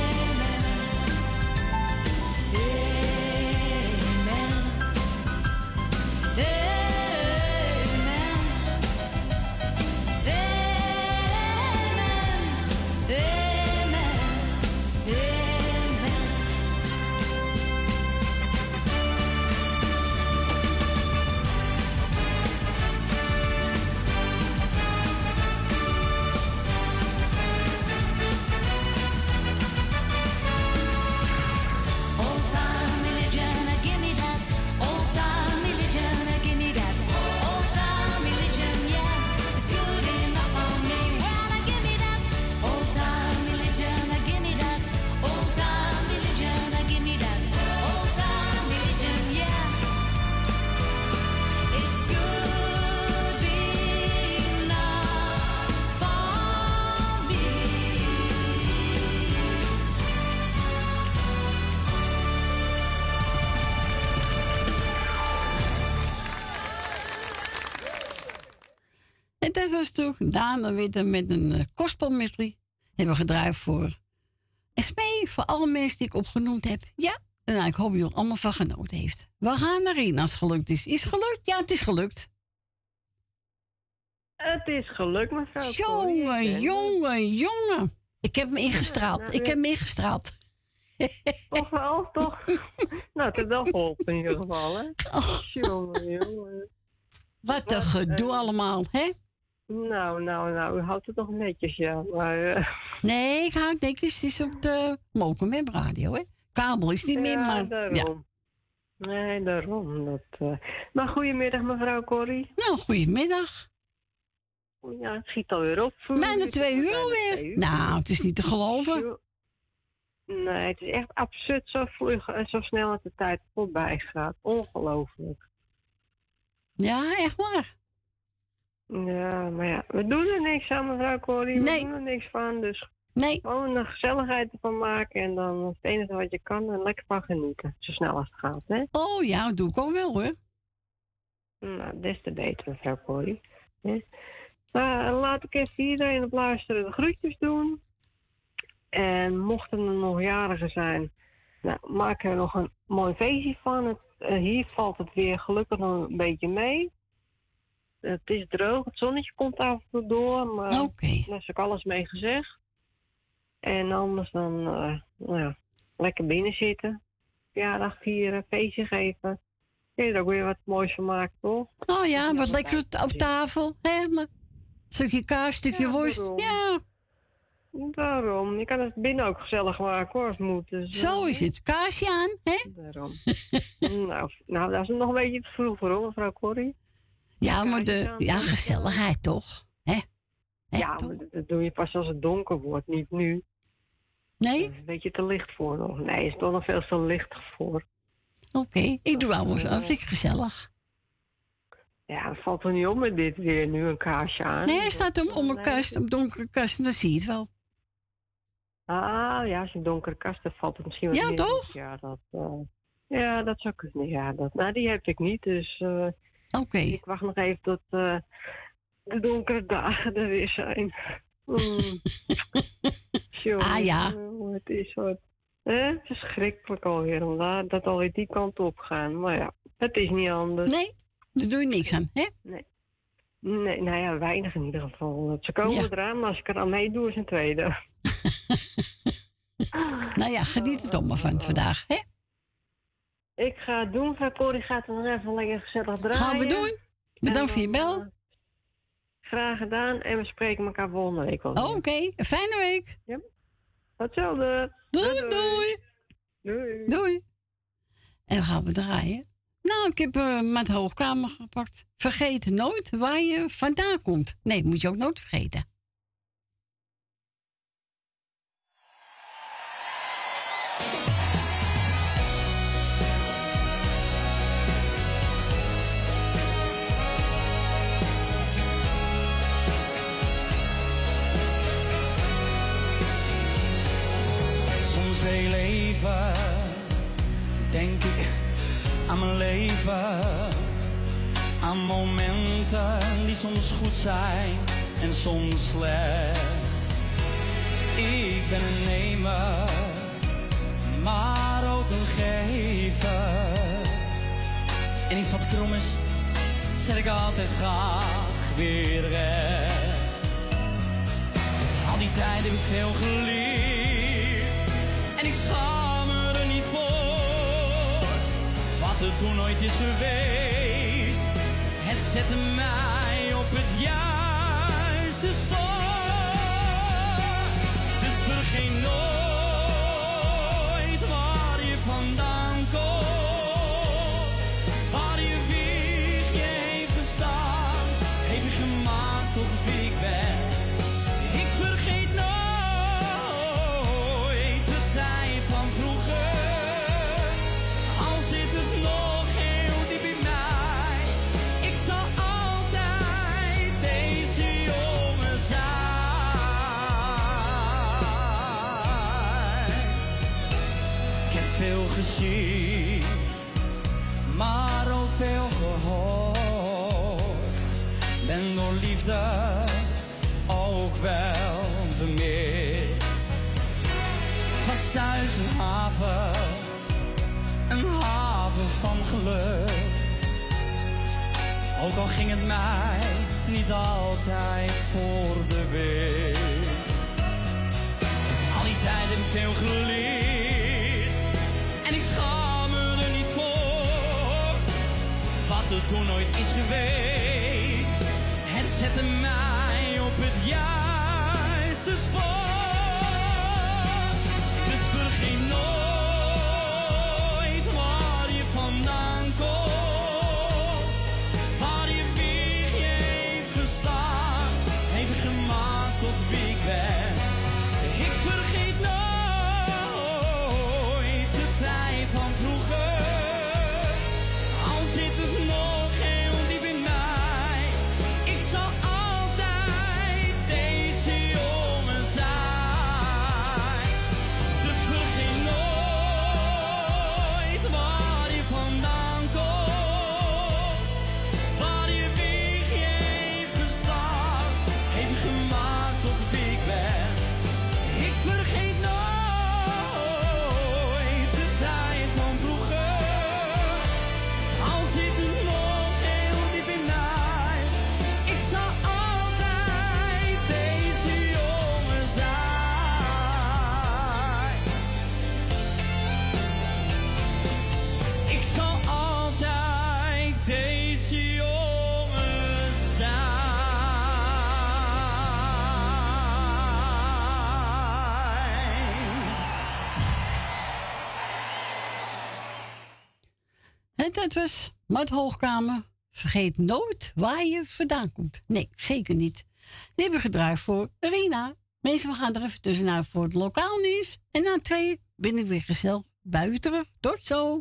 Old time religion, give me that. Old time religion, give me that. Old time religion, yeah, it's good enough for me. Well, give me that. Old time religion, give me that. Old time religion, give me that. Old time religion, yeah, it's good enough for me. En dat was toen Dana Witte met een uh, gospelmystery. Hebben we gedraaid voor Esmee, voor alle mensen die ik opgenoemd heb. Ja, en nou, ik hoop dat jullie er allemaal van genoten heeft. We gaan naar Rien als het gelukt is. Is het gelukt? Ja, het is gelukt. Het is gelukt, mevrouw. Corrie. Jongen, Ik ben- jongen, jongen. Ik heb hem ingestraald. nou, Ik ja. heb hem ingestraald. Toch wel, toch? Nou, het heeft wel geholpen in ieder geval, hè? Jongen, jongen. Wat een gedoe allemaal, hè? Nou, nou, nou, u houdt het nog netjes, ja. Maar, eh, Nee, ik hou het netjes. Het is op de Mokum Web Radio, hè? Kabel is niet meer, ja, maar... Ja. daarom. Nee, daarom. Dat, eh. Maar goedemiddag, mevrouw Corrie. Nou, goedemiddag. Ja, het schiet alweer op. Bijna twee uur Bijna alweer. twee uur. Nou, het is niet te geloven. Nee, het is echt absurd zo vlug en zo snel dat de tijd voorbij gaat. Ongelooflijk. Ja, echt waar. Ja, maar ja, we doen er niks aan, mevrouw Corrie. We Nee. doen er niks van, dus nee. gewoon een gezelligheid ervan maken en dan het enige wat je kan en lekker van genieten. Zo snel als het gaat, hè? Oh ja, dat doe ik ook wel, hoor. Nou, des te beter, mevrouw Corrie. Hè? Nou, laat ik even iedereen op luisteren de groetjes doen. En mochten er nog jarigen zijn, nou, maken we er nog een mooi feestje van. Het, eh, hier valt het weer gelukkig nog een beetje mee. Het is droog, het zonnetje komt af en toe door, maar okay. daar is ook alles mee gezegd. En anders dan, uh, nou ja, lekker binnen zitten. Verjaardag vieren, feestje geven. Kun je er ook weer wat moois van maken, toch? Oh ja, wat lekker op tafel. Hè? Maar stukje kaas, stukje Ja, worst. daarom. Ja, Daarom. Je kan het binnen ook gezellig maken, hoor, als het moet. Dus, zo eh, is het. Kaasje aan, hè? Daarom. nou, nou, dat is nog een beetje te vroeg voor, hoor, mevrouw Corrie. Ja, maar de ja, gezelligheid toch? Hè? Hè, Ja, toch? maar dat- dat doe je pas als het donker wordt, niet nu. Nee? Dat is een beetje te licht voor nog. Nee, is toch nog veel te licht voor. Oké, ik doe wel wat. Dat vind ik gezellig. Ja, dat valt er niet op met dit weer nu een kaarsje aan. Nee, hij staat om, om een kast, op donkere kast, en dan zie je het wel. Ah, ja, als je een donkere kast hebt, valt het misschien wat Ja, meer toch? op. Ja, dat, eh, ja, dat zou kunnen. Ja, dat, nou, die heb ik niet, dus... eh, Oké. Ik wacht nog even tot eh, de donkere dagen er weer zijn. Mm. Jongen, Ah, ja. jongen, het is wat... Eh, verschrikkelijk alweer, omdat dat alweer die kant op gaan. Maar ja, het is niet anders. Nee, daar doe je niks aan, hè? Nee. Nee, nou ja, weinig in ieder geval. Ze komen Ja. eraan, maar als ik er aan meedoe, is een tweede. Nou ja, geniet er toch maar van vandaag, hè? Ik ga het doen, mevrouw Corrie gaat er nog even lekker gezellig draaien. Gaan we doen. Bedankt voor je bel. Eh, graag gedaan en we spreken elkaar volgende week wel. Oh, Oké, een fijne week. Ja. Hetzelfde. Doei, doei. Doei. Doei. En we gaan we draaien. Nou, ik heb uh, met hoogkamer gepakt. Vergeet nooit waar je vandaan komt. Nee, moet je ook nooit vergeten. Soms heel even denk ik aan mijn leven, aan momenten die soms goed zijn en soms slecht. Ik ben een nemer, maar ook een gever. En iets wat krom is, zet ik altijd graag weer recht. Al die tijd heb ik veel geleerd en ik schaam me er niet voor. Wat er toen nooit is geweest, het zette mij op het juiste spoor. Dus vergeet nooit waar je vandaan komt, waar je wieg je heeft gestaan, heeft je gemaakt tot wie ik ben. Ik vergeet nooit de tijd van vroeger, al zit het nog heel diep in mij. Ik zal altijd deze jongen zijn. Ik heb veel gezien, maar ook veel gehoord. Ben door liefde ook wel bemind. Het was thuis een haven, een haven van geluk. Ook al ging het mij niet altijd voor de wind. Al die tijd heb ik veel geleerd en ik schaam me er niet voor. Wat er toen nooit is geweest, het zette mij op het juiste spoor. Dus vergeet nooit waar je vandaan komt, waar je wieg je heeft gestaan, heeft je gemaakt tot wie ik ben. Ik vergeet nooit de tijd van vroeger, al zit het nog heel diep in mij. Ik zal altijd deze jongen zijn. Dus vergeet nooit waar je vandaan komt, waar je wieg je heeft gestaan, heeft je gemaakt tot wie ik ben. Ik vergeet nooit de tijd van vroeger, al zit het nog heel diep in mij. Ik zal altijd deze jongen zijn. Ik zal altijd deze jongen zijn. En dat was Mart Hoogkamer. Vergeet nooit waar je vandaan komt. Nee, zeker niet. Die hebben we gedraaid voor Rina. Mensen, we gaan er even tussenuit voor het lokaal nieuws. En na twee ben ik weer gezellig bij u terug. Tot zo.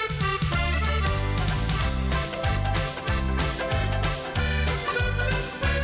Thank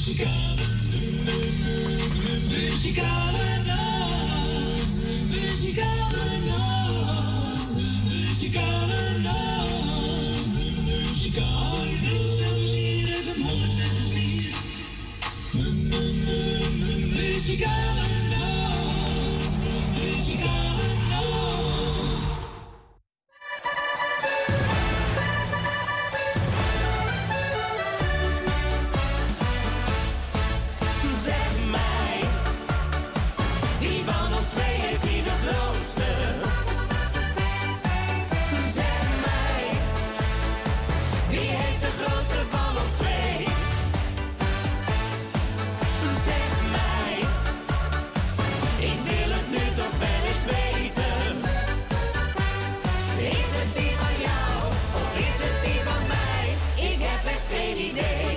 Muzikale, muzikale nacht, muzikale nacht, muzikale nacht, muzikale nacht, hier even honderdvier. Muzikale nacht, muzikale nacht. Zeg mij, wie van ons twee heeft hier de grootste? Zeg mij, wie heeft de grootste van ons twee? Zeg mij, ik wil het nu toch wel eens weten. Is het die van jou of is het die van mij? Ik heb echt geen idee.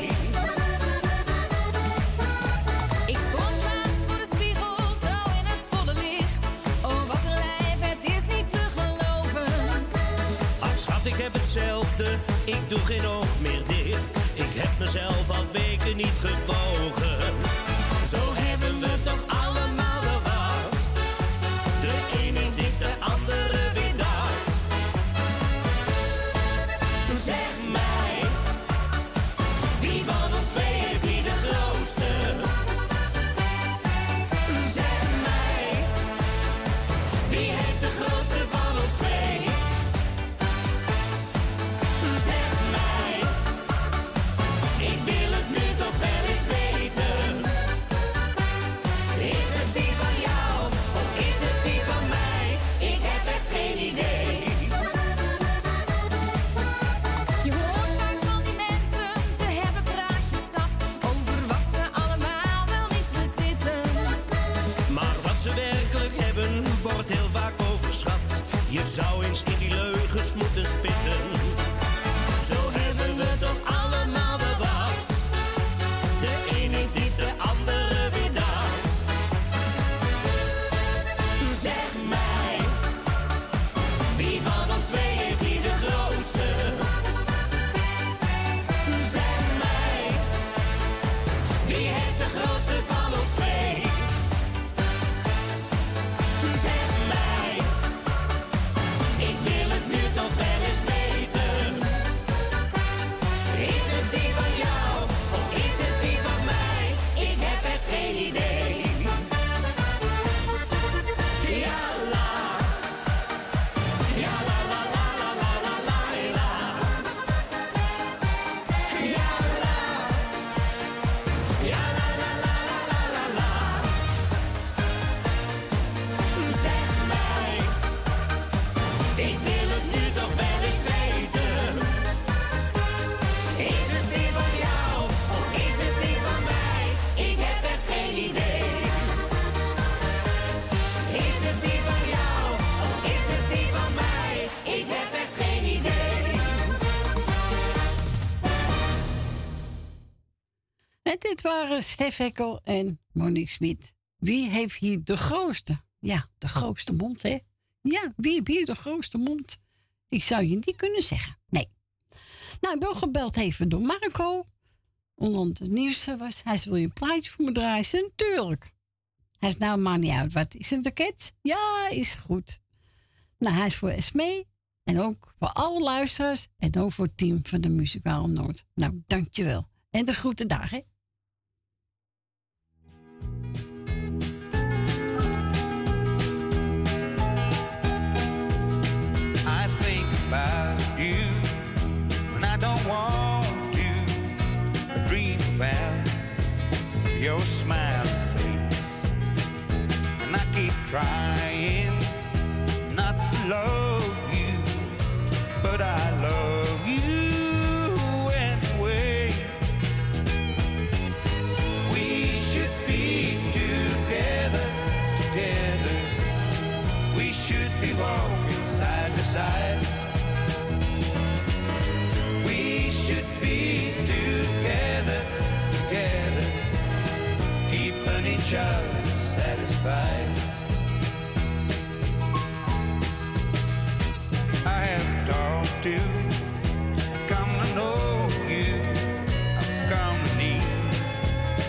Ik stond laatst voor de spiegel, zo in het volle licht. Oh, wat een lijf, het is niet te geloven. Ach schat, ik heb hetzelfde, ik doe geen oog meer dicht. Ik heb mezelf al weken niet gewogen. Zo hebben we toch allemaal wel wat. De een heeft dit, de andere weer dat. Zeg mij, wie van ons twee heeft hier de grootste? Zeg mij, wie heeft de grootste van ons twee? Zeg mij, ik wil het nu toch wel eens weten. Is het die van jou of is het die van mij? Ik heb echt geen idee. Je hoort vaak van die mensen, ze hebben praatjes zat over wat ze allemaal wel niet bezitten. Maar wat ze werkelijk hebben, wordt heel vaak overschat. Je zou eens in die leugens moeten spitten. Zo hebben we toch allemaal wel wat. De een heeft dit, de andere weer dat. Zeg mij, wie van ons twee heeft hier de grootste? Zeg mij, wie heeft de grootste van ons twee? Zeg mij, ik wil het nu toch wel eens weten. Is het die van jou of is het die van mij? Ik heb echt geen idee. Ja la, ja la la la la la la la la. Ja la, ja la la la la la la la. Zeg mij, ik wil het nu toch wel eens weten. Is het die van jou of is het die van mij? Ik heb echt geen idee. Is het die van jou of is het die van mij? Ik heb echt geen idee. En dit waren Stef Hekkel en Monique Smit. Wie heeft hier de grootste? Ja, de grootste mond, hè? Ja, wie heeft hier de grootste mond? Ik zou je niet kunnen zeggen. Nee. Nou, ik ben gebeld even door Marco. Omdat het nieuws was. Hij zei, wil je een plaatje voor me draaien? Ik zei, natuurlijk. Hij zei, nou, maakt niet uit. Wat is het, de ket? Ja, is goed. Nou, hij is voor Esmee. En ook voor alle luisteraars. En ook voor het team van de Muzikale Noot. Nou, dankjewel. En de groeten daar, hè? I think about you when I don't want to. I dream about your smiling face, and I keep trying not to love you, but I love you anyway. We should be together, together. We should be walking side by side. We should be together, together, keeping each other satisfied. I have talked to, come to know you, I've come to need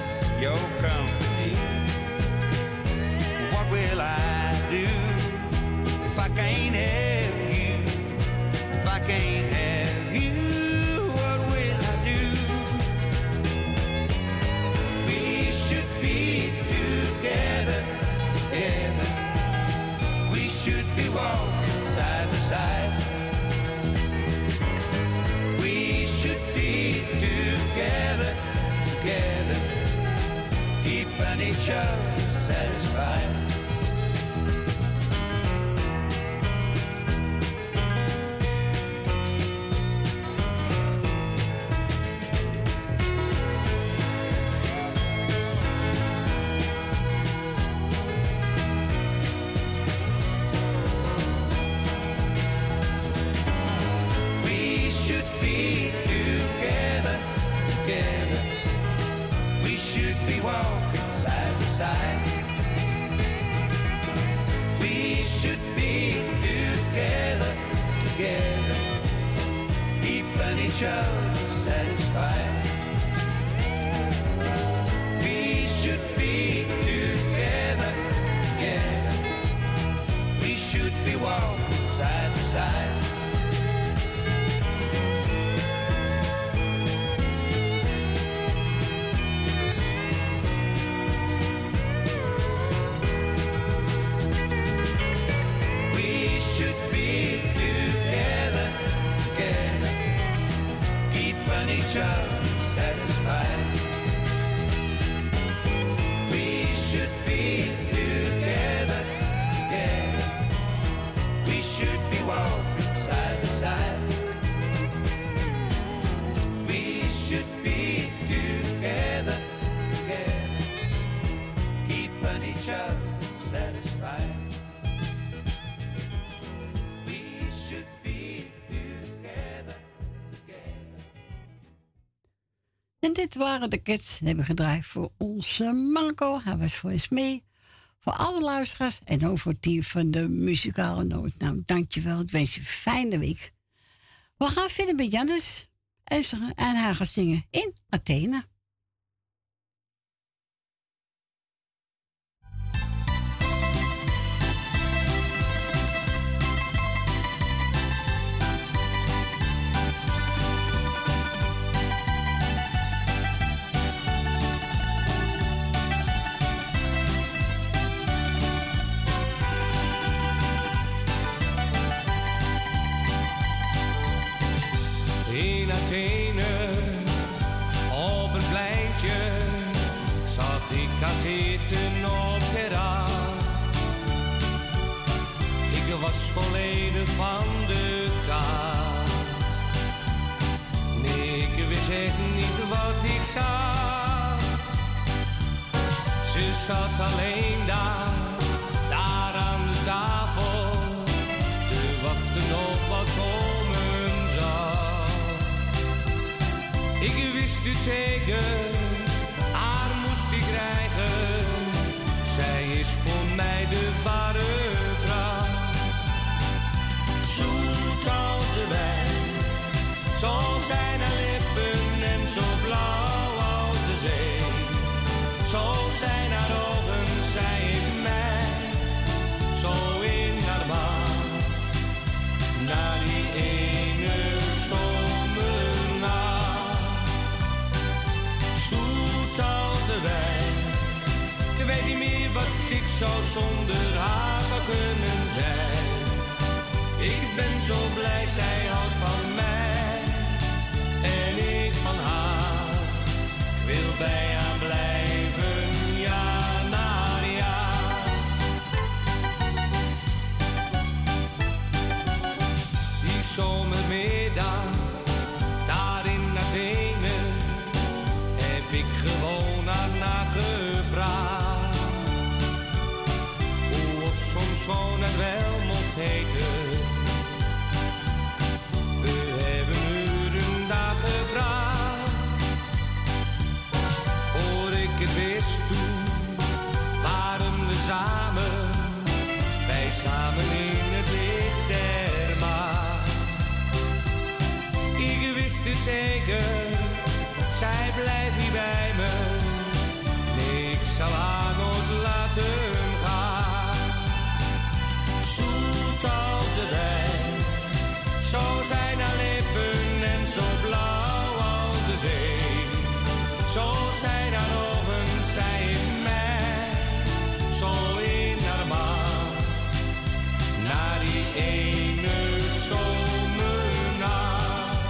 can't have you, what will I do? We should be together, together. We should be walking side by side. We should be together, together, keeping each other satisfied. We should be together, together. We should be walking side by side. We should be together, together, keeping each other satisfied. We should be together, together. We should be walking side by side. We should be together, together, keeping each other satisfied. We should be together, together. We should be walking side by side. We should be together, together, keeping each other satisfied. We should be together, together. En dit waren de kids. Die hebben gedraaid voor onze Marco. Hij was voor ons mee. Voor alle luisteraars. En ook voor het team van de muzikale noot. Nou, dankjewel. Ik wens je een fijne week. We gaan verder met Jannes. En, ze- en hij gaat zingen in Athene. In Athene, op een pleintje, zag ik haar zitten op terras. Ik was volledig van de kaart. Nee, ik wist echt niet wat ik zag. Ze zat alleen daar, daar aan de tafel, te wachten op wat komen zou. Ik wist het zeker, haar moest ik krijgen. Zij is voor mij de ware vrouw. Zoet als de wijn, zo zijn haar lippen en zo blauw als de zee. Zo zijn haar ogen, zij in mij, zo in haar baan. Na die ene zomernacht, zoet als de wijn. Ik weet niet meer wat ik zou zonder haar zou kunnen zijn. Ik ben zo blij, zij houdt van mij en ik van haar. Ik wil bij haar blijven, jaar na jaar. Die zomermiddag, daar in Athene, heb ik gewoon haar nagevraagd. Hoe of soms gewoon het wel mocht heten. We hebben uren daar gepraat. Voor ik het wist toen, waren we samen. Wij samen in het licht der maan. Ik wist het zeker, zij blijft hier bij me. Nee, ik zal haar nooit laten gaan. Zoet als de wijn, zo zijn ene zomernacht.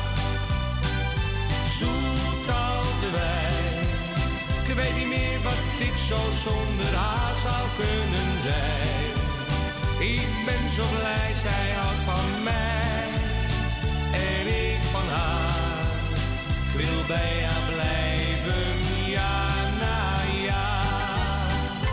Zoet als de wijn, ik weet niet meer wat ik zo zonder haar zou kunnen zijn. Ik ben zo blij, zij houdt van mij en ik van haar. Ik wil bij haar blijven, jaar na jaar.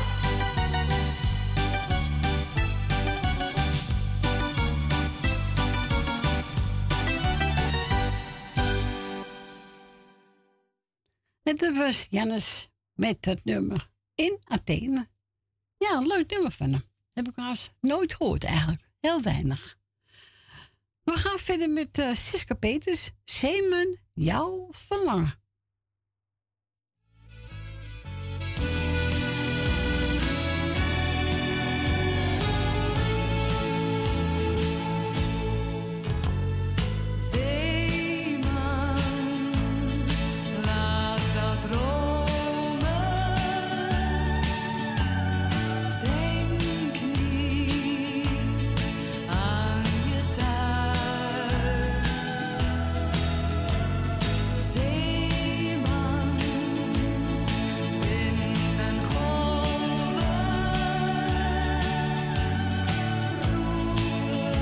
En dat was Jannes met het nummer In Athene. Ja, een leuk nummer van hem. Heb ik haast nooit gehoord eigenlijk. Heel weinig. We gaan verder met uh, Siska Peters. Zeeman, jouw verlangen. Zeeman, laat dat dromen. Denk niet aan je thuis. Zeeman, wind en golven roepen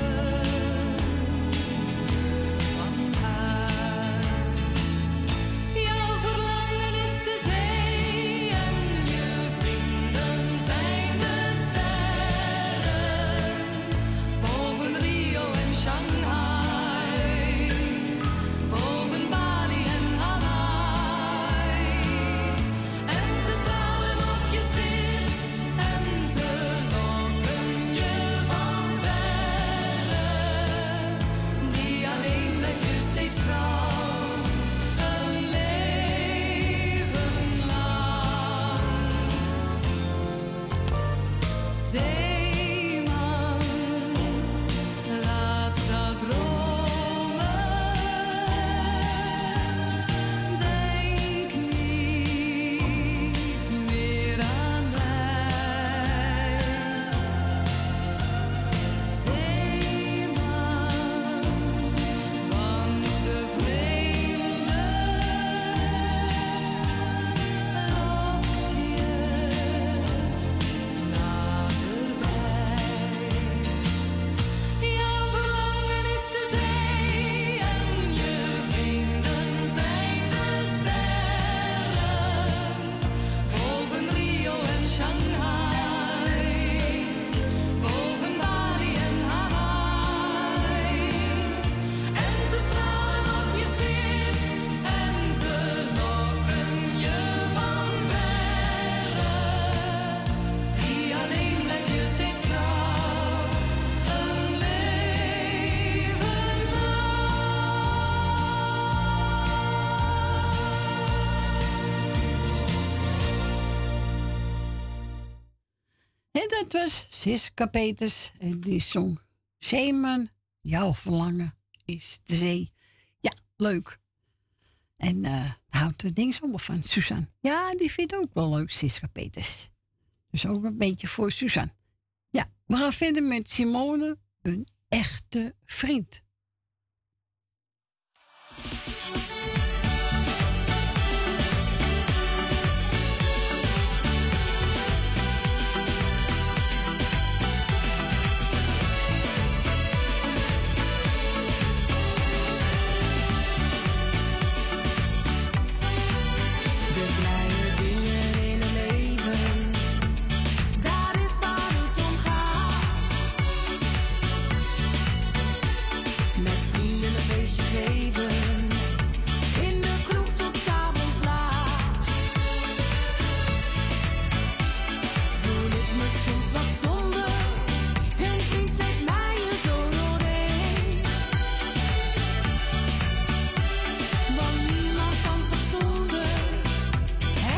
van huis. Jouw verlangen is de zee en je vrienden zijn de sterren boven Rio en Shanghai, boven Bali en Hawaii. En ze stralen op je sfeer en ze lokken je van verre, die alleen met je steeds trouw, een leven lang. Zeeman, laat dat dromen. Denk niet meer aan mij. Zeeman, want de vreemde lokt je naderbij. Jouw verlangen is de zee en je vrienden zijn de sterren boven Rio en Shanghai, boven Bali en Hawaii. En ze stralen op je sfeer en ze lokken je van verre, die alleen met je steeds trouw, een leven En dat was Siska Peters. En die zong Zeeman, jouw verlangen is de zee. Ja, leuk. En eh houdt er ding zomaar van, Suzanne. Ja, die vindt ook wel leuk, Siska Peters. Dus ook een beetje voor Suzanne. Ja, we gaan verder met Simone, een echte vriend. De kleine dingen in het leven, daar is waar het om gaat. Met vrienden een feestje geven, in de kroeg tot 's avonds laat. Voel ik me soms wat zonde, een vriend steekt mij er zo doorheen. Want niemand kan toch zonder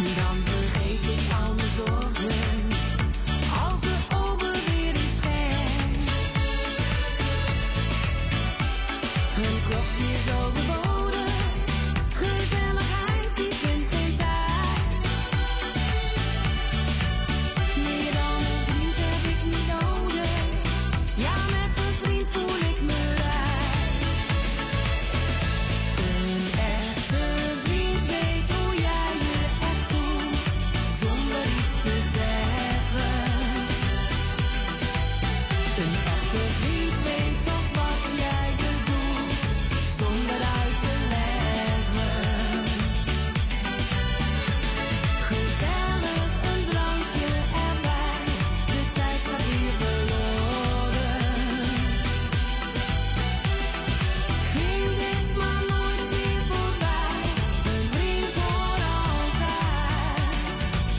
Dan vergeet ik al mijn zorgen. Als de ober weer eens schijnt. Een klokje is overbodig. Gezelligheid die kent geen tijd. Meer dan een vriend heb ik niet nodig. Ja, met een vriend voel ik me rijk. Een echte vriend weet hoe jij je echt voelt, zonder iets te zeggen. Een echte vriend weet toch wat jij bedoelt, zonder uit te leggen. Gezellig een drankje erbij, de tijd gaat hier verloren. Ging dit maar nooit meer voorbij, een vriend voor altijd.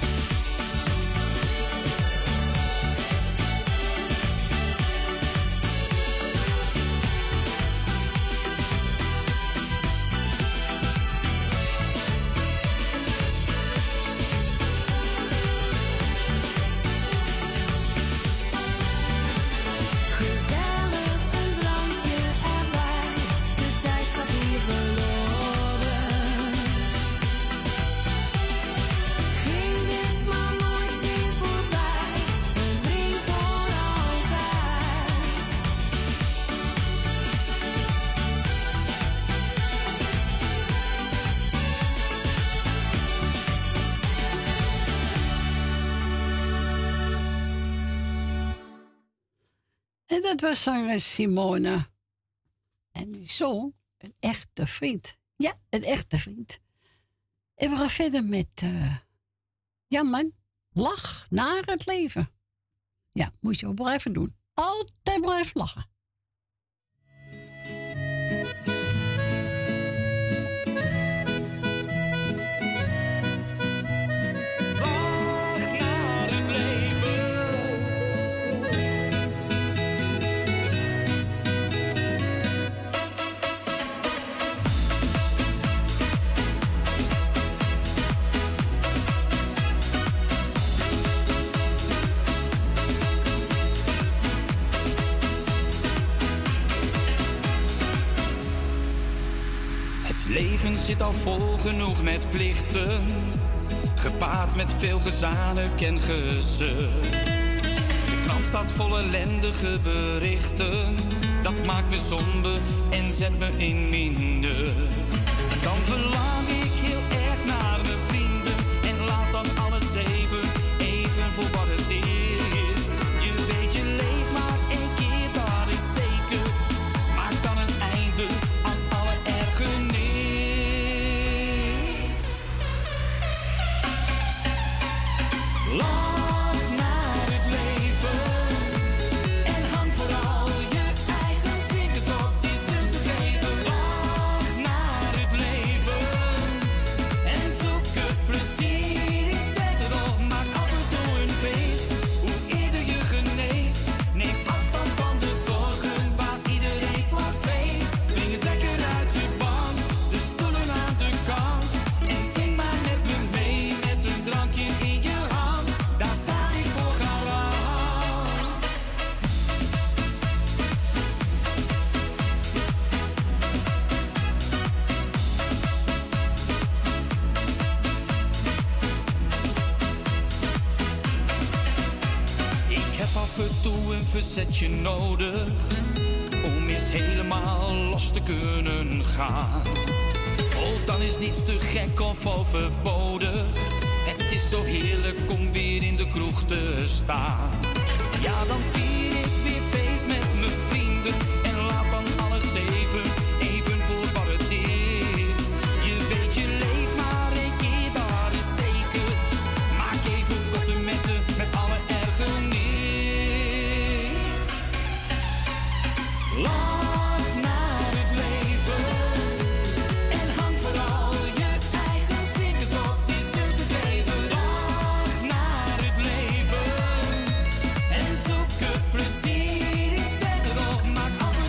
Gezellig een drankje erbij, de tijd gaat hier verloren. Ging dit maar nooit meer voorbij, een vriend voor altijd. En dat was zangeres Simone. En die zong een echte vriend. Ja, een echte vriend. En we gaan verder met... eh, ja man, lach naar het leven. Ja, moet je ook blijven doen. Altijd blijven lachen. Het leven zit al vol genoeg met plichten, gepaard met veel gezanik en gezeur. De krant staat vol ellendige berichten, dat maakt me somber en zet me in minder. Dan verlang ik heel erg naar mijn vrienden en laat dan alles even, even voor wat het is. Je weet je leeft maar één keer, dat is zeker. Maak dan een einde aan alle ergernis. Lach naar het leven en hang vooral je eigen vingers op die stuk te geven. Lach naar het leven en zoek het plezier iets beter op. Maak af en toe een feest, hoe eerder je geneest. Neem afstand van de zorgen waar iedereen voor feest. Spring eens lekker uit je bank, de stoelen aan de kant. En zing maar met me mee met een drankje in je hand. Daar sta ik voor garant. Ik heb af en toe een verzetje nodig om eens helemaal los te kunnen gaan. Oh, dan is niets te gek of overbodig. Het is zo heerlijk om weer in de kroeg te staan. Ja, dan vier ik weer feest met mijn vrienden en laat dan alles even, even voor wat het is. Je weet je leeft maar één keer, dat is zeker. Maak even korte metten met alle ergernis. Lach naar het leven en hang vooral je eigen vingers op die stuk te geven. Lach naar het leven en zoek het plezier iets verder op. Maak af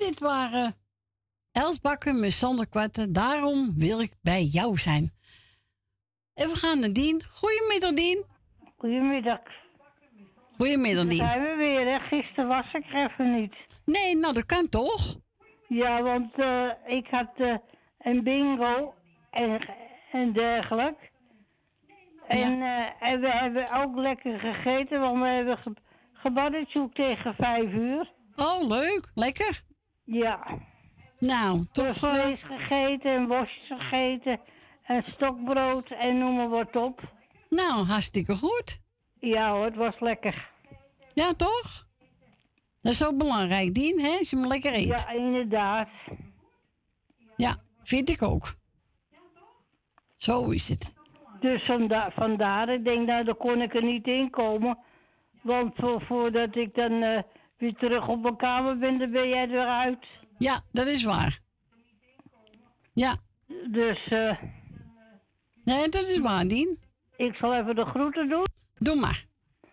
dit waren Els Bakker met Sander Kwarten. Daarom wil ik bij jou zijn. En we gaan naar Dien. Goedemiddag, Dien. Goedemiddag. Goedemiddag, Dien. Daar zijn we weer, hè. Gisteren was ik er even niet. Nee, nou dat kan toch? Ja, want uh, ik had uh, een bingo en, en dergelijke. En, ja. uh, en we hebben ook lekker gegeten, want we hebben ge gebarbecued tegen vijf uur. Oh, leuk. Lekker. Ja. Nou, toch... Uh... vlees gegeten en worstjes gegeten en stokbrood en noem maar wat op. Nou, hartstikke goed. Ja hoor, het was lekker. Ja, toch? Dat is ook belangrijk, Dien, hè? Als je hem lekker eet. Ja, inderdaad. Ja, vind ik ook. Zo is het. Dus vanda vandaar, ik denk, nou, dan kon ik er niet in komen. Want voor, voordat ik dan uh, weer terug op mijn kamer ben, dan ben jij eruit. Ja, dat is waar. Ja. Dus, eh... Uh, nee, dat is waar, Dien. Ik zal even de groeten doen. Doe maar.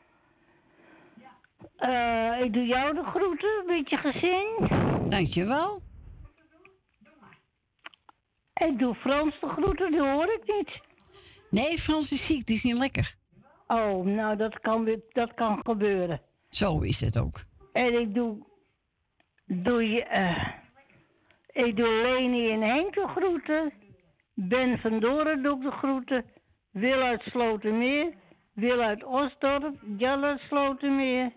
Uh, ik doe jou de groeten met je gezin. Dankjewel. Ik doe Frans de groeten, die hoor ik niet. Nee, Frans is ziek, die is niet lekker. Oh, nou, dat kan, dat kan gebeuren. Zo is het ook. En ik doe... doe je... Uh, ik doe Leni en Henk de groeten. Ben van Doren doe ik de groeten. Wil uit Slotermeer. Wil uit Osdorp. Jan uit Slotermeer.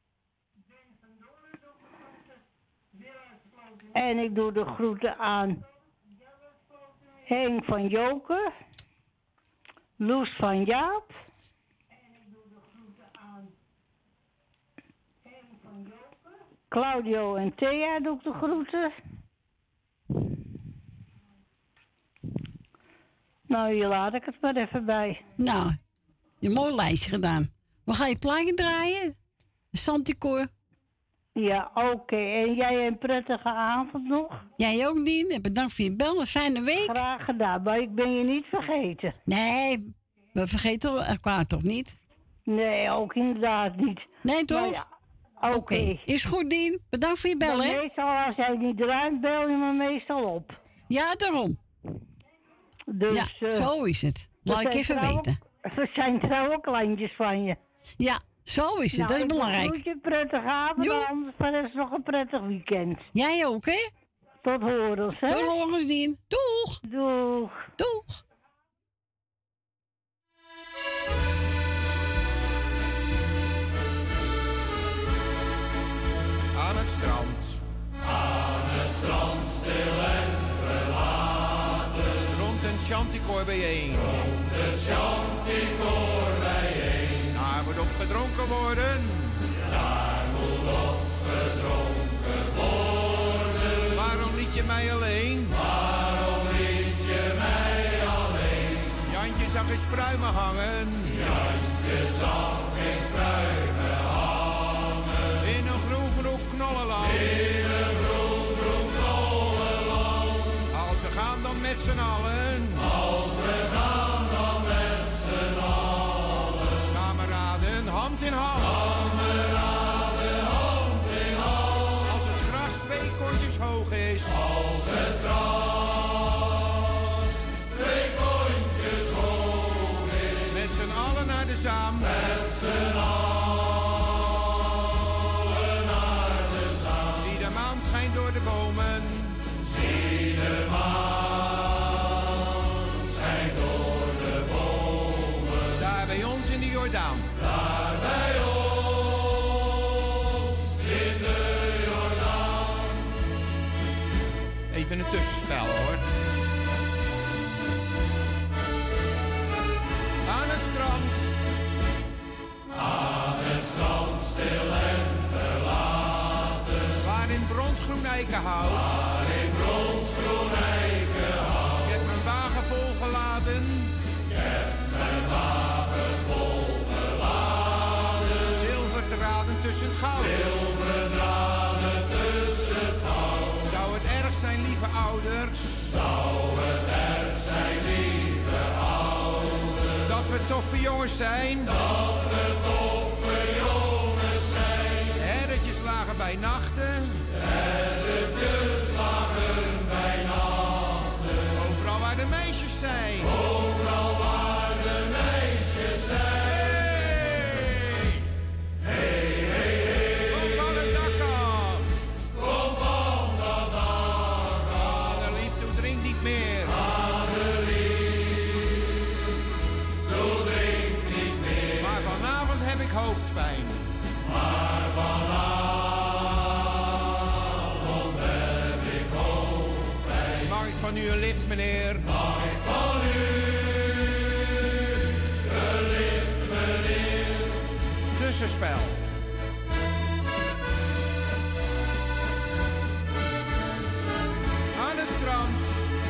En ik doe de groeten aan Henk van Joker. Loes van Jaap. Claudio en Thea doe ik de groeten. Nou, hier laat ik het maar even bij. Nou, je hebt een mooi lijstje gedaan. We gaan je plaatje draaien. Santicoor. Ja, oké. Okay. En jij een prettige avond nog? Jij ook, Dien. En bedankt voor je bel. Een fijne week. Graag gedaan, maar ik ben je niet vergeten. Nee, we vergeten elkaar toch niet? Nee, ook inderdaad niet. Nee, toch? Ja, oké. Okay. Okay. Is goed, Dien. Bedankt voor je bel, hè? Meestal, als jij niet draait, bel je me meestal op. Ja, daarom. Dus, ja, uh, zo is het. Laat ik even trouwe, weten. We zijn trouwe kleintjes van je. Ja, zo is het. Nou, dat is belangrijk. Ik je prettige avond, anders maar is nog een prettig weekend. Jij ook, hè? Tot horens, hè? Tot horens, Dien. Doeg. Doeg. Doeg. Aan het strand. Aan het strand, stil en verlaten. Rond een chanticoor bijeen. Rond een chanticoor bijeen. Daar moet op gedronken worden. Daar moet op gedronken worden. Waarom liet je mij alleen? Waarom liet je mij alleen? Jantje zag eens pruimen hangen. Jantje zag eens pruimen hangen. In een groen groen knollenland. In een groen groen knollenland. Als we gaan dan met z'n allen. Als we gaan dan met z'n allen. Kameraden, hand in hand. Kameraden, hand in hand. Als het gras twee kontjes hoog is. Als het gras twee kontjes hoog is. Met z'n allen naar de zaam. Met z'n allen naar de zaam. Zie de maan schijnt door de bomen. Zie de maan schijnt door de bomen. Daar bij ons in de Jordaan. Daar bij ons in de Jordaan. Even een tussenspel hoor. Aan het strand. Aan het strand stil en verlaten. Waarin bronsgroen eikenhout. Waarin bronsgroen eikenhout. Ik heb mijn wagen volgeladen. Ik heb mijn wagen volgeladen. Zilverdraden tussen het goud. Zilverdraden tussen het goud. Zou het erg zijn, lieve ouders? Zou het erg zijn, lieve ouders? Dat we toffe jongens zijn. Dat we toffe jongens zijn. Herretjes lagen bij nachten. Herretjes de meisjes zijn. Overal waar de meisjes zijn. Hey, hey, hey. Kom van het dak af. Kom van dat dak af. Annelief, doe drink niet meer. Annelief, doe drink niet meer. Maar vanavond heb ik hoofdpijn. Maar vanavond heb ik hoofdpijn. Mag ik van u een lift, meneer? Mag ik van u een lift, meneer? Tussenspel. Aan het strand.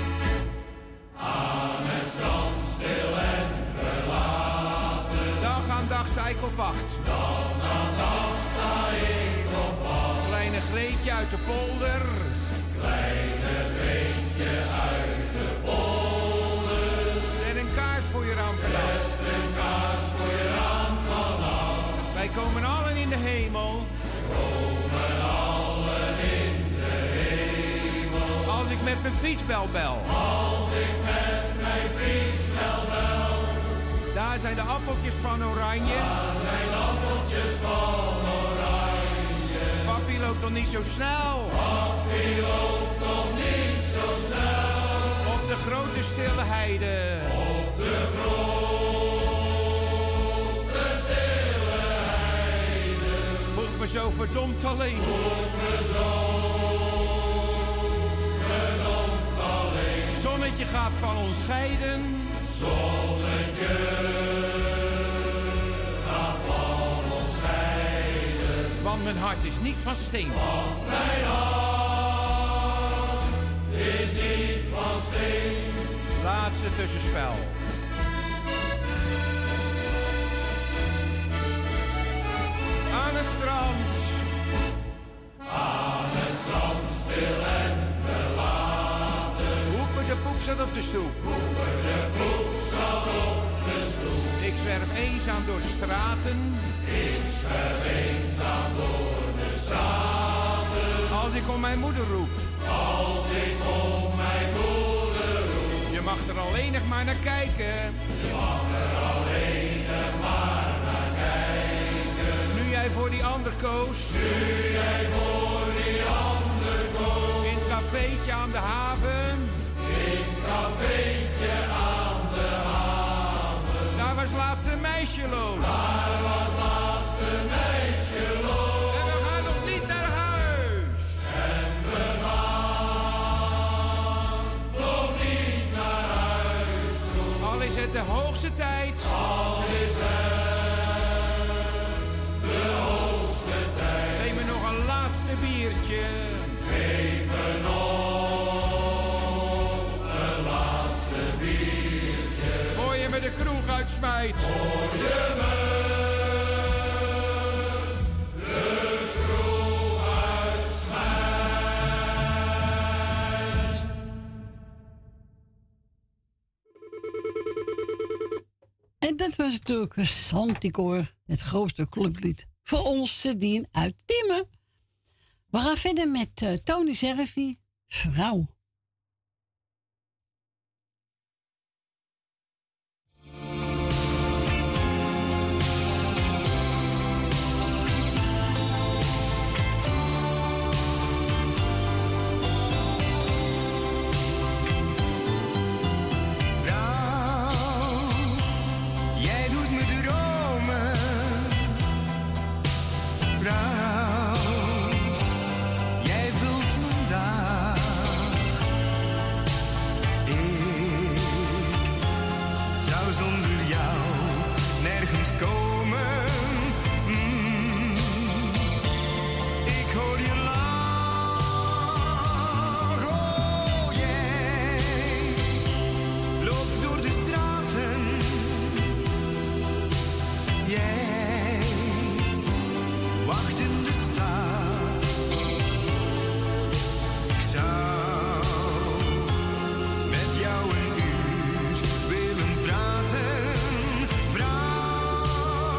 Aan het strand, stil en verlaten. Dag aan dag sta ik op wacht. Dag aan dag sta ik op wacht. Kleine Greetje uit de polder. Kleine Greetje uit de polder. Zet een kaars voor je raam vannacht. Zet een kaars voor je raam vannacht. Wij komen allen in de hemel. We komen allen in de hemel. Als ik met mijn fietsbel bel. Als ik met mijn fietsbel bel. Daar zijn de appeltjes van oranje. Daar zijn appeltjes van oranje. Papi loopt nog niet zo snel. Papi loopt nog niet zo snel. Op de grote stille heide. Op de grote stille heide. Voelt me zo verdomd alleen. Voelt me zo verdomd alleen. Zonnetje gaat van ons scheiden. Zonnetje gaat van ons scheiden. Want mijn hart is niet van steen. Want mijn hart is niet van steen. Laatste tussenspel. Aan het strand. Aan het strand, stil en verlaten. Hoepen de poep zat op de stoep. Hoepen de poep zat op de stoep. Ik zwerf eenzaam door de straten. Ik zwerf eenzaam door de straten. Als ik om mijn moeder roep. Als ik om mijn moeder roep. Je mag er alleen nog maar naar kijken. Je mag er alleen nog maar naar kijken. Nu jij voor die ander koos. Nu jij voor die ander koos. In het cafeetje aan de haven. In het cafeetje aan de haven. Daar was laatst een meisje loos. Daar was laatst een meisje loos. En we gaan nog niet naar huis. En we gaan nog niet naar huis toe. Al is het de hoogste tijd. Al is het de hoogste tijd. Geef me nog een laatste biertje. Geef me nog een laatste biertje. Voor je me de kroeg uitsmijt. Voor je me de kroeg uitsmijt. En dat was natuurlijk een Santicoor, het grootste clublied voor ons Sedien uit Diemen. We gaan verder met uh, Tony Servi, Vrouw. Jij doet me dromen, vrouw. Jij vult mijn dag. Ik zou zonder jou nergens komen. Mm. Ik hoor je lach. Oh, jij loopt door de straten. Jij wacht in de stad. Ik zou met jou een uur willen praten, vrouw.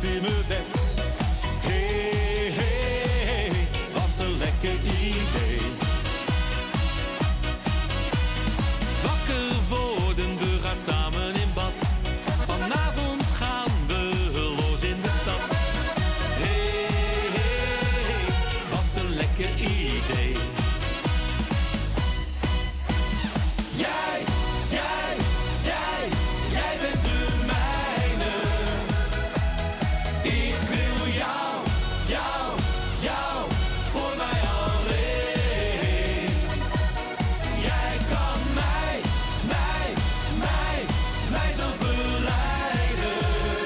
ligt in mijn bed. Hey, hey, hey, wat een lekker idee. Wakker worden, we gaan samen in bad. Vanavond gaan we los in de stad. Hey, hey, hey, wat een lekker idee. Jij, jij, jij, jij bent de mijne. Ik wil jou, jou, jou, voor mij alleen. Jij kan mij, mij, mij, mij zo verleiden.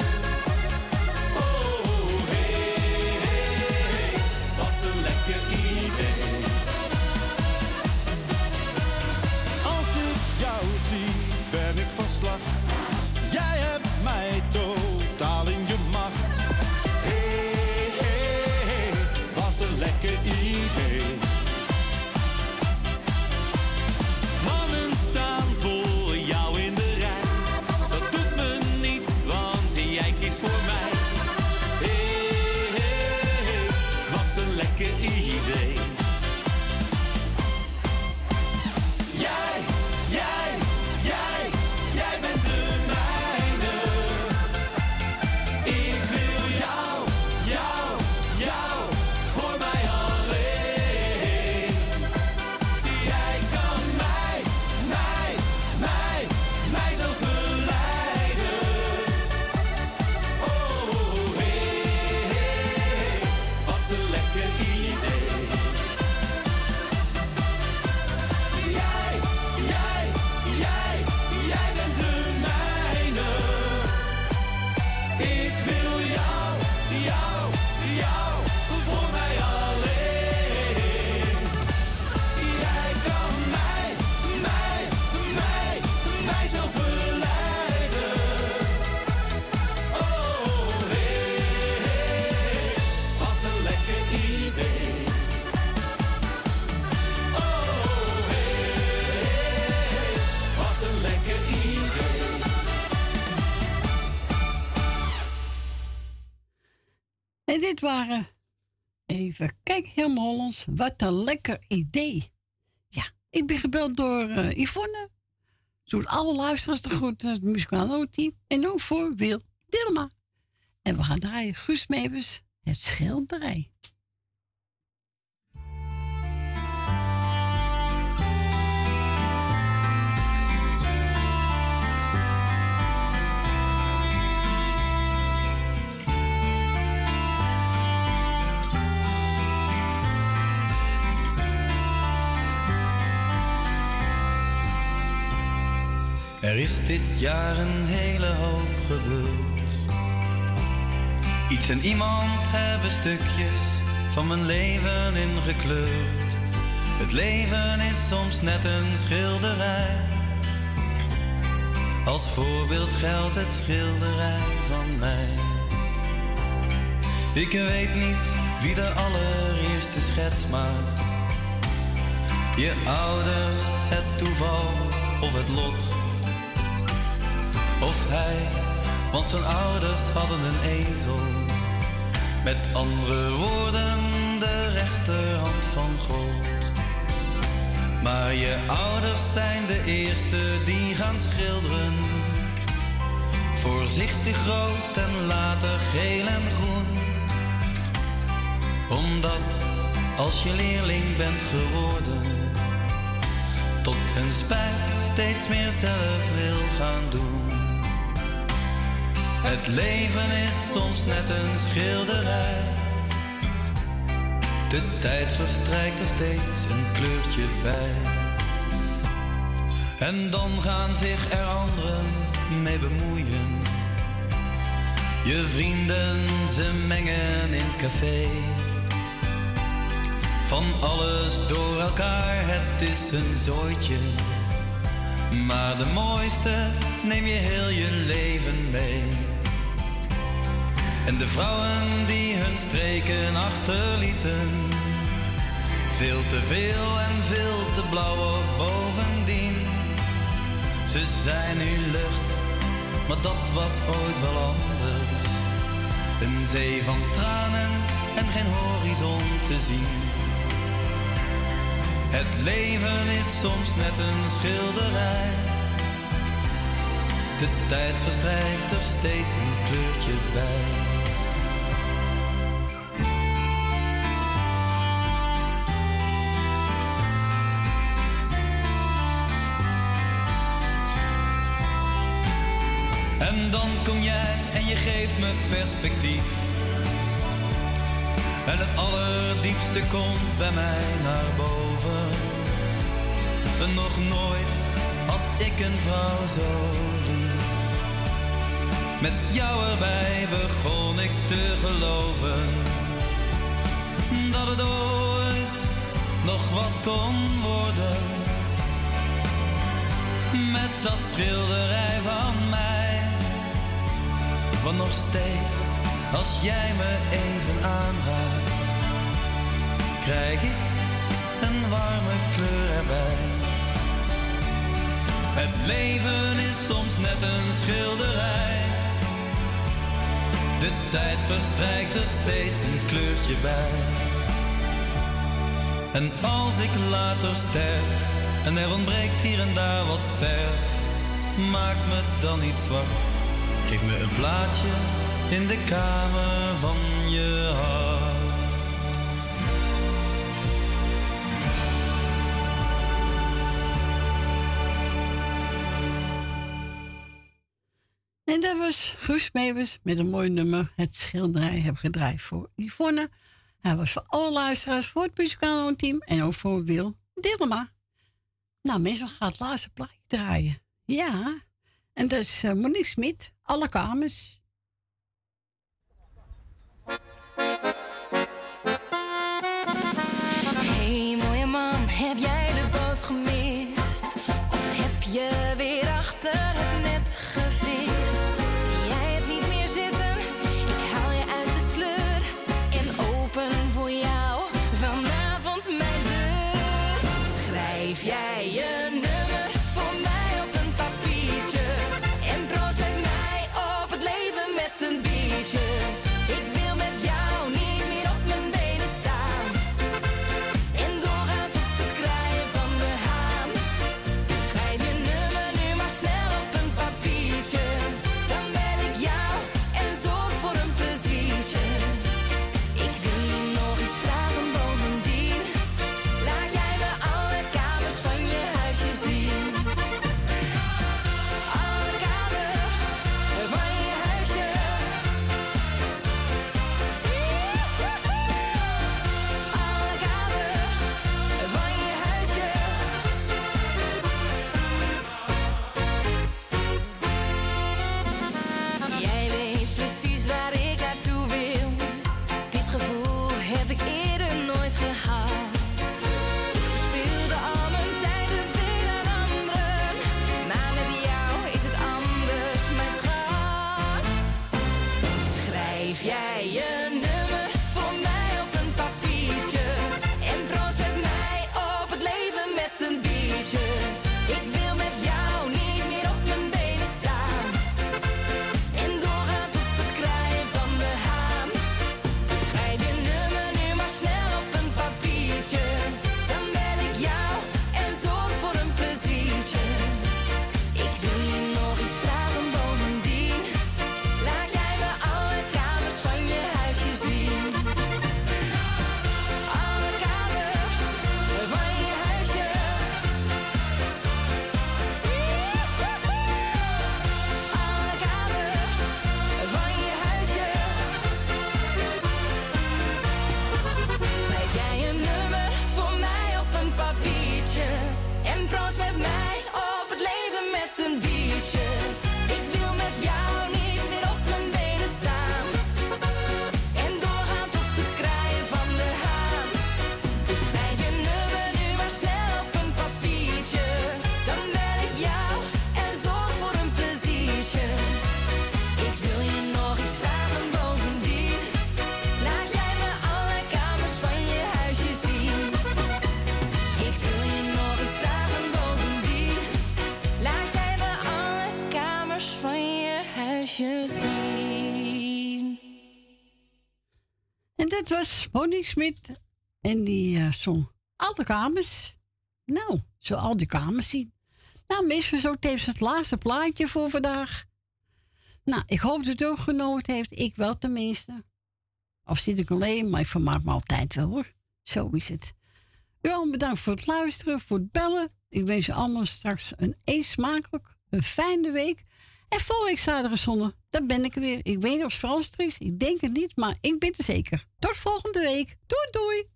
Oh, hey, hey, wat een lekker idee. Als ik jou zie, ben ik van slag. Jij hebt mij totaal in je macht. Hey, hey, hey, wat een lekker idee. Mannen staan voor jou in de rij. Dat doet me niets, want jij kiest voor mij. Hey, hey, hey, wat een lekker idee. Jij, jij, jij, jij bent de mijne. Ik wil jou, jou, jou, voor mij alleen. Jij kan mij, mij, mij, mij zo verleiden. Oh, hey, hey, wat een lekker idee. Jij, jij, jij, jij bent de mijne. Ik wil jou, jou, jou, voor mij alleen. Jij kan mij, mij, mij, mij zo verleiden. Oh, hey, hey, wat een lekker idee. Oh, hey, hey, wat een lekker idee. En dit waren, even kijken, helemaal Hollands. Wat een lekker idee. Ja, ik ben gebeld door uh, Yvonne. Ze doet alle luisteraars te goed, het muzikale team. En ook voor Wil Dilma. En we gaan draaien Guus Meeuwis, Het Schilderij. Er is dit jaar een hele hoop gebeurd. Iets en iemand hebben stukjes van mijn leven ingekleurd. Het leven is soms net een schilderij. Als voorbeeld geldt het schilderij van mij. Ik weet niet wie de allereerste schets maakt. Je ouders, het toeval of het lot. Of hij, want zijn ouders hadden een ezel. Met andere woorden, de rechterhand van God. Maar je ouders zijn de eerste die gaan schilderen. Voorzichtig rood en later geel en groen. Omdat als je leerling bent geworden, tot hun spijt steeds meer zelf wil gaan doen. Het leven is soms net een schilderij. De tijd verstrijkt er steeds een kleurtje bij. En dan gaan zich er anderen mee bemoeien. Je vrienden, ze mengen in café. Van alles door elkaar, het is een zooitje. Maar de mooiste neem je heel je leven mee. En de vrouwen die hun streken achterlieten. Veel te veel en veel te blauw ook bovendien. Ze zijn nu lucht, maar dat was ooit wel anders. Een zee van tranen en geen horizon te zien. Het leven is soms net een schilderij. De tijd verstrijkt er steeds een kleurtje bij. En dan kom jij en je geeft me perspectief. En het allerdiepste komt bij mij naar boven. En nog nooit had ik een vrouw zo lief. Met jou erbij begon ik te geloven dat het ooit nog wat kon worden. Met dat schilderij van mij. Want nog steeds, als jij me even aanraakt, krijg ik een warme kleur erbij. Het leven is soms net een schilderij. De tijd verstrijkt er steeds een kleurtje bij. En als ik later sterf en er ontbreekt hier en daar wat verf, maak me dan niet zwart. Geef me een plaatsje in de kamer van je hart. En dat was Guus Meeuwis met een mooi nummer. Het schilderij heb gedraaid voor Yvonne. Hij was voor alle luisteraars, voor het muzikale team en ook voor Wil Dillema. Nou mensen, we gaan het laatste plaatje draaien. Ja, en dat is uh, Monique Smit, Alle Kamers. Hey mooie man, heb jij de boot gemist? Of heb je weer achter het net gevist? Zie jij het niet meer zitten? Ik haal je uit de sleur en open voor jou vanavond mijn deur. Schrijf jij je nummer voor mij op een papiertje en proost met mij op het leven met een biertje. Ik wil met jou niet meer op mijn benen staan en doorgaan tot het kraaien van de haan. dat was Monique Smit. En die uh, zong Alle Kamers. Nou, zo al die kamers zien. Nou, meestal zo tevens het laatste plaatje voor vandaag. Nou, ik hoop dat het ook genoten heeft. Ik wel tenminste. Of zit ik alleen, maar ik vermaak me altijd wel hoor. Zo is het. U allemaal bedankt voor het luisteren, voor het bellen. Ik wens je allemaal straks een eet smakelijk, een fijne week. En volgende week zaterdag en zondag, dan ben ik er weer. Ik weet niet of het Frans er is, ik denk het niet, maar ik ben er zeker. Tot volgende week. Doei doei.